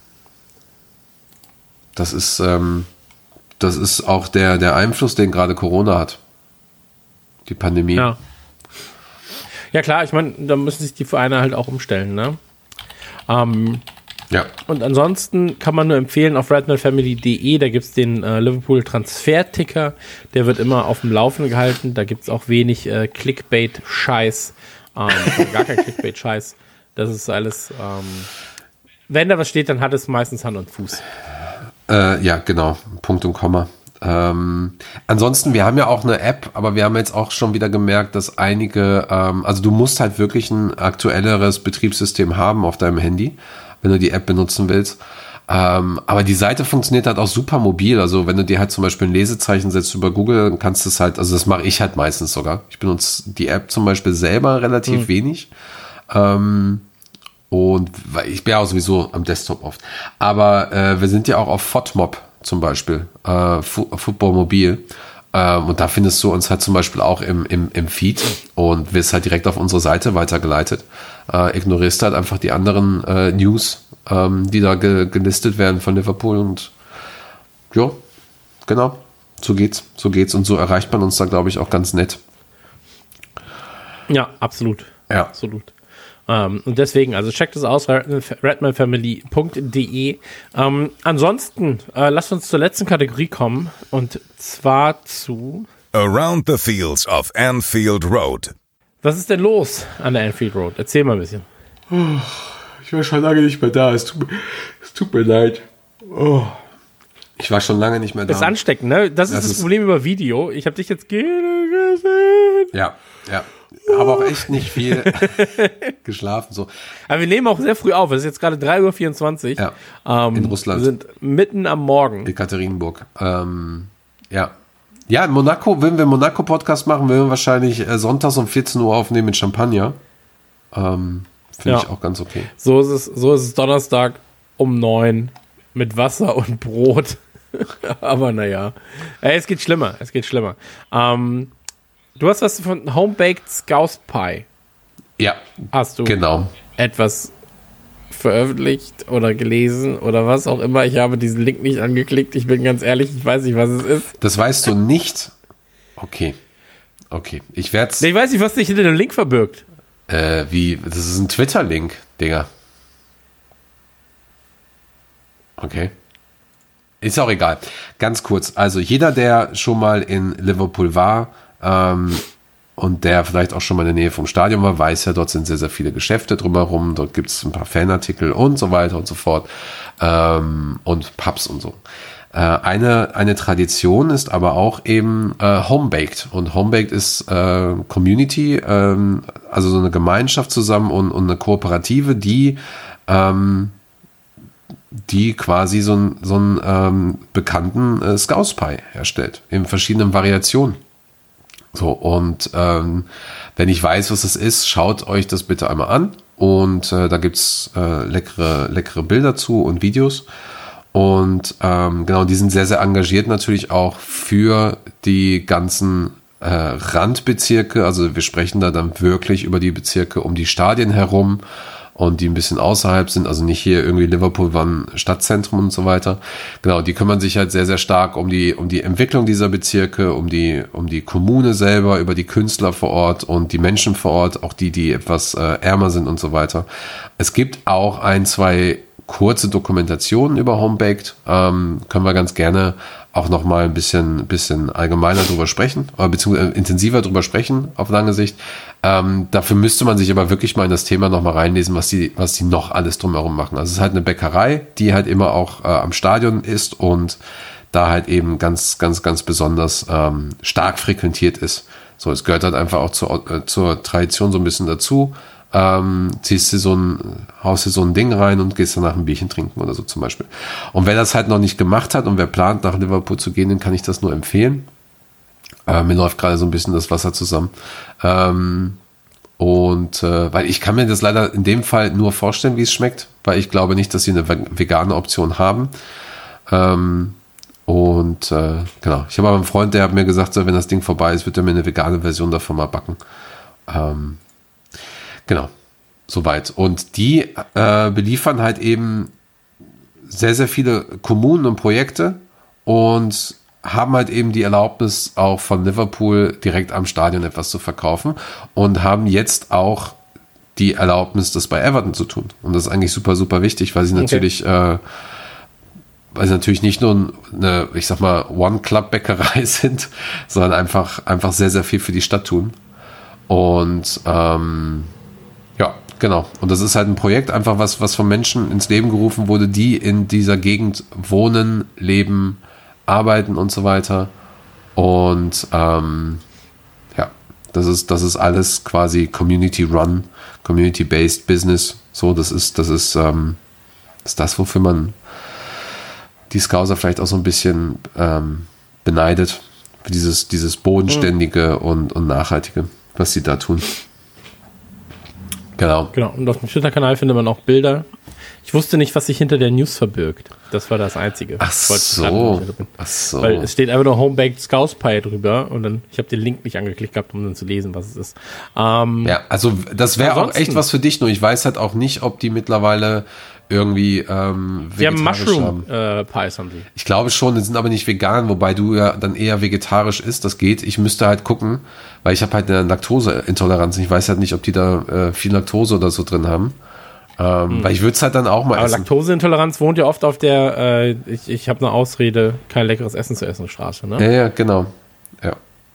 Speaker 4: Das ist, ähm, das ist auch der, der Einfluss, den gerade Corona hat. Die Pandemie.
Speaker 3: ja. Ja klar, ich meine, da müssen sich die Vereine halt auch umstellen, ne? Ähm,
Speaker 4: Ja.
Speaker 3: Und ansonsten kann man nur empfehlen, auf redman family punkt de, da gibt es den äh, Liverpool-Transfer-Ticker, der wird immer auf dem Laufenden gehalten, da gibt es auch wenig äh, Clickbait-Scheiß, ähm, gar kein Clickbait-Scheiß, das ist alles, ähm, wenn da was steht, dann hat es meistens Hand und Fuß.
Speaker 4: Äh, ja, genau. Punkt und Komma. Ähm, ansonsten, wir haben ja auch eine App, aber wir haben jetzt auch schon wieder gemerkt, dass einige, ähm, also du musst halt wirklich ein aktuelleres Betriebssystem haben auf deinem Handy, wenn du die App benutzen willst. Ähm, aber die Seite funktioniert halt auch super mobil. Also wenn du dir halt zum Beispiel ein Lesezeichen setzt über Google, dann kannst du es halt, also das mache ich halt meistens sogar. Ich benutze die App zum Beispiel selber relativ
Speaker 3: Mhm.
Speaker 4: wenig. Ähm, und weil ich bin ja auch sowieso am Desktop oft. Aber äh, wir sind ja auch auf FODMob zum Beispiel, äh, Fu- Football Mobil. Ähm, und da findest du uns halt zum Beispiel auch im, im, im Feed und wirst halt direkt auf unsere Seite weitergeleitet. Äh, ignorierst halt einfach die anderen äh, News, ähm, die da ge- gelistet werden von Liverpool und ja, genau, so geht's, so geht's und so erreicht man uns da, glaube ich, auch ganz nett.
Speaker 3: Ja, absolut.
Speaker 4: Ja.
Speaker 3: Absolut. Ähm, und deswegen, also checkt es aus, redmanfamily punkt de. Ähm, ansonsten, äh, lasst uns zur letzten Kategorie kommen, und zwar zu
Speaker 6: Around the Fields of Anfield Road.
Speaker 3: Was ist denn los an der Anfield Road? Erzähl mal ein bisschen.
Speaker 4: Ich war schon lange nicht mehr da. Es tut, es tut mir leid. Oh. Ich war schon lange nicht mehr da.
Speaker 3: Das ist ansteckend, ne? Das, das ist das ist Problem über Video. Ich habe dich jetzt gesehen.
Speaker 4: Ja, ja. Habe auch echt nicht viel geschlafen. So.
Speaker 3: Aber wir nehmen auch sehr früh auf. Es ist jetzt gerade drei Uhr vierundzwanzig.
Speaker 4: Ja,
Speaker 3: ähm,
Speaker 4: in Russland.
Speaker 3: Wir sind mitten am Morgen.
Speaker 4: Ekaterinburg. Ähm, ja. Ja, in Monaco, wenn wir einen Monaco-Podcast machen, werden wir wahrscheinlich äh, sonntags um vierzehn Uhr aufnehmen mit Champagner. Ähm, Finde
Speaker 3: Ja.
Speaker 4: ich auch ganz okay.
Speaker 3: So ist es, so ist es Donnerstag um neun mit Wasser und Brot. Aber naja. Ey, es geht schlimmer. Es geht schlimmer. Ähm, du hast was von Home-Baked Scouse Pie.
Speaker 4: Ja,
Speaker 3: Hast du
Speaker 4: genau.
Speaker 3: etwas veröffentlicht oder gelesen oder was auch immer? Ich habe diesen Link nicht angeklickt. Ich bin ganz ehrlich, ich weiß nicht, was es ist.
Speaker 4: Das weißt du nicht? Okay. Okay. Ich werde es.
Speaker 3: Ich weiß nicht, was sich hinter dem Link verbirgt.
Speaker 4: Äh, wie? Das ist ein Twitter-Link, Digga. Okay. Ist auch egal. Ganz kurz. Also jeder, der schon mal in Liverpool war, ähm, und der vielleicht auch schon mal in der Nähe vom Stadion war, weiß ja, dort sind sehr, sehr viele Geschäfte drumherum. Dort gibt es ein paar Fanartikel und so weiter und so fort. Ähm, und Pubs und so. Äh, eine, eine Tradition ist aber auch eben äh, Homebaked. Und Homebaked ist äh, Community, ähm, also so eine Gemeinschaft zusammen und, und eine Kooperative, die ähm, die quasi so einen so einen, ähm, bekannten äh, Scouse Pie herstellt. In verschiedenen Variationen. So, und ähm, wenn ich weiß, was es ist, schaut euch das bitte einmal an. Und äh, da gibt's äh, leckere, leckere Bilder zu und Videos. Und ähm, genau, die sind sehr, sehr engagiert natürlich auch für die ganzen äh, Randbezirke. Also wir sprechen da dann wirklich über die Bezirke um die Stadien herum und die ein bisschen außerhalb sind, also nicht hier irgendwie Liverpool war ein Stadtzentrum und so weiter. Genau, die kümmern sich halt sehr, sehr stark um die, um die Entwicklung dieser Bezirke, um die, um die Kommune selber, über die Künstler vor Ort und die Menschen vor Ort, auch die, die etwas äh, ärmer sind und so weiter. Es gibt auch ein, zwei kurze Dokumentationen über Homebaked, ähm, können wir ganz gerne auch noch mal ein bisschen, bisschen allgemeiner drüber sprechen, oder beziehungsweise intensiver drüber sprechen auf lange Sicht. Ähm, dafür müsste man sich aber wirklich mal in das Thema noch mal reinlesen, was die, was die noch alles drumherum machen. Also es ist halt eine Bäckerei, die halt immer auch äh, am Stadion ist und da halt eben ganz, ganz, ganz besonders ähm, stark frequentiert ist. So, es gehört halt einfach auch zur, äh, zur Tradition so ein bisschen dazu. Ähm, ziehst du so ein, haust dir so ein Ding rein und gehst danach ein Bierchen trinken oder so zum Beispiel. Und wer das halt noch nicht gemacht hat und wer plant, nach Liverpool zu gehen, dann kann ich das nur empfehlen. Äh, mir läuft gerade so ein bisschen das Wasser zusammen. Ähm, und äh, weil ich kann mir das leider in dem Fall nur vorstellen, wie es schmeckt, weil ich glaube nicht, dass sie eine vegane Option haben. Ähm, und äh, genau, ich habe aber einen Freund, der hat mir gesagt, so, wenn das Ding vorbei ist, wird er mir eine vegane Version davon mal backen. Ähm, Genau, soweit. Und die äh, beliefern halt eben sehr, sehr viele Kommunen und Projekte und haben halt eben die Erlaubnis auch von Liverpool direkt am Stadion etwas zu verkaufen und haben jetzt auch die Erlaubnis, das bei Everton zu tun. Und das ist eigentlich super, super wichtig, weil sie natürlich, okay. äh, weil sie natürlich nicht nur eine, ich sag mal, One-Club-Bäckerei sind, sondern einfach, einfach sehr, sehr viel für die Stadt tun. Und ähm, ja, genau. Und das ist halt ein Projekt, einfach was, was von Menschen ins Leben gerufen wurde, die in dieser Gegend wohnen, leben, arbeiten und so weiter. Und ähm, ja, das ist, das ist alles quasi Community-Run, Community-Based Business. So, das ist, das ist, ähm, das ist das, wofür man die Scouser vielleicht auch so ein bisschen ähm, beneidet. Für dieses, dieses Bodenständige und, und Nachhaltige, was sie da tun. Genau.
Speaker 3: Genau. Und auf dem Twitter-Kanal findet man auch Bilder. Ich wusste nicht, was sich hinter der News verbirgt. Das war das Einzige.
Speaker 4: Ach so. Ach so.
Speaker 3: Weil es steht einfach nur Home-Baked Scouse Pie drüber und dann, ich habe den Link nicht angeklickt gehabt, um dann zu lesen, was es ist. Ähm,
Speaker 4: ja, also das wäre auch echt was für dich, nur ich weiß halt auch nicht, ob die mittlerweile irgendwie ähm,
Speaker 3: Die haben
Speaker 4: vegetarisch
Speaker 3: Mushroom äh, Pies, haben sie.
Speaker 4: Ich glaube schon, die sind aber nicht vegan, wobei du ja dann eher vegetarisch isst, das geht. Ich müsste halt gucken, weil ich habe halt eine Laktoseintoleranz. Ich weiß halt nicht, ob die da äh, viel Laktose oder so drin haben. Ähm, hm. Weil ich würde es halt dann auch mal
Speaker 3: aber
Speaker 4: essen.
Speaker 3: Laktoseintoleranz wohnt ja oft auf der, äh, ich, ich habe eine Ausrede, kein leckeres Essen zu essen Straße, ne?
Speaker 4: Ja, ja, genau. Ja.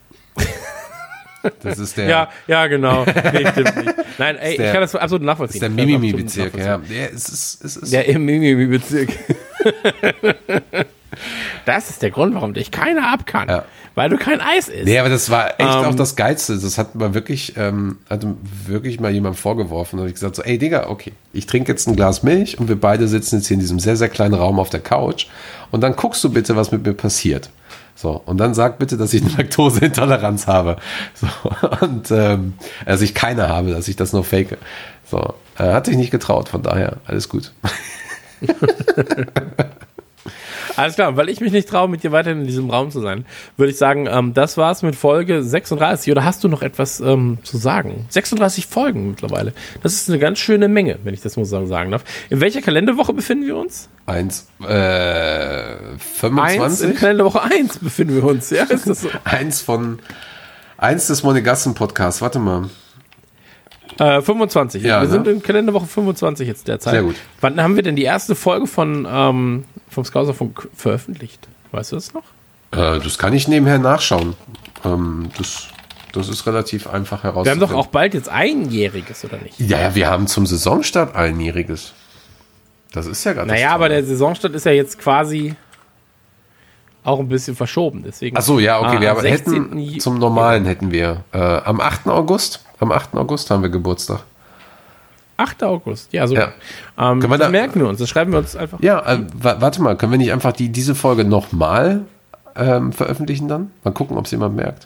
Speaker 4: Das ist der,
Speaker 3: ja, ja, genau. Nee, stimmt nicht. Nein, ey,
Speaker 4: der,
Speaker 3: ich kann das absolut nachvollziehen.
Speaker 4: Das ist der Mimimi-Bezirk, ja. ja es ist, es ist
Speaker 3: der im Mimimi-Bezirk. Das ist der Grund, warum dich keiner ab kann.
Speaker 4: Ja.
Speaker 3: Weil du kein Eis isst.
Speaker 4: Nee, aber das war echt
Speaker 3: ähm,
Speaker 4: auch das Geilste. Das hat mal wirklich, ähm, hat wirklich mal jemand vorgeworfen. Da habe ich gesagt so, ey Digga, okay, ich trinke jetzt ein Glas Milch und wir beide sitzen jetzt hier in diesem sehr, sehr kleinen Raum auf der Couch und dann guckst du bitte, was mit mir passiert. So, und dann sag bitte, dass ich eine Laktoseintoleranz habe. So, und ähm, also ich keine habe, dass ich das nur fake. So, äh, hat sich nicht getraut, von daher alles gut.
Speaker 3: Alles klar, weil ich mich nicht traue, mit dir weiterhin in diesem Raum zu sein, würde ich sagen, ähm, das war's mit Folge sechsunddreißig. Oder hast du noch etwas ähm, zu sagen? sechsunddreißig Folgen mittlerweile. Das ist eine ganz schöne Menge, wenn ich das mal so sagen darf. In welcher Kalenderwoche befinden wir uns?
Speaker 4: Eins, äh, fünfundzwanzig?
Speaker 3: Eins, in Kalenderwoche eins befinden wir uns, ja, ist das so?
Speaker 4: Eins von, eins des Monegassen-Podcasts, warte mal.
Speaker 3: Äh, fünfundzwanzig.
Speaker 4: Ja,
Speaker 3: wir
Speaker 4: ne?
Speaker 3: sind in Kalenderwoche fünfundzwanzig jetzt derzeit.
Speaker 4: Sehr gut.
Speaker 3: Wann haben wir denn die erste Folge von ähm, vom Scouserfunk veröffentlicht? Weißt du das noch?
Speaker 4: Äh, das kann ich nebenher nachschauen. Ähm, das, das ist relativ einfach herauszufinden.
Speaker 3: Wir haben doch auch bald jetzt Einjähriges, oder nicht?
Speaker 4: Ja, ja, wir haben zum Saisonstart Einjähriges. Das ist ja gerade.
Speaker 3: Naja, aber der Saisonstart ist ja jetzt quasi auch ein bisschen verschoben. Deswegen.
Speaker 4: Ach so, ja, okay.
Speaker 3: Ah,
Speaker 4: wir
Speaker 3: am
Speaker 4: aber hätten,
Speaker 3: sechzehnten
Speaker 4: zum Normalen hätten wir äh, am achten August. Am achten August haben wir Geburtstag.
Speaker 3: achter August, ja, so.
Speaker 4: Ja.
Speaker 3: Ähm,
Speaker 4: Können wir
Speaker 3: das
Speaker 4: da-
Speaker 3: merken wir uns, das schreiben wir uns einfach.
Speaker 4: Ja, äh, wa- warte mal, können wir nicht einfach die, diese Folge nochmal ähm, veröffentlichen dann? Mal gucken, ob es jemand merkt.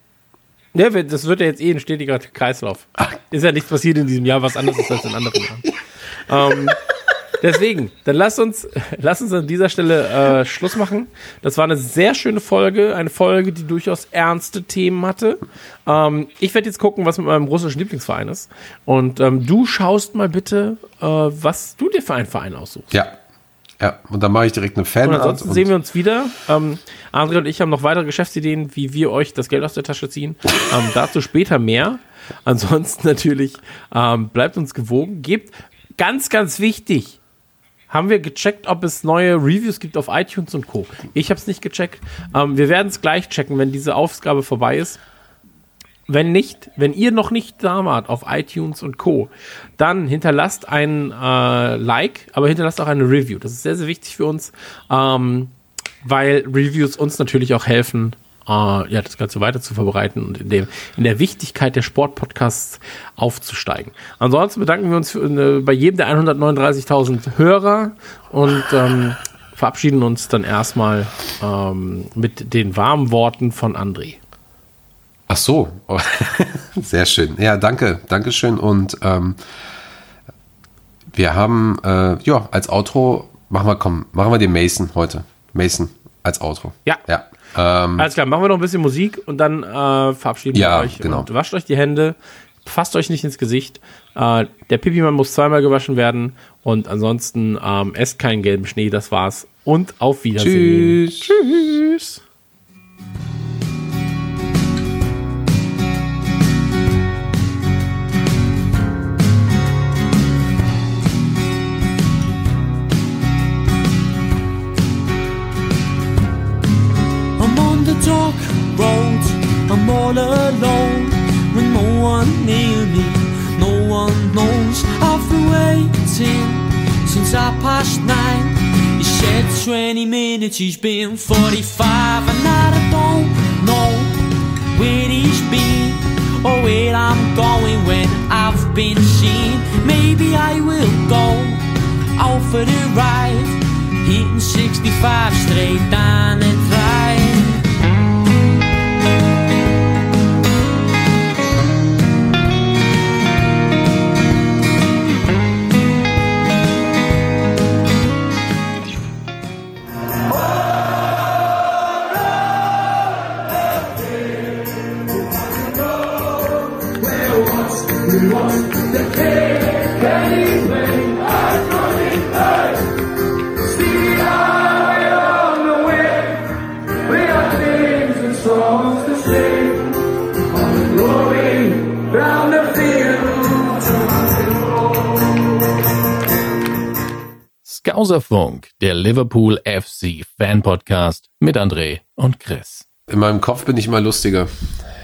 Speaker 3: Ja, wir- das wird ja jetzt eh ein stetiger Kreislauf. Ist ja nichts passiert in diesem Jahr, was anders ist als in anderen Jahren. ähm, deswegen, dann lass uns, lass uns an dieser Stelle äh, Schluss machen. Das war eine sehr schöne Folge, eine Folge, die durchaus ernste Themen hatte. Ähm, ich werde jetzt gucken, was mit meinem russischen Lieblingsverein ist. Und ähm, du schaust mal bitte, äh, was du dir für einen Verein aussuchst.
Speaker 4: Ja. Ja, und dann mache ich direkt eine Fan.
Speaker 3: Und ansonsten sehen wir uns wieder. Ähm, André und ich haben noch weitere Geschäftsideen, wie wir euch das Geld aus der Tasche ziehen. Ähm, dazu später mehr. Ansonsten natürlich ähm, bleibt uns gewogen. Gebt, ganz, ganz wichtig, haben wir gecheckt, ob es neue Reviews gibt auf iTunes und Co. Ich habe es nicht gecheckt. Ähm, wir werden es gleich checken, wenn diese Aufgabe vorbei ist. Wenn nicht, wenn ihr noch nicht da wart auf iTunes und Co., dann hinterlasst ein äh, Like, aber hinterlasst auch eine Review. Das ist sehr, sehr wichtig für uns, ähm, weil Reviews uns natürlich auch helfen, äh, ja, das Ganze weiter zu verbreiten und in, dem, in der Wichtigkeit der Sportpodcasts aufzusteigen. Ansonsten bedanken wir uns für, äh, bei jedem der hundertneununddreißigtausend Hörer und ähm, verabschieden uns dann erstmal ähm, mit den warmen Worten von André.
Speaker 4: Ach so, oh. Sehr schön. Ja, danke, danke schön. Und ähm, wir haben, äh, ja, als Outro, machen wir, komm, machen wir den Mason heute. Mason als Outro.
Speaker 3: Ja.
Speaker 4: Ja. Ähm,
Speaker 3: Alles klar, machen wir noch ein bisschen Musik und dann äh, verabschieden
Speaker 4: Ja,
Speaker 3: wir euch.
Speaker 4: genau.
Speaker 3: Und wascht euch die Hände, fasst euch nicht ins Gesicht. Äh, der Pipi-Mann muss zweimal gewaschen werden und ansonsten ähm, esst keinen gelben Schnee, das war's. Und auf Wiedersehen.
Speaker 4: Tschüss.
Speaker 3: Tschüss.
Speaker 1: I'm on the dark road, I'm all alone with no one near me, no one knows. I've been waiting since I passed nine. He said twenty minutes, he's been forty-five, and I don't know where he's been or where I'm going when I've been seen. Maybe I will go out for the ride, hitting sixty-five straight down the drive.
Speaker 7: We want the king, can he play? I'm running
Speaker 2: Skauserfunk, der Liverpool F C Fan Podcast mit André und Chris.
Speaker 4: In meinem Kopf bin ich immer lustiger.